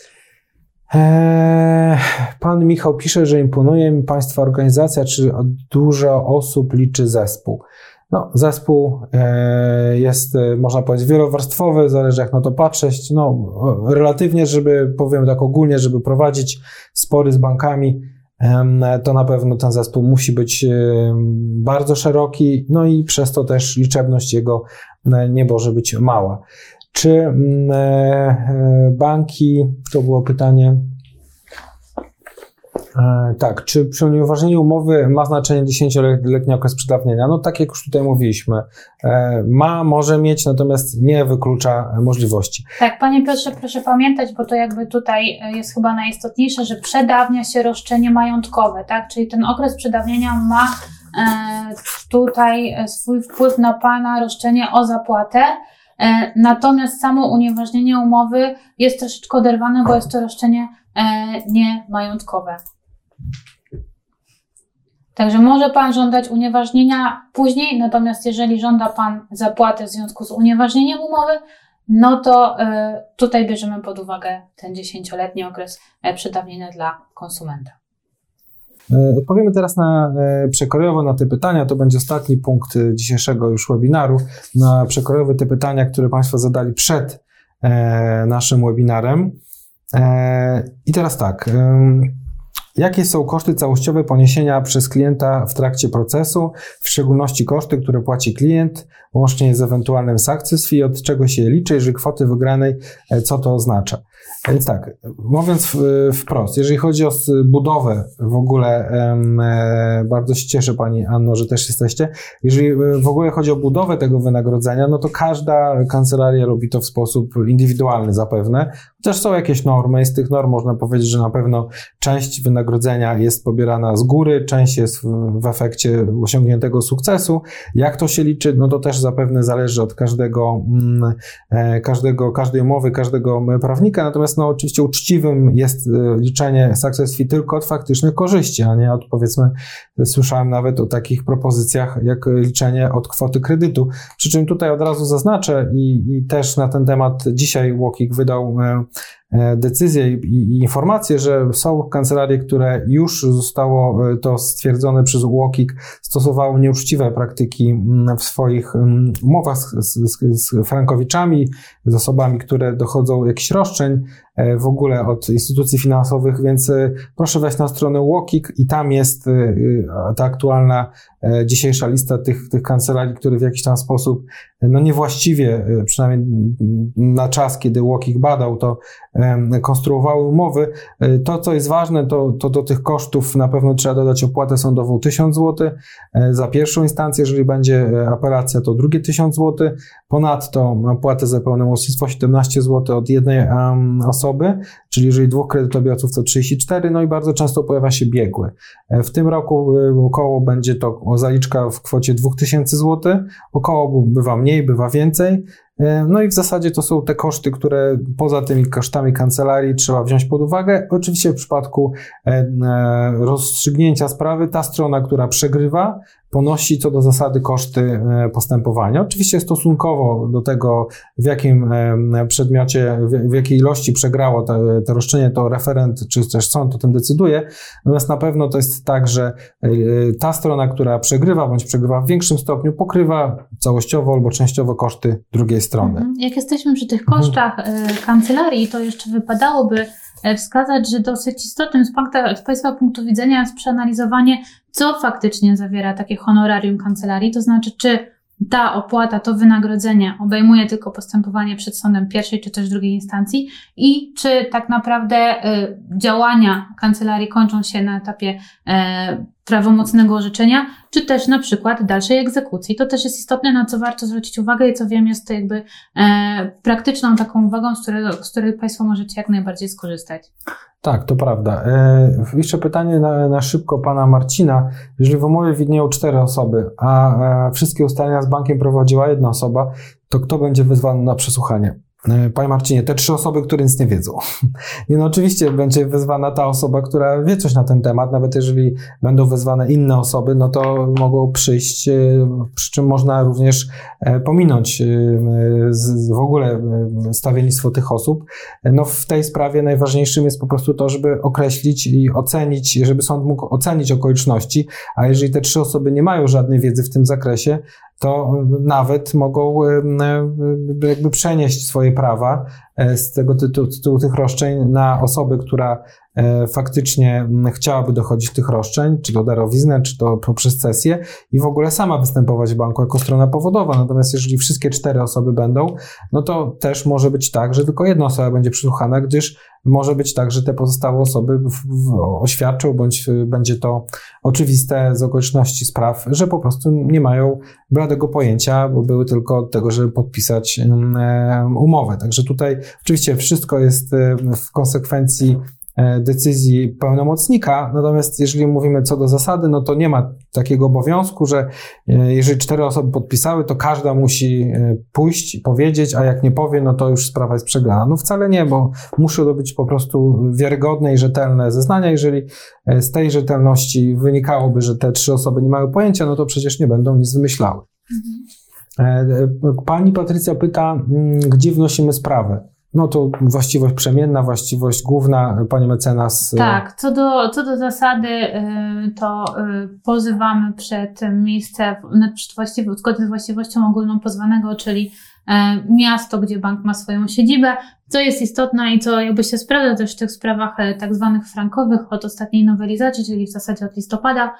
Pan Michał pisze, że imponuje mi państwa organizacja, czy dużo osób liczy zespół. No, zespół jest, można powiedzieć, wielowarstwowy, zależy jak na to patrzeć. No, relatywnie, powiem tak ogólnie, żeby prowadzić spory z bankami, to na pewno ten zespół musi być bardzo szeroki, no i przez to też liczebność jego nie może być mała. Czy banki, to było pytanie, tak, czy przy unieważnieniu umowy ma znaczenie 10-letni okres przedawnienia? No tak jak już tutaj mówiliśmy, może mieć, natomiast nie wyklucza możliwości. Tak, panie Piotrze, proszę pamiętać, bo to jakby tutaj jest chyba najistotniejsze, że przedawnia się roszczenie majątkowe, tak, czyli ten okres przedawnienia ma tutaj swój wpływ na pana roszczenie o zapłatę. Natomiast samo unieważnienie umowy jest troszeczkę oderwane, bo jest to roszczenie niemajątkowe. Także może pan żądać unieważnienia później, natomiast jeżeli żąda pan zapłaty w związku z unieważnieniem umowy, no to tutaj bierzemy pod uwagę ten 10-letni okres przedawnienia dla konsumenta. Odpowiemy teraz przekrojowo na te pytania. To będzie ostatni punkt dzisiejszego już webinaru. Na przekrojowe te pytania, które państwo zadali przed naszym webinarem. I teraz tak. Jakie są koszty całościowe poniesienia przez klienta w trakcie procesu, w szczególności koszty, które płaci klient, łącznie z ewentualnym success fee, od czego się liczy, jeżeli kwoty wygranej, co to oznacza? Więc tak, mówiąc wprost, jeżeli chodzi o budowę w ogóle, bardzo się cieszę Pani Anno, że też jesteście, jeżeli w ogóle chodzi o budowę tego wynagrodzenia, no to każda kancelaria robi to w sposób indywidualny zapewne, chociaż są jakieś normy i z tych norm można powiedzieć, że na pewno część wynagrodzenia jest pobierana z góry, część jest w efekcie osiągniętego sukcesu. Jak to się liczy, no to też zapewne zależy od każdej umowy, każdego prawnika, natomiast no oczywiście uczciwym jest liczenie success fee tylko od faktycznych korzyści, a nie od, powiedzmy, słyszałem nawet o takich propozycjach jak liczenie od kwoty kredytu, przy czym tutaj od razu zaznaczę i też na ten temat dzisiaj UOKiK wydał decyzje i informacje, że są kancelarie, które już zostało to stwierdzone przez UOKiK, stosowały nieuczciwe praktyki w swoich umowach z frankowiczami, z osobami, które dochodzą jakichś roszczeń w ogóle od instytucji finansowych, więc proszę wejść na stronę UOKiK i tam jest ta aktualna dzisiejsza lista tych kancelarii, które w jakiś tam sposób no niewłaściwie, przynajmniej na czas, kiedy UOKiK badał, to konstruowały umowy. To, co jest ważne, to do tych kosztów na pewno trzeba dodać opłatę sądową 1000 zł, za pierwszą instancję, jeżeli będzie apelacja, to drugie 1000 zł, ponadto opłatę za pełnomocnictwo 17 zł od jednej osoby, czyli jeżeli 2 kredytobiorców to 34, no i bardzo często pojawia się biegły. W tym roku około będzie to zaliczka w kwocie 2000 zł, około bywa mniej, bywa więcej. No i w zasadzie to są te koszty, które poza tymi kosztami kancelarii trzeba wziąć pod uwagę. Oczywiście w przypadku rozstrzygnięcia sprawy ta strona, która przegrywa, ponosi co do zasady koszty postępowania. Oczywiście stosunkowo do tego, w jakim przedmiocie, w jakiej ilości przegrało to roszczenie, to referent czy też sąd o tym decyduje. Natomiast na pewno to jest tak, że ta strona, która przegrywa bądź przegrywa w większym stopniu, pokrywa całościowo albo częściowo koszty drugiej strony. Jak jesteśmy przy tych kosztach kancelarii, to jeszcze wypadałoby wskazać, że dosyć istotnym z Państwa punktu widzenia jest przeanalizowanie, co faktycznie zawiera takie honorarium kancelarii, to znaczy, czy ta opłata, to wynagrodzenie obejmuje tylko postępowanie przed sądem pierwszej czy też drugiej instancji i czy tak naprawdę działania kancelarii kończą się na etapie prawomocnego orzeczenia, czy też na przykład dalszej egzekucji. To też jest istotne, na co warto zwrócić uwagę i co wiem jest to jakby praktyczną taką uwagą, z której Państwo możecie jak najbardziej skorzystać. Tak, to prawda. Jeszcze pytanie na szybko pana Marcina. Jeżeli w umowie widnieją 4 osoby, a wszystkie ustalenia z bankiem prowadziła jedna osoba, to kto będzie wezwany na przesłuchanie? Panie Marcinie, te 3 osoby, które nic nie wiedzą. Nie, no oczywiście będzie wezwana ta osoba, która wie coś na ten temat, nawet jeżeli będą wezwane inne osoby, no to mogą przyjść, przy czym można również pominąć w ogóle stawiennictwo tych osób. No w tej sprawie najważniejszym jest po prostu to, żeby określić i ocenić, żeby sąd mógł ocenić okoliczności, a jeżeli te 3 osoby nie mają żadnej wiedzy w tym zakresie, to nawet mogą jakby przenieść swoje prawa z tego tytułu tych roszczeń na osobę, która faktycznie chciałaby dochodzić tych roszczeń, czy to darowiznę, czy to poprzez cesję i w ogóle sama występować w banku jako strona powodowa. Natomiast jeżeli wszystkie 4 osoby będą, no to też może być tak, że tylko jedna osoba będzie przesłuchana, gdyż może być tak, że te pozostałe osoby oświadczą, bądź będzie to oczywiste z okoliczności spraw, że po prostu nie mają bladego pojęcia, bo były tylko od tego, żeby podpisać umowę. Także tutaj oczywiście wszystko jest w konsekwencji decyzji pełnomocnika, natomiast jeżeli mówimy co do zasady, no to nie ma takiego obowiązku, że jeżeli 4 osoby podpisały, to każda musi pójść i powiedzieć, a jak nie powie, no to już sprawa jest przegrana. No wcale nie, bo muszą to być po prostu wiarygodne i rzetelne zeznania. Jeżeli z tej rzetelności wynikałoby, że te 3 osoby nie mają pojęcia, no to przecież nie będą nic wymyślały. Pani Patrycja pyta, gdzie wnosimy sprawę? No to właściwość przemienna, właściwość główna, pani mecenas. Tak, co do zasady to pozywamy przed miejsce, zgodnie z właściwością ogólną pozwanego, czyli miasto, gdzie bank ma swoją siedzibę, co jest istotne i co jakby się sprawdza też w tych sprawach tak zwanych frankowych od ostatniej nowelizacji, czyli w zasadzie od listopada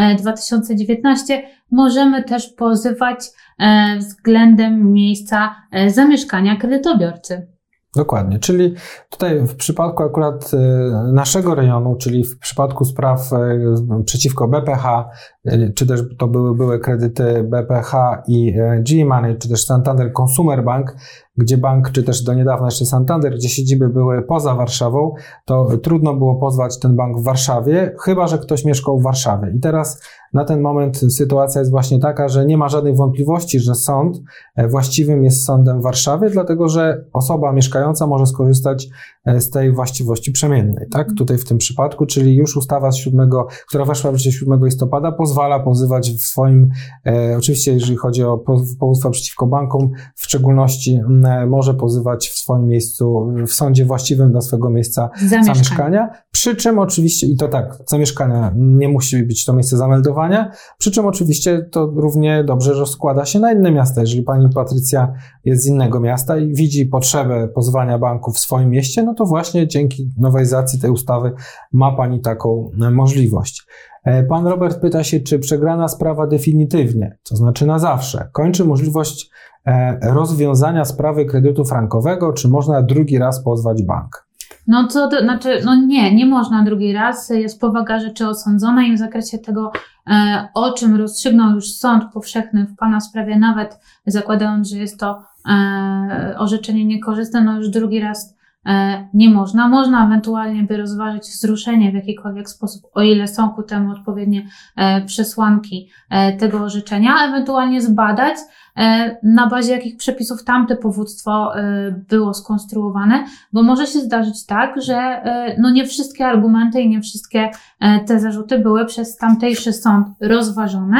2019, możemy też pozywać względem miejsca zamieszkania kredytobiorcy. Dokładnie, czyli tutaj w przypadku akurat naszego rejonu, czyli w przypadku spraw przeciwko BPH, czy też to były kredyty BPH i G-Money, czy też Santander Consumer Bank, gdzie bank, czy też do niedawna jeszcze Santander, gdzie siedziby były poza Warszawą, to trudno było pozwać ten bank w Warszawie, chyba że ktoś mieszkał w Warszawie. I teraz na ten moment sytuacja jest właśnie taka, że nie ma żadnych wątpliwości, że sąd właściwym jest sądem w Warszawie, dlatego że osoba mieszkająca może skorzystać z tej właściwości przemiennej, tak? Tutaj w tym przypadku, czyli już ustawa która weszła w życie 7 listopada, pozwala pozywać w swoim, oczywiście jeżeli chodzi o powództwa przeciwko bankom, w szczególności może pozywać w swoim miejscu, w sądzie właściwym dla swojego miejsca zamieszkania. Przy czym oczywiście, i to tak, zamieszkania nie musi być to miejsce zameldowania, przy czym oczywiście to równie dobrze, że składa się na inne miasta. Jeżeli pani Patrycja jest z innego miasta i widzi potrzebę pozwania banku w swoim mieście, no to właśnie dzięki nowelizacji tej ustawy ma pani taką możliwość. Pan Robert pyta się, czy przegrana sprawa definitywnie, to znaczy na zawsze, kończy możliwość rozwiązania sprawy kredytu frankowego, czy można drugi raz pozwać bank? No to znaczy, nie można drugi raz. Jest powaga rzeczy osądzonej w zakresie tego, o czym rozstrzygnął już sąd powszechny w pana sprawie, nawet zakładając, że jest to orzeczenie niekorzystne, no już drugi raz nie można. Można ewentualnie by rozważyć wzruszenie w jakikolwiek sposób, o ile są ku temu odpowiednie przesłanki tego orzeczenia, ewentualnie zbadać, na bazie jakich przepisów tamte powództwo było skonstruowane, bo może się zdarzyć tak, że nie wszystkie argumenty i nie wszystkie te zarzuty były przez tamtejszy sąd rozważone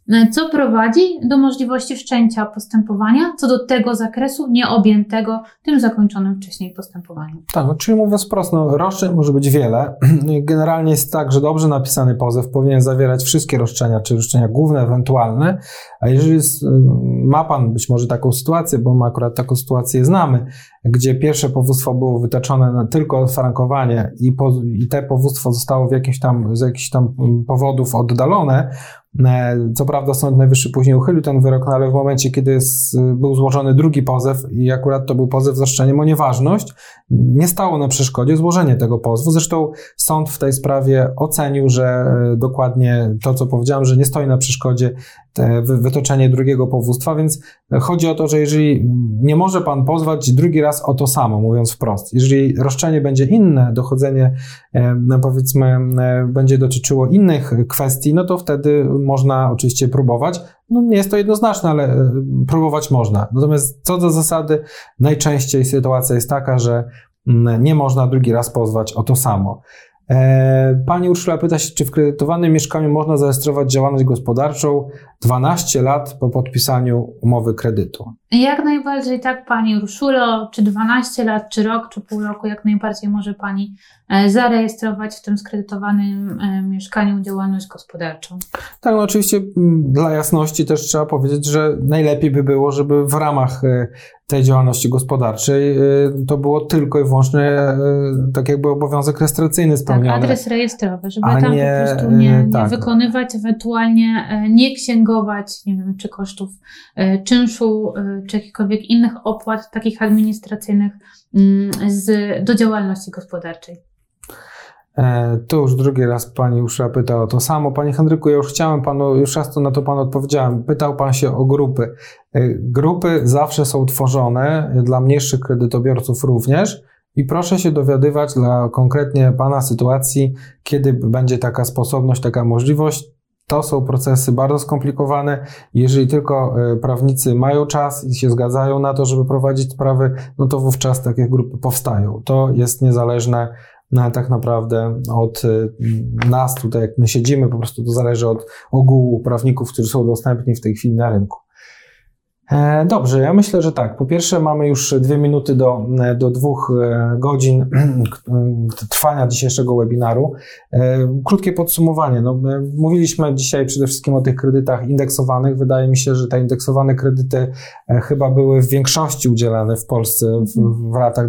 co prowadzi do możliwości wszczęcia postępowania co do tego zakresu nieobjętego tym zakończonym wcześniej postępowaniem. Tak, no, czyli mówiąc wprost, roszczeń może być wiele. Generalnie jest tak, że dobrze napisany pozew powinien zawierać wszystkie roszczenia, czy roszczenia główne, ewentualne, a jeżeli ma Pan być może taką sytuację, bo my akurat taką sytuację znamy, gdzie pierwsze powództwo było wytaczone na tylko frankowanie i te powództwo zostało z jakichś tam powodów oddalone. Co prawda Sąd Najwyższy później uchylił ten wyrok, no ale w momencie, kiedy był złożony drugi pozew i akurat to był pozew z roszczeniem o nieważność, nie stało na przeszkodzie złożenie tego pozwu. Zresztą sąd w tej sprawie ocenił, że dokładnie to, co powiedziałem, że nie stoi na przeszkodzie wytoczenie drugiego powództwa, więc chodzi o to, że jeżeli nie może Pan pozwać drugi raz o to samo, mówiąc wprost, jeżeli roszczenie będzie inne, dochodzenie powiedzmy będzie dotyczyło innych kwestii, no to wtedy można oczywiście próbować. No nie jest to jednoznaczne, ale próbować można. Natomiast co do zasady, najczęściej sytuacja jest taka, że nie można drugi raz pozwać o to samo. Pani Urszula pyta się, czy w kredytowanym mieszkaniu można zarejestrować działalność gospodarczą 12 lat po podpisaniu umowy kredytu? Jak najbardziej tak, Pani Urszulo, czy 12 lat, czy rok, czy pół roku, jak najbardziej może Pani zarejestrować w tym skredytowanym mieszkaniu działalność gospodarczą. Tak, no oczywiście dla jasności też trzeba powiedzieć, że najlepiej by było, żeby w ramach tej działalności gospodarczej to było tylko i wyłącznie tak jakby obowiązek rejestracyjny spełniony. Tak, adres rejestrowy, żeby tam po prostu nie wykonywać, ewentualnie nie księgować, nie wiem, czy kosztów czynszu, czy jakichkolwiek innych opłat takich administracyjnych do działalności gospodarczej. To już drugi raz Pani Urszula pyta o to samo. Panie Henryku, ja już chciałem Panu, już raz to na to Panu odpowiedziałem. Pytał Pan się o grupy. Grupy zawsze są tworzone dla mniejszych kredytobiorców również i proszę się dowiadywać dla konkretnie Pana sytuacji, kiedy będzie taka sposobność, taka możliwość. To są procesy bardzo skomplikowane. Jeżeli tylko prawnicy mają czas i się zgadzają na to, żeby prowadzić sprawy, no to wówczas takie grupy powstają. To jest niezależne tak naprawdę od nas tutaj, jak my siedzimy, po prostu to zależy od ogółu prawników, którzy są dostępni w tej chwili na rynku. Dobrze, ja myślę, że tak. Po pierwsze mamy już 2 minuty do 2 godzin trwania dzisiejszego webinaru. Krótkie podsumowanie. No, mówiliśmy dzisiaj przede wszystkim o tych kredytach indeksowanych. Wydaje mi się, że te indeksowane kredyty chyba były w większości udzielane w Polsce w latach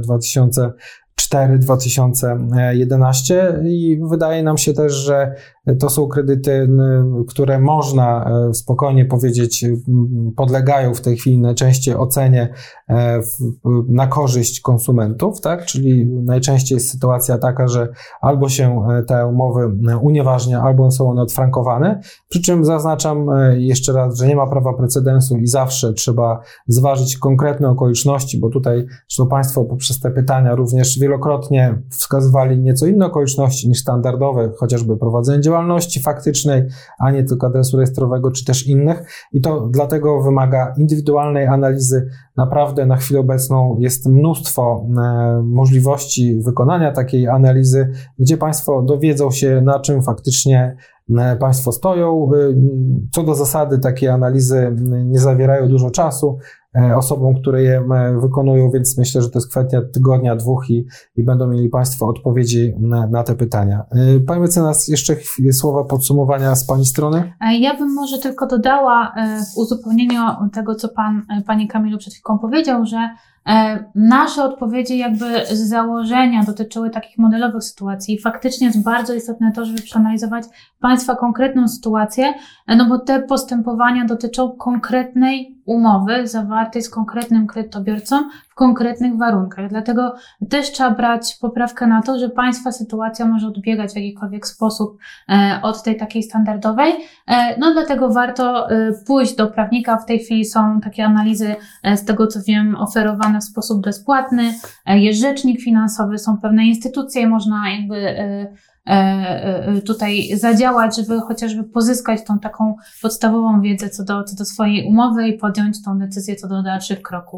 2004-2011 i wydaje nam się też, że to są kredyty, które można spokojnie powiedzieć podlegają w tej chwili najczęściej ocenie na korzyść konsumentów, tak? Czyli najczęściej jest sytuacja taka, że albo się te umowy unieważnia, albo są one odfrankowane, przy czym zaznaczam jeszcze raz, że nie ma prawa precedensu i zawsze trzeba zważyć konkretne okoliczności, bo tutaj zresztą Państwo poprzez te pytania również wielokrotnie wskazywali nieco inne okoliczności niż standardowe, chociażby prowadzenie działalności faktycznej, a nie tylko adresu rejestrowego, czy też innych. I to dlatego wymaga indywidualnej analizy. Naprawdę na chwilę obecną jest mnóstwo możliwości wykonania takiej analizy, gdzie Państwo dowiedzą się, na czym faktycznie Państwo stoją. Co do zasady, takie analizy nie zawierają dużo czasu osobom, które je wykonują, więc myślę, że to jest kwestia tygodnia, 2 i będą mieli Państwo odpowiedzi na te pytania. Pani mecenas, jeszcze słowa podsumowania z Pani strony? Ja bym może tylko dodała w uzupełnieniu tego, co Panie Kamilu przed chwilą powiedział, że nasze odpowiedzi jakby z założenia dotyczyły takich modelowych sytuacji i faktycznie jest bardzo istotne to, żeby przeanalizować Państwa konkretną sytuację, no bo te postępowania dotyczą konkretnej umowy zawartej z konkretnym kredytobiorcą w konkretnych warunkach. Dlatego też trzeba brać poprawkę na to, że Państwa sytuacja może odbiegać w jakikolwiek sposób od tej takiej standardowej. No dlatego warto pójść do prawnika. W tej chwili są takie analizy, z tego co wiem, oferowane w sposób bezpłatny. Jest rzecznik finansowy, są pewne instytucje, można jakby tutaj zadziałać, żeby chociażby pozyskać tą taką podstawową wiedzę co do swojej umowy i podjąć tą decyzję co do dalszych kroków.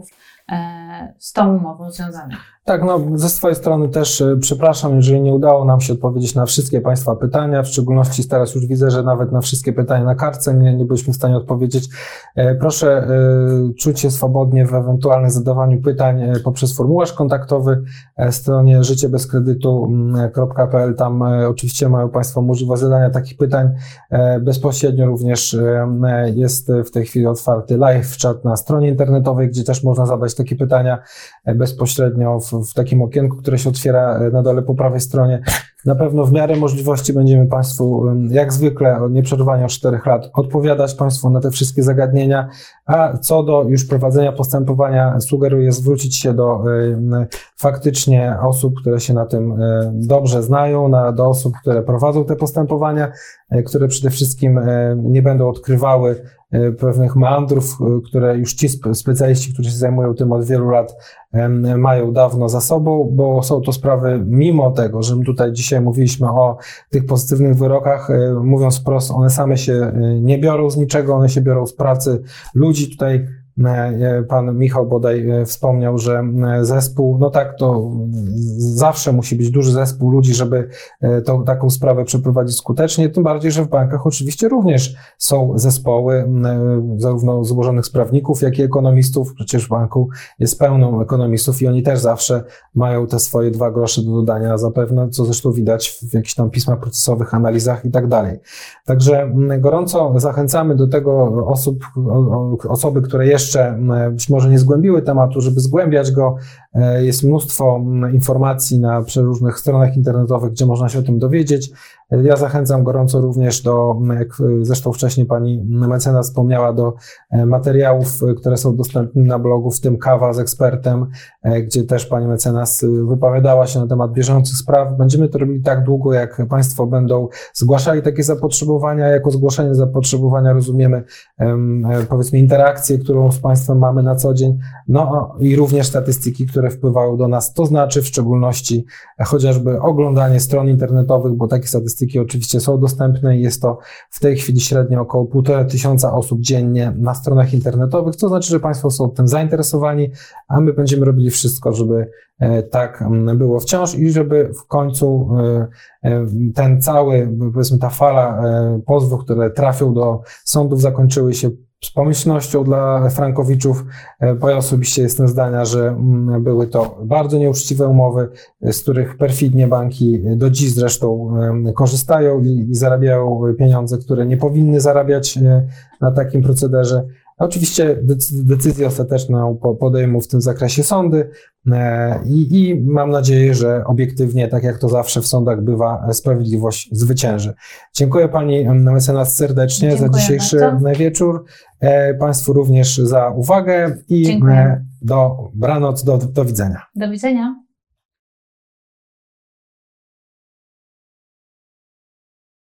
z tą umową związanych. Tak, no ze swojej strony też przepraszam, jeżeli nie udało nam się odpowiedzieć na wszystkie Państwa pytania, w szczególności teraz już widzę, że nawet na wszystkie pytania na kartce nie byliśmy w stanie odpowiedzieć. Proszę czuć się swobodnie w ewentualnym zadawaniu pytań poprzez formularz kontaktowy w stronie życiebezkredytu.pl. Tam oczywiście mają Państwo możliwość zadania takich pytań. Bezpośrednio również jest w tej chwili otwarty live chat na stronie internetowej, gdzie też można zadać takie pytania bezpośrednio w takim okienku, które się otwiera na dole po prawej stronie. Na pewno w miarę możliwości będziemy Państwu, jak zwykle, nieprzerwanie od 4 lat odpowiadać Państwu na te wszystkie zagadnienia, a co do już prowadzenia postępowania, sugeruję zwrócić się do faktycznie osób, które się na tym dobrze znają, do osób, które prowadzą te postępowania, które przede wszystkim nie będą odkrywały pewnych meandrów, które już ci specjaliści, którzy się zajmują tym od wielu lat, mają dawno za sobą, bo są to sprawy, mimo tego, że my tutaj dzisiaj mówiliśmy o tych pozytywnych wyrokach, mówiąc wprost, one same się nie biorą z niczego, one się biorą z pracy ludzi. Tutaj pan Michał bodaj wspomniał, że zespół, no tak, to zawsze musi być duży zespół ludzi, żeby taką sprawę przeprowadzić skutecznie, tym bardziej, że w bankach oczywiście również są zespoły, zarówno złożonych z prawników, jak i ekonomistów. Przecież w banku jest pełno ekonomistów i oni też zawsze mają te swoje 2 grosze do dodania zapewne, co zresztą widać w jakichś tam pismach procesowych, analizach i tak dalej. Także gorąco zachęcamy do tego osoby, które jeszcze być może nie zgłębiły tematu, żeby zgłębiać go. Jest mnóstwo informacji na przeróżnych stronach internetowych, gdzie można się o tym dowiedzieć. Ja zachęcam gorąco również jak zresztą wcześniej pani mecenas wspomniała, do materiałów, które są dostępne na blogu, w tym Kawa z ekspertem, gdzie też pani mecenas wypowiadała się na temat bieżących spraw. Będziemy to robili tak długo, jak Państwo będą zgłaszali takie zapotrzebowania. Jako zgłoszenie zapotrzebowania rozumiemy, powiedzmy, interakcję, którą z Państwem mamy na co dzień, no i również statystyki, które wpływają do nas, to znaczy w szczególności chociażby oglądanie stron internetowych, bo takie statystyki oczywiście są dostępne i jest to w tej chwili średnio około 1500 osób dziennie na stronach internetowych, co znaczy, że Państwo są tym zainteresowani, a my będziemy robili wszystko, żeby tak było wciąż i żeby w końcu ten cały, powiedzmy, ta fala pozwów, które trafią do sądów, zakończyły się z pomyślnością dla frankowiczów, bo ja osobiście jestem zdania, że były to bardzo nieuczciwe umowy, z których perfidnie banki do dziś zresztą korzystają i zarabiają pieniądze, które nie powinny zarabiać na takim procederze. Oczywiście decyzję ostateczną podejmą w tym zakresie sądy i mam nadzieję, że obiektywnie, tak jak to zawsze w sądach bywa, sprawiedliwość zwycięży. Dziękuję pani mecenas serdecznie. Dziękuję za dzisiejszy wieczór. Państwu również za uwagę i dobranoc, do widzenia. Do widzenia.